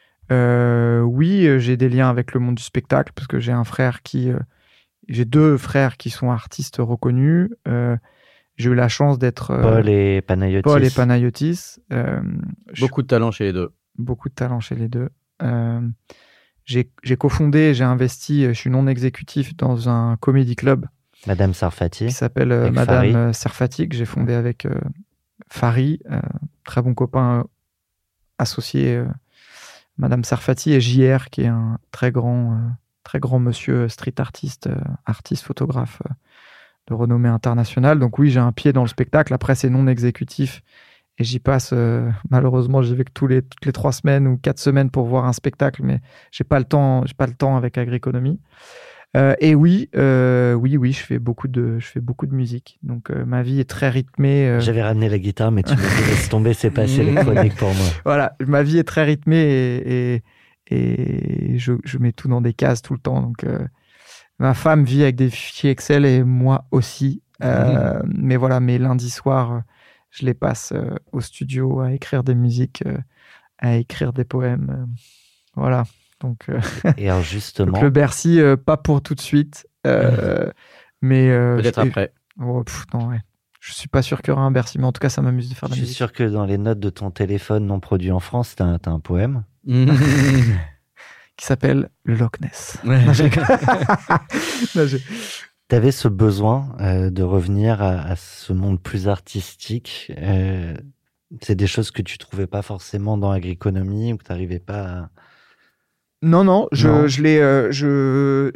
J'ai des liens avec le monde du spectacle, parce que j'ai j'ai 2 frères qui sont artistes reconnus. J'ai eu la chance d'être Paul et Panayotis. Beaucoup de talent chez les deux. J'ai cofondé, j'ai investi, je suis non exécutif dans un comédie club. Madame Sarfati. Qui s'appelle Madame Sarfati, que j'ai fondé avec Fari, très bon copain associé. Madame Sarfati, et JR, qui est un très grand monsieur street artiste, photographe de renommée internationale. Donc oui, j'ai un pied dans le spectacle. Après, c'est non exécutif et j'y passe, malheureusement, j'y vais que toutes les 3 semaines ou 4 semaines pour voir un spectacle, mais j'ai pas le temps avec Agriconomie. Et je fais beaucoup de musique. Donc ma vie est très rythmée. J'avais ramené la guitare, mais tu me dis laisse tomber, c'est pas assez électronique pour moi. Voilà, ma vie est très rythmée et je mets tout dans des cases tout le temps. Donc ma femme vit avec des fichiers Excel et moi aussi. Mais voilà, mes lundis soirs, je les passe au studio à écrire des musiques, à écrire des poèmes. Voilà. Donc, et alors justement, donc le Bercy, pas pour tout de suite, mais peut-être après. Non, ouais. Je suis pas sûr qu'il y aura un Bercy, mais en tout cas, ça m'amuse de faire de la Je suis musique. sûr que dans les notes de ton téléphone non produit en France, t'as un poème. Qui s'appelle le Loch Ness. Non, je rigole. Non, T'avais ce besoin de revenir à ce monde plus artistique. C'est des choses que tu trouvais pas forcément dans l'agroéconomie ou que t'arrivais pas à... Non, je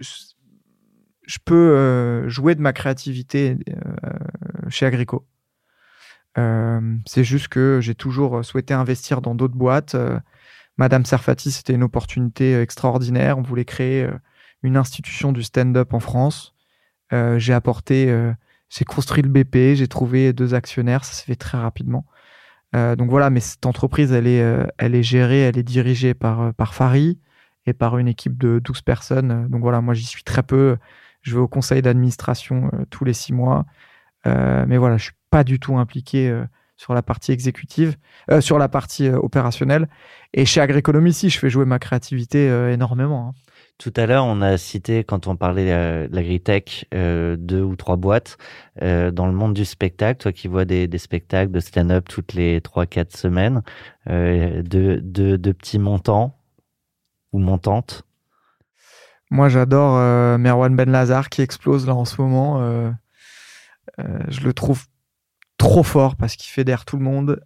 peux jouer de ma créativité chez Agrico. C'est juste que j'ai toujours souhaité investir dans d'autres boîtes. Madame Serfati, c'était une opportunité extraordinaire. On voulait créer une institution du stand-up en France. J'ai construit le BP, j'ai trouvé 2 actionnaires, ça s'est fait très rapidement. Donc voilà, mais cette entreprise, elle est gérée, elle est dirigée par Fary et par une équipe de 12 personnes. Donc voilà, moi j'y suis très peu. Je vais au conseil d'administration tous les 6 mois. Mais voilà, je suis pas du tout impliqué sur la partie exécutive, sur la partie opérationnelle. Et chez Agriconomie, si, je fais jouer ma créativité énormément. Hein. Tout à l'heure, on a cité, quand on parlait de l'agritech, 2 ou 3 boîtes. Dans le monde du spectacle, toi qui vois des spectacles de stand-up toutes les 3-4 semaines, de petits montants ou montantes. Moi, j'adore Merwan Ben Lazar qui explose là en ce moment. Je le trouve trop fort parce qu'il fédère tout le monde.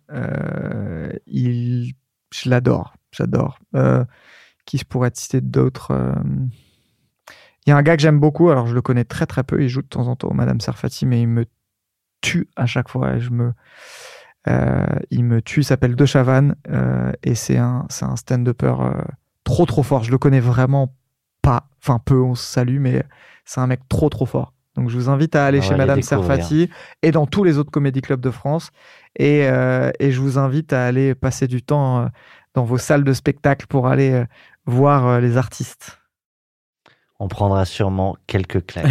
Je l'adore. J'adore. Qui je pourrais te citer d'autres Il y a un gars que j'aime beaucoup, alors je le connais très très peu, il joue de temps en temps au Madame Serfati, mais il me tue à chaque fois. Il me tue, il s'appelle De Chavannes et c'est un stand-upper trop fort. Je le connais vraiment pas, enfin peu, on se salue, mais c'est un mec trop fort. Donc je vous invite à aller chez Madame Serfati et dans tous les autres comédie clubs de France. Et je vous invite à aller passer du temps dans vos salles de spectacle pour aller voir les artistes. On prendra sûrement quelques claques.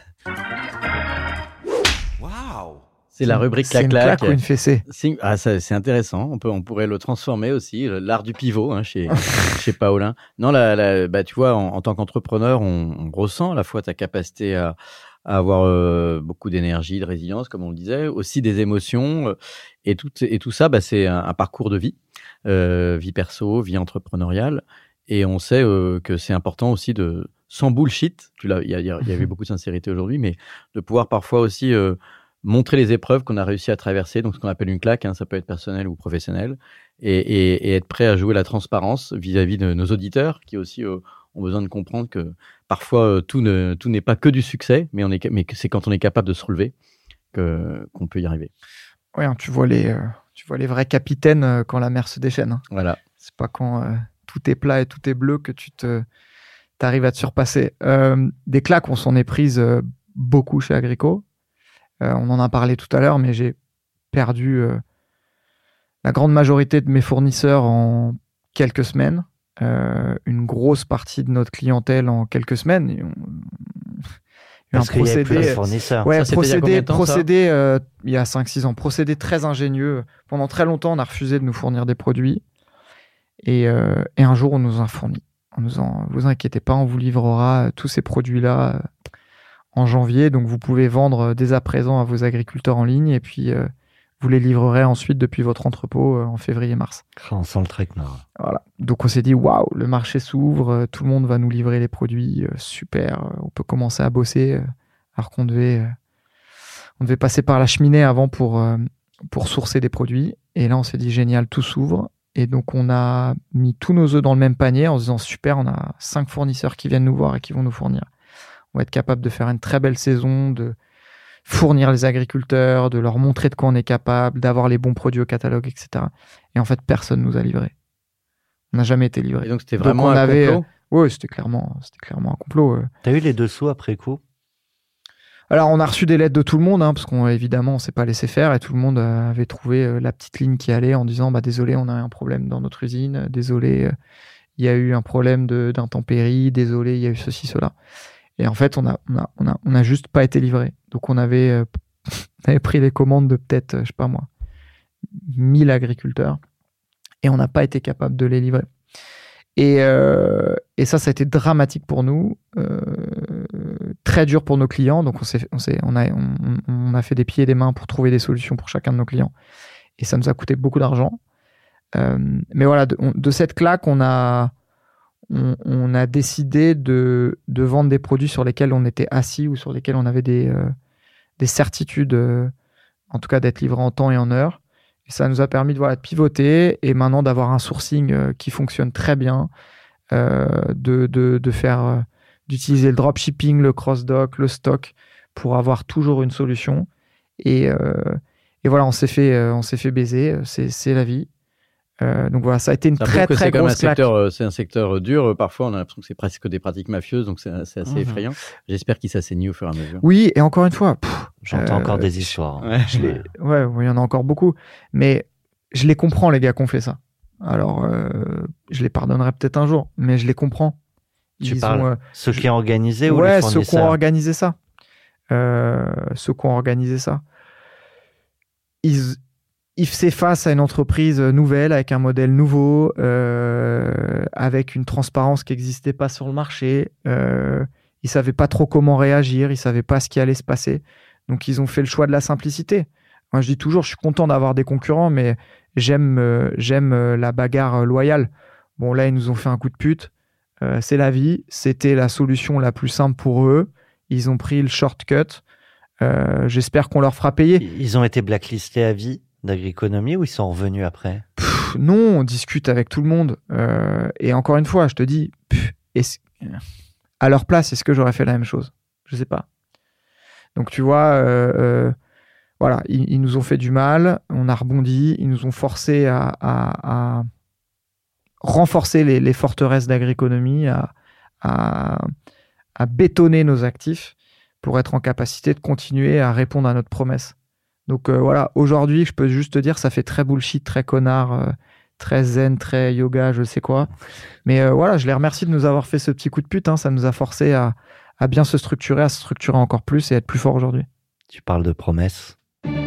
Waouh! C'est la rubrique claque-claque. C'est une claque ou une fessée? C'est intéressant. On pourrait le transformer aussi, l'art du pivot chez Paolin. Non, tu vois, en tant qu'entrepreneur, on ressent à la fois ta capacité à avoir beaucoup d'énergie, de résilience, comme on le disait, aussi des émotions. Et tout ça, c'est un parcours de vie, vie perso, vie entrepreneuriale. Et on sait que c'est important aussi de, sans bullshit, il y avait beaucoup de sincérité aujourd'hui, mais de pouvoir parfois aussi montrer les épreuves qu'on a réussi à traverser, donc ce qu'on appelle une claque, ça peut être personnel ou professionnel, et être prêt à jouer la transparence vis-à-vis de nos auditeurs qui aussi ont besoin de comprendre que parfois tout n'est pas que du succès, mais c'est quand on est capable de se relever qu'on peut y arriver. Oui, tu vois les vrais capitaines quand la mer se déchaîne. Hein. Voilà. C'est pas quand tout est plat et tout est bleu que tu t'arrives à te surpasser. Des claques, on s'en est prises beaucoup chez Agrico. On en a parlé tout à l'heure, mais j'ai perdu la grande majorité de mes fournisseurs en quelques semaines. Une grosse partie de notre clientèle en quelques semaines. Parce qu'il y avait plus de fournisseurs. Ouais, procédé il y a 5-6 ans. Procédé très ingénieux. Pendant très longtemps, on a refusé de nous fournir des produits. Et un jour, on nous a fourni. En nous disant, vous inquiétez pas, on vous livrera tous ces produits-là en janvier. Donc, vous pouvez vendre dès à présent à vos agriculteurs en ligne. Et puis, vous les livrerez ensuite depuis votre entrepôt en février-mars. On sent le traquenard. Voilà. Donc, on s'est dit, waouh, le marché s'ouvre. Tout le monde va nous livrer les produits. Super. On peut commencer à bosser. Alors qu'on devait passer par la cheminée avant pour sourcer des produits. Et là, on s'est dit, génial, tout s'ouvre. Et donc, on a mis tous nos œufs dans le même panier en se disant, super, on a 5 fournisseurs qui viennent nous voir et qui vont nous fournir. On va être capable de faire une très belle saison, de fournir les agriculteurs, de leur montrer de quoi on est capable, d'avoir les bons produits au catalogue, etc. Et en fait, personne nous a livré. On n'a jamais été livré. Et donc, c'était vraiment un complot? Oui, c'était clairement un complot. T'as eu les dessous après coup? Alors, on a reçu des lettres de tout le monde, parce qu'évidemment, on s'est pas laissé faire et tout le monde avait trouvé la petite ligne qui allait en disant désolé, on a un problème dans notre usine, désolé, il y a eu un problème d'intempéries, désolé, il y a eu ceci, cela. Et en fait, on a juste pas été livré. Donc, on avait pris les commandes de peut-être, je sais pas moi, 1000 agriculteurs et on n'a pas été capable de les livrer. Et ça a été dramatique pour nous. très dur pour nos clients. Donc, on a fait des pieds et des mains pour trouver des solutions pour chacun de nos clients. Et ça nous a coûté beaucoup d'argent. Mais voilà, de cette claque, on a décidé de vendre des produits sur lesquels on était assis ou sur lesquels on avait des certitudes, en tout cas d'être livré en temps et en heure. Et ça nous a permis de pivoter et maintenant d'avoir un sourcing qui fonctionne très bien, d'utiliser le dropshipping, le cross-dock, le stock pour avoir toujours une solution. Et voilà, on s'est fait baiser, c'est la vie. Donc voilà, ça a été une très très grosse claque. C'est un secteur dur. Parfois, on a l'impression que c'est presque des pratiques mafieuses, donc c'est assez effrayant. J'espère qu'il s'assainit au fur et à mesure. Oui, et encore une fois, j'entends encore des histoires. Ouais, il y en a encore beaucoup. Mais je les comprends, les gars qui ont fait ça. Alors, je les pardonnerai peut-être un jour, mais je les comprends. Tu parles ceux qui ont organisé ou les fournisseurs? Ceux qui ont organisé ça. Ceux qui ont organisé ça. Ils faisaient face à une entreprise nouvelle, avec un modèle nouveau, avec une transparence qui n'existait pas sur le marché. Ils ne savaient pas trop comment réagir, ils ne savaient pas ce qui allait se passer. Donc, ils ont fait le choix de la simplicité. Moi, je dis toujours, je suis content d'avoir des concurrents, mais j'aime la bagarre loyale. Bon, là, ils nous ont fait un coup de pute. C'est la vie. C'était la solution la plus simple pour eux. Ils ont pris le shortcut. J'espère qu'on leur fera payer. Ils ont été blacklistés à vie d'Agriconomie ou ils sont revenus après? Non, on discute avec tout le monde. Et encore une fois, je te dis, à leur place, est-ce que j'aurais fait la même chose? Je ne sais pas. Donc, tu vois, voilà, ils nous ont fait du mal, on a rebondi, ils nous ont forcé à renforcer les forteresses d'Agriconomie, à bétonner nos actifs pour être en capacité de continuer à répondre à notre promesse. Donc voilà, aujourd'hui, je peux juste te dire, ça fait très bullshit, très connard, très zen, très yoga, je sais quoi. Mais voilà, je les remercie de nous avoir fait ce petit coup de pute. Ça nous a forcé à bien se structurer, à se structurer encore plus et être plus fort aujourd'hui. Tu parles de promesses.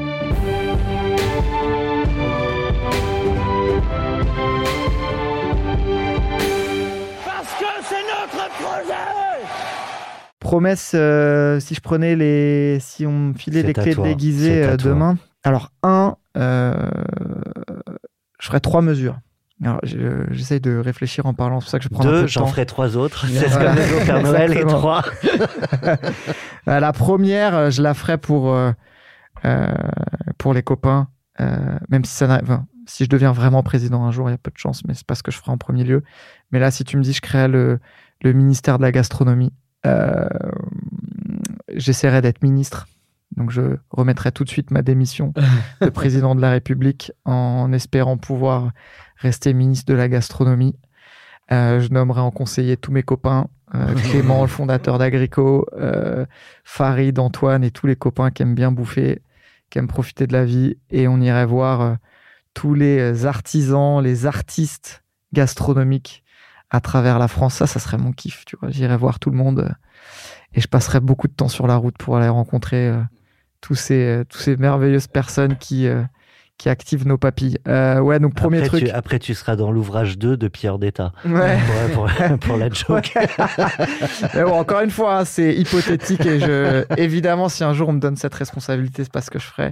Parce que c'est notre projet! Promesse, si si on me filait les clés déguisées demain. Alors, je ferais 3 mesures. Alors, j'essaye de réfléchir en parlant, c'est pour ça que je prends 2, un peu de temps. J'en ferai 3 autres. C'est ce que au Père Noël et 3. La première, je la ferais pour les copains, même si si je deviens vraiment président un jour, il y a peu de chance, mais c'est pas ce que je ferai en premier lieu. Mais là, si tu me dis, je créerais le ministère de la gastronomie. J'essaierai d'être ministre, donc je remettrai tout de suite ma démission de président de la République en espérant pouvoir rester ministre de la gastronomie. Je nommerai en conseiller tous mes copains, Clément, le fondateur d'Agrico, Farid, Antoine et tous les copains qui aiment bien bouffer, qui aiment profiter de la vie, et on irait voir tous les artisans, les artistes gastronomiques à travers la France. Ça serait mon kiff, tu vois. J'irais voir tout le monde et je passerais beaucoup de temps sur la route pour aller rencontrer tous ces merveilleuses personnes qui activent nos papilles. Ouais, donc premier truc. Après, tu seras dans l'ouvrage 2 de Pierre d'État. Ouais. pour la joke. Ouais. Mais bon, encore une fois, c'est hypothétique et évidemment, si un jour on me donne cette responsabilité, c'est pas ce que je ferai.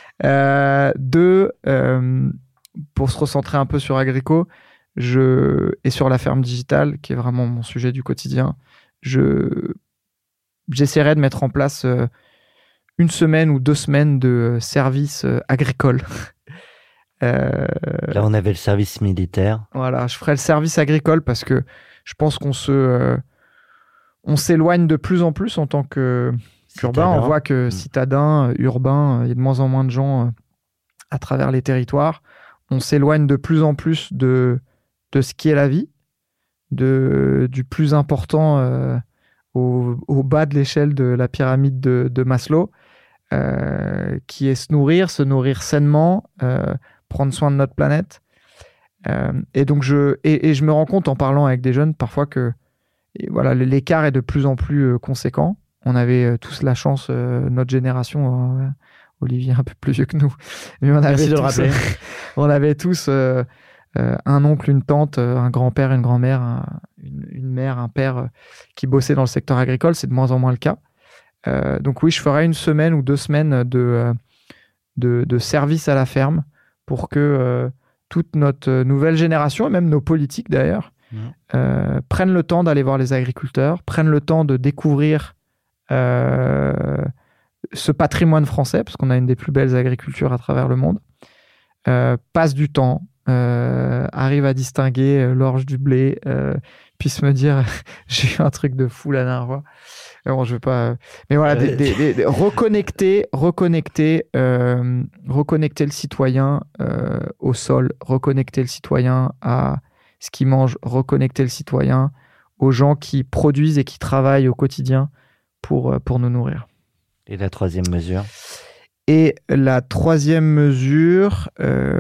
2, pour se recentrer un peu sur Agrico, et sur la ferme digitale, qui est vraiment mon sujet du quotidien, j'essaierai de mettre en place 1 semaine ou 2 semaines de service agricole. Là, on avait le service militaire. Voilà, je ferai le service agricole parce que je pense qu'on s'éloigne de plus en plus en tant qu'urbain. On voit que citadin, urbain, il y a de moins en moins de gens à travers les territoires. On s'éloigne de plus en plus de ce qui est la vie, du plus important au bas de l'échelle de la pyramide de Maslow, qui est se nourrir sainement, prendre soin de notre planète. Et donc je me rends compte en parlant avec des jeunes parfois que voilà, l'écart est de plus en plus conséquent. On avait tous la chance, notre génération, Olivier un peu plus vieux que nous, mais merci de le rappeler. On avait tous un oncle, une tante, un grand-père, une grand-mère, une mère, un père qui bossaient dans le secteur agricole. C'est de moins en moins le cas. Donc oui, je ferai 1 semaine ou 2 semaines de service à la ferme pour que toute notre nouvelle génération, et même nos politiques d'ailleurs, prennent le temps d'aller voir les agriculteurs, prennent le temps de découvrir ce patrimoine français, parce qu'on a une des plus belles agricultures à travers le monde, passent du temps, arrivent à distinguer l'orge du blé, puissent me dire j'ai eu un truc de fou la dernière fois. Bon, je veux pas. Mais voilà, reconnecter le citoyen au sol, reconnecter le citoyen à ce qu'il mange, reconnecter le citoyen aux gens qui produisent et qui travaillent au quotidien pour nous nourrir. Et la 3e mesure? Et la 3e mesure,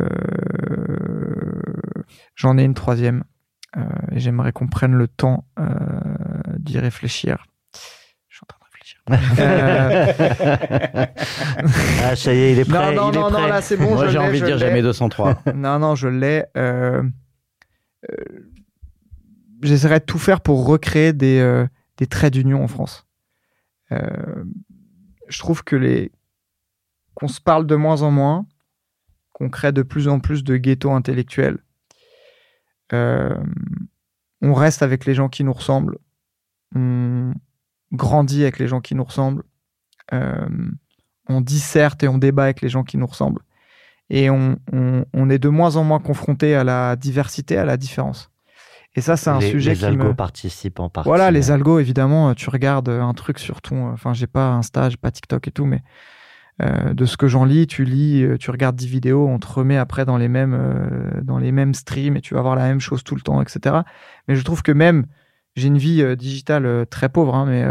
j'en ai une 3e. Et j'aimerais qu'on prenne le temps d'y réfléchir. Je suis en train de réfléchir. Ah, ça y est, il est prêt. Non, là, c'est bon. Moi, j'ai envie de dire jamais 203. Non, je l'ai. J'essaierai de tout faire pour recréer des traits d'union en France. Je trouve qu'on se parle de moins en moins, qu'on crée de plus en plus de ghettos intellectuels. On reste avec les gens qui nous ressemblent. On grandit avec les gens qui nous ressemblent. On disserte et on débat avec les gens qui nous ressemblent. Et on est de moins en moins confronté à la diversité, à la différence. Et ça, c'est un sujet qui les algos participent en partie. Voilà, les algos, évidemment, tu regardes un truc sur ton... Enfin, j'ai pas Insta, j'ai pas TikTok et tout, mais de ce que j'en lis, tu regardes 10 vidéos, on te remet après dans les mêmes streams et tu vas voir la même chose tout le temps, etc. Mais je trouve que même, j'ai une vie digitale très pauvre, hein, mais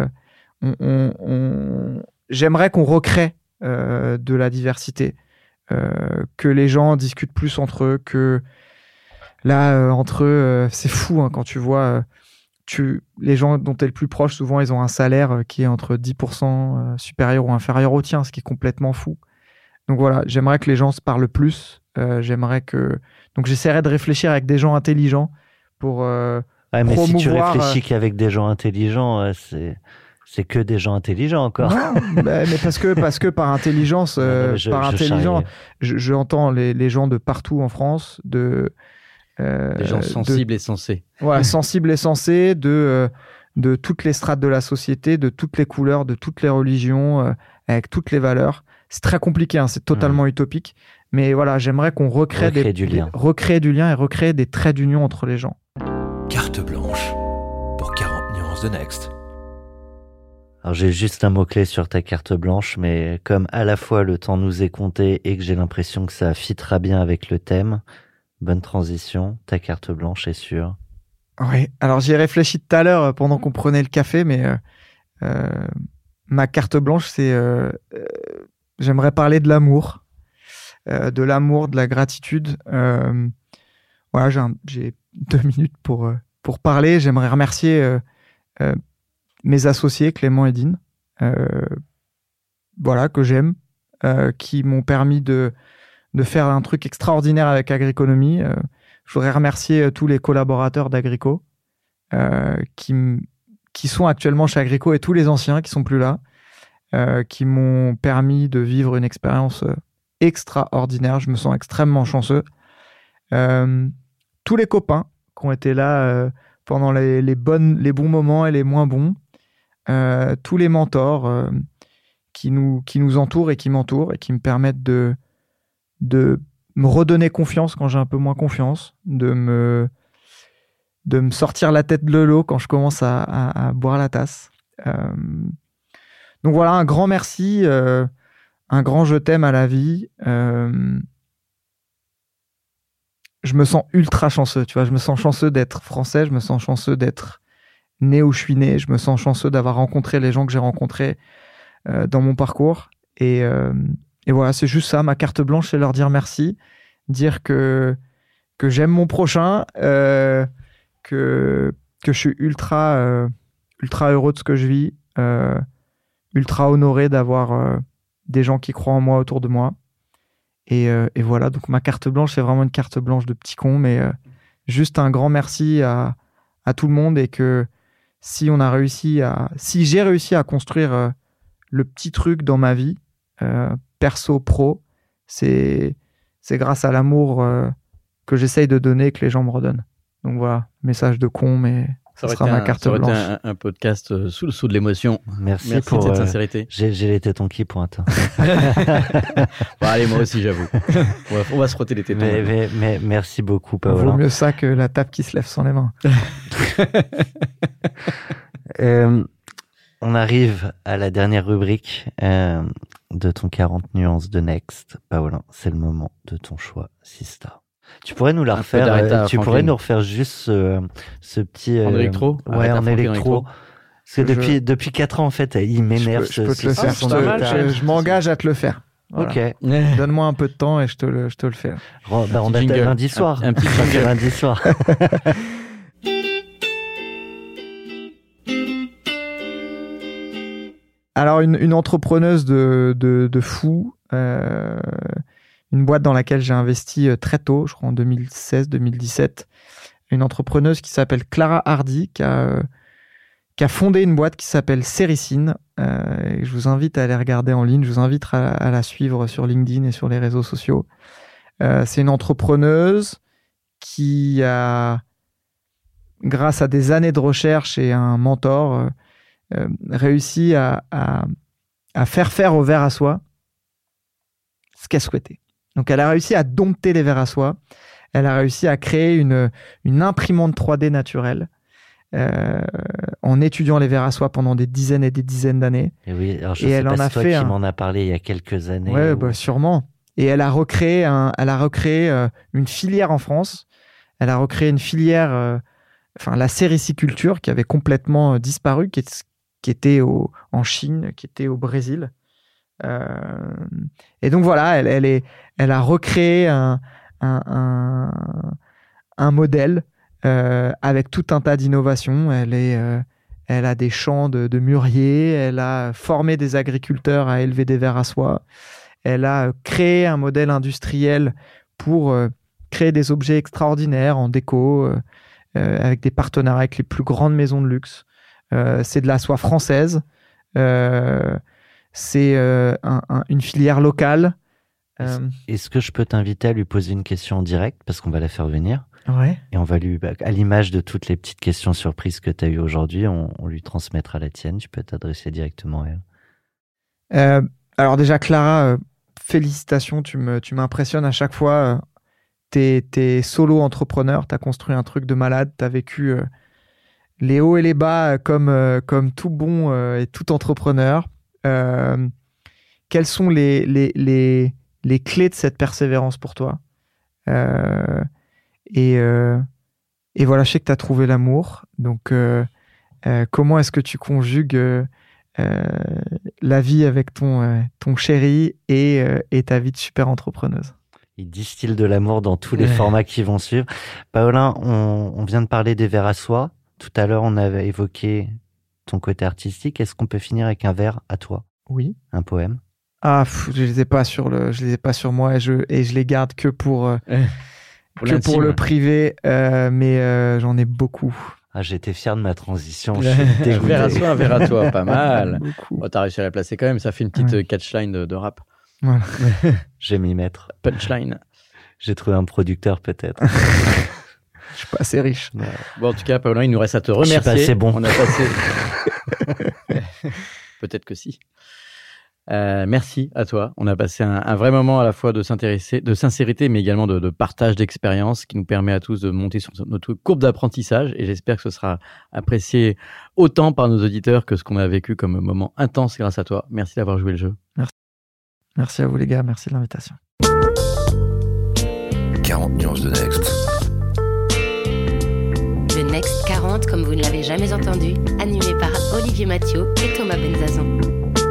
j'aimerais qu'on recrée de la diversité, que les gens discutent plus entre eux, que là, entre eux, c'est fou hein, quand tu vois... les gens dont tu es le plus proche, souvent, ils ont un salaire qui est entre 10% supérieur ou inférieur au tien, ce qui est complètement fou. Donc voilà, j'aimerais que les gens se parlent plus. Donc j'essaierai de réfléchir avec des gens intelligents pour mais promouvoir... si tu réfléchis qu'avek des gens intelligents, c'est que des gens intelligents encore. Non, mais parce que par intelligence, je entends les gens de partout en France, des gens sensibles et sensés. Ouais, sensibles et sensés de toutes les strates de la société, de toutes les couleurs, de toutes les religions, avec toutes les valeurs. C'est très compliqué, hein, c'est totalement utopique. Mais voilà, j'aimerais qu'on recrée du lien et recréer des traits d'union entre les gens. Carte blanche pour 40 nuances de Next. Alors j'ai juste un mot-clé sur ta carte blanche, mais comme à la fois le temps nous est compté et que j'ai l'impression que ça fitera bien avec le thème, bonne transition, ta carte blanche est sûre. Oui, alors j'y ai réfléchi tout à l'heure pendant qu'on prenait le café, mais ma carte blanche, c'est j'aimerais parler de l'amour, de la gratitude. Voilà, j'ai 2 minutes pour parler. J'aimerais remercier mes associés, Clément et Dean, voilà, que j'aime, qui m'ont permis de faire un truc extraordinaire avec Agriconomie. Je voudrais remercier tous les collaborateurs d'Agrico qui sont actuellement chez Agrico et tous les anciens qui sont plus là, qui m'ont permis de vivre une expérience extraordinaire. Je me sens extrêmement chanceux. Tous les copains qui ont été là pendant les bons moments et les moins bons. Tous les mentors qui nous entourent et qui m'entourent et qui me permettent de me redonner confiance quand j'ai un peu moins confiance, de me sortir la tête de l'eau quand je commence à boire la tasse. Donc voilà, un grand merci, un grand je t'aime à la vie. Je me sens ultra chanceux, tu vois, je me sens chanceux d'être français, je me sens chanceux d'être né où je suis né, je me sens chanceux d'avoir rencontré les gens que j'ai rencontrés dans mon parcours. Et voilà, c'est juste ça, ma carte blanche, c'est leur dire merci, dire que j'aime mon prochain, que je suis ultra heureux de ce que je vis, ultra honoré d'avoir des gens qui croient en moi autour de moi. Et voilà, donc ma carte blanche, c'est vraiment une carte blanche de petit con, mais juste un grand merci à tout le monde, et que si j'ai réussi à construire le petit truc dans ma vie, perso, pro, c'est grâce à l'amour que j'essaye de donner que les gens me redonnent. Donc voilà, message de con, mais ça sera ma carte blanche. Ça aurait été un podcast sous le sceau de l'émotion. Merci pour cette sincérité. J'ai les tétons qui pointent. Bon, allez, moi aussi, j'avoue. On va se frotter les tétons. Mais merci beaucoup, Paolin. Vaut mieux ça que la table qui se lève sans les mains. On arrive à la dernière rubrique de ton 40 nuances de Next. Paolin, c'est le moment de ton choix, Sista. Tu pourrais nous la refaire. Tu pourrais nous refaire juste ce petit. En électro. Ouais, en électro. Parce que depuis 4 ans, en fait, il m'énerve. Je peux te le faire. Je m'engage à te le faire. Voilà. Ok. Donne-moi un peu de temps et je te le fais. On a lundi soir. Un petit jingle. Lundi soir. Alors, une entrepreneuse de fou, une boîte dans laquelle j'ai investi très tôt, je crois en 2016-2017, une entrepreneuse qui s'appelle Clara Hardy, qui a fondé une boîte qui s'appelle Sericine. Je vous invite à aller regarder en ligne, je vous invite à la suivre sur LinkedIn et sur les réseaux sociaux. C'est une entrepreneuse qui a, grâce à des années de recherche et un mentor, réussi à faire au verre à soie ce qu'elle souhaitait. Donc, elle a réussi à dompter les verres à soie. Elle a réussi à créer une imprimante 3D naturelle en étudiant les verres à soie pendant des dizaines et des dizaines d'années. Et oui, alors je sais pas si toi qui m'en a parlé il y a quelques années. Ouais, bah, sûrement. Et elle a recréé une filière en France. Elle a recréé une filière, la sériciculture qui avait complètement disparu, qui était en Chine, qui était au Brésil. Et donc voilà, elle a recréé un modèle avec tout un tas d'innovations. Elle a des champs de mûriers, elle a formé des agriculteurs à élever des vers à soie, elle a créé un modèle industriel pour créer des objets extraordinaires en déco, avec des partenariats avec les plus grandes maisons de luxe. C'est de la soie française, c'est une filière locale. Est-ce que je peux t'inviter à lui poser une question en direct, parce qu'on va la faire venir? Ouais. Et on va à l'image de toutes les petites questions surprises que tu as eues aujourd'hui, on lui transmettra la tienne. Tu peux t'adresser directement à elle. Alors déjà, Clara, félicitations, tu m'impressionnes à chaque fois. T'es solo entrepreneur, t'as construit un truc de malade, t'as vécu les hauts et les bas comme tout bon et tout entrepreneur. Quelles sont les clés de cette persévérance pour toi? Et voilà, je sais que tu as trouvé l'amour. Donc, comment est-ce que tu conjugues la vie avec ton chéri et ta vie de super entrepreneuse? Il distille de l'amour dans tous les formats qui vont suivre. Paolin, on vient de parler des vers à soie. Tout à l'heure, on avait évoqué ton côté artistique. Est-ce qu'on peut finir avec un vers à toi? Oui. Un poème? Je les ai pas sur moi et je les garde que pour le privé, mais j'en ai beaucoup. Ah, j'étais fier de ma transition. Je suis dégoûté. Un verre à toi, pas mal. T'as réussi à la placer quand même. Ça fait une petite catchline de rap. Voilà. Je vais m'y mettre. Punchline. J'ai trouvé un producteur peut-être. Je suis pas assez riche. Ouais. Bon, en tout cas, Paolin, il nous reste à te remercier. Je suis pas assez bon. On a passé. Peut-être que si. Merci à toi. On a passé un vrai moment à la fois de sincérité, mais également de partage d'expérience qui nous permet à tous de monter sur notre courbe d'apprentissage. Et j'espère que ce sera apprécié autant par nos auditeurs que ce qu'on a vécu comme moment intense grâce à toi. Merci d'avoir joué le jeu. Merci à vous les gars. Merci de l'invitation. 40 nuances de Next. Le Next 40, comme vous ne l'avez jamais entendu, animé par Olivier Mathieu et Thomas Benzazan.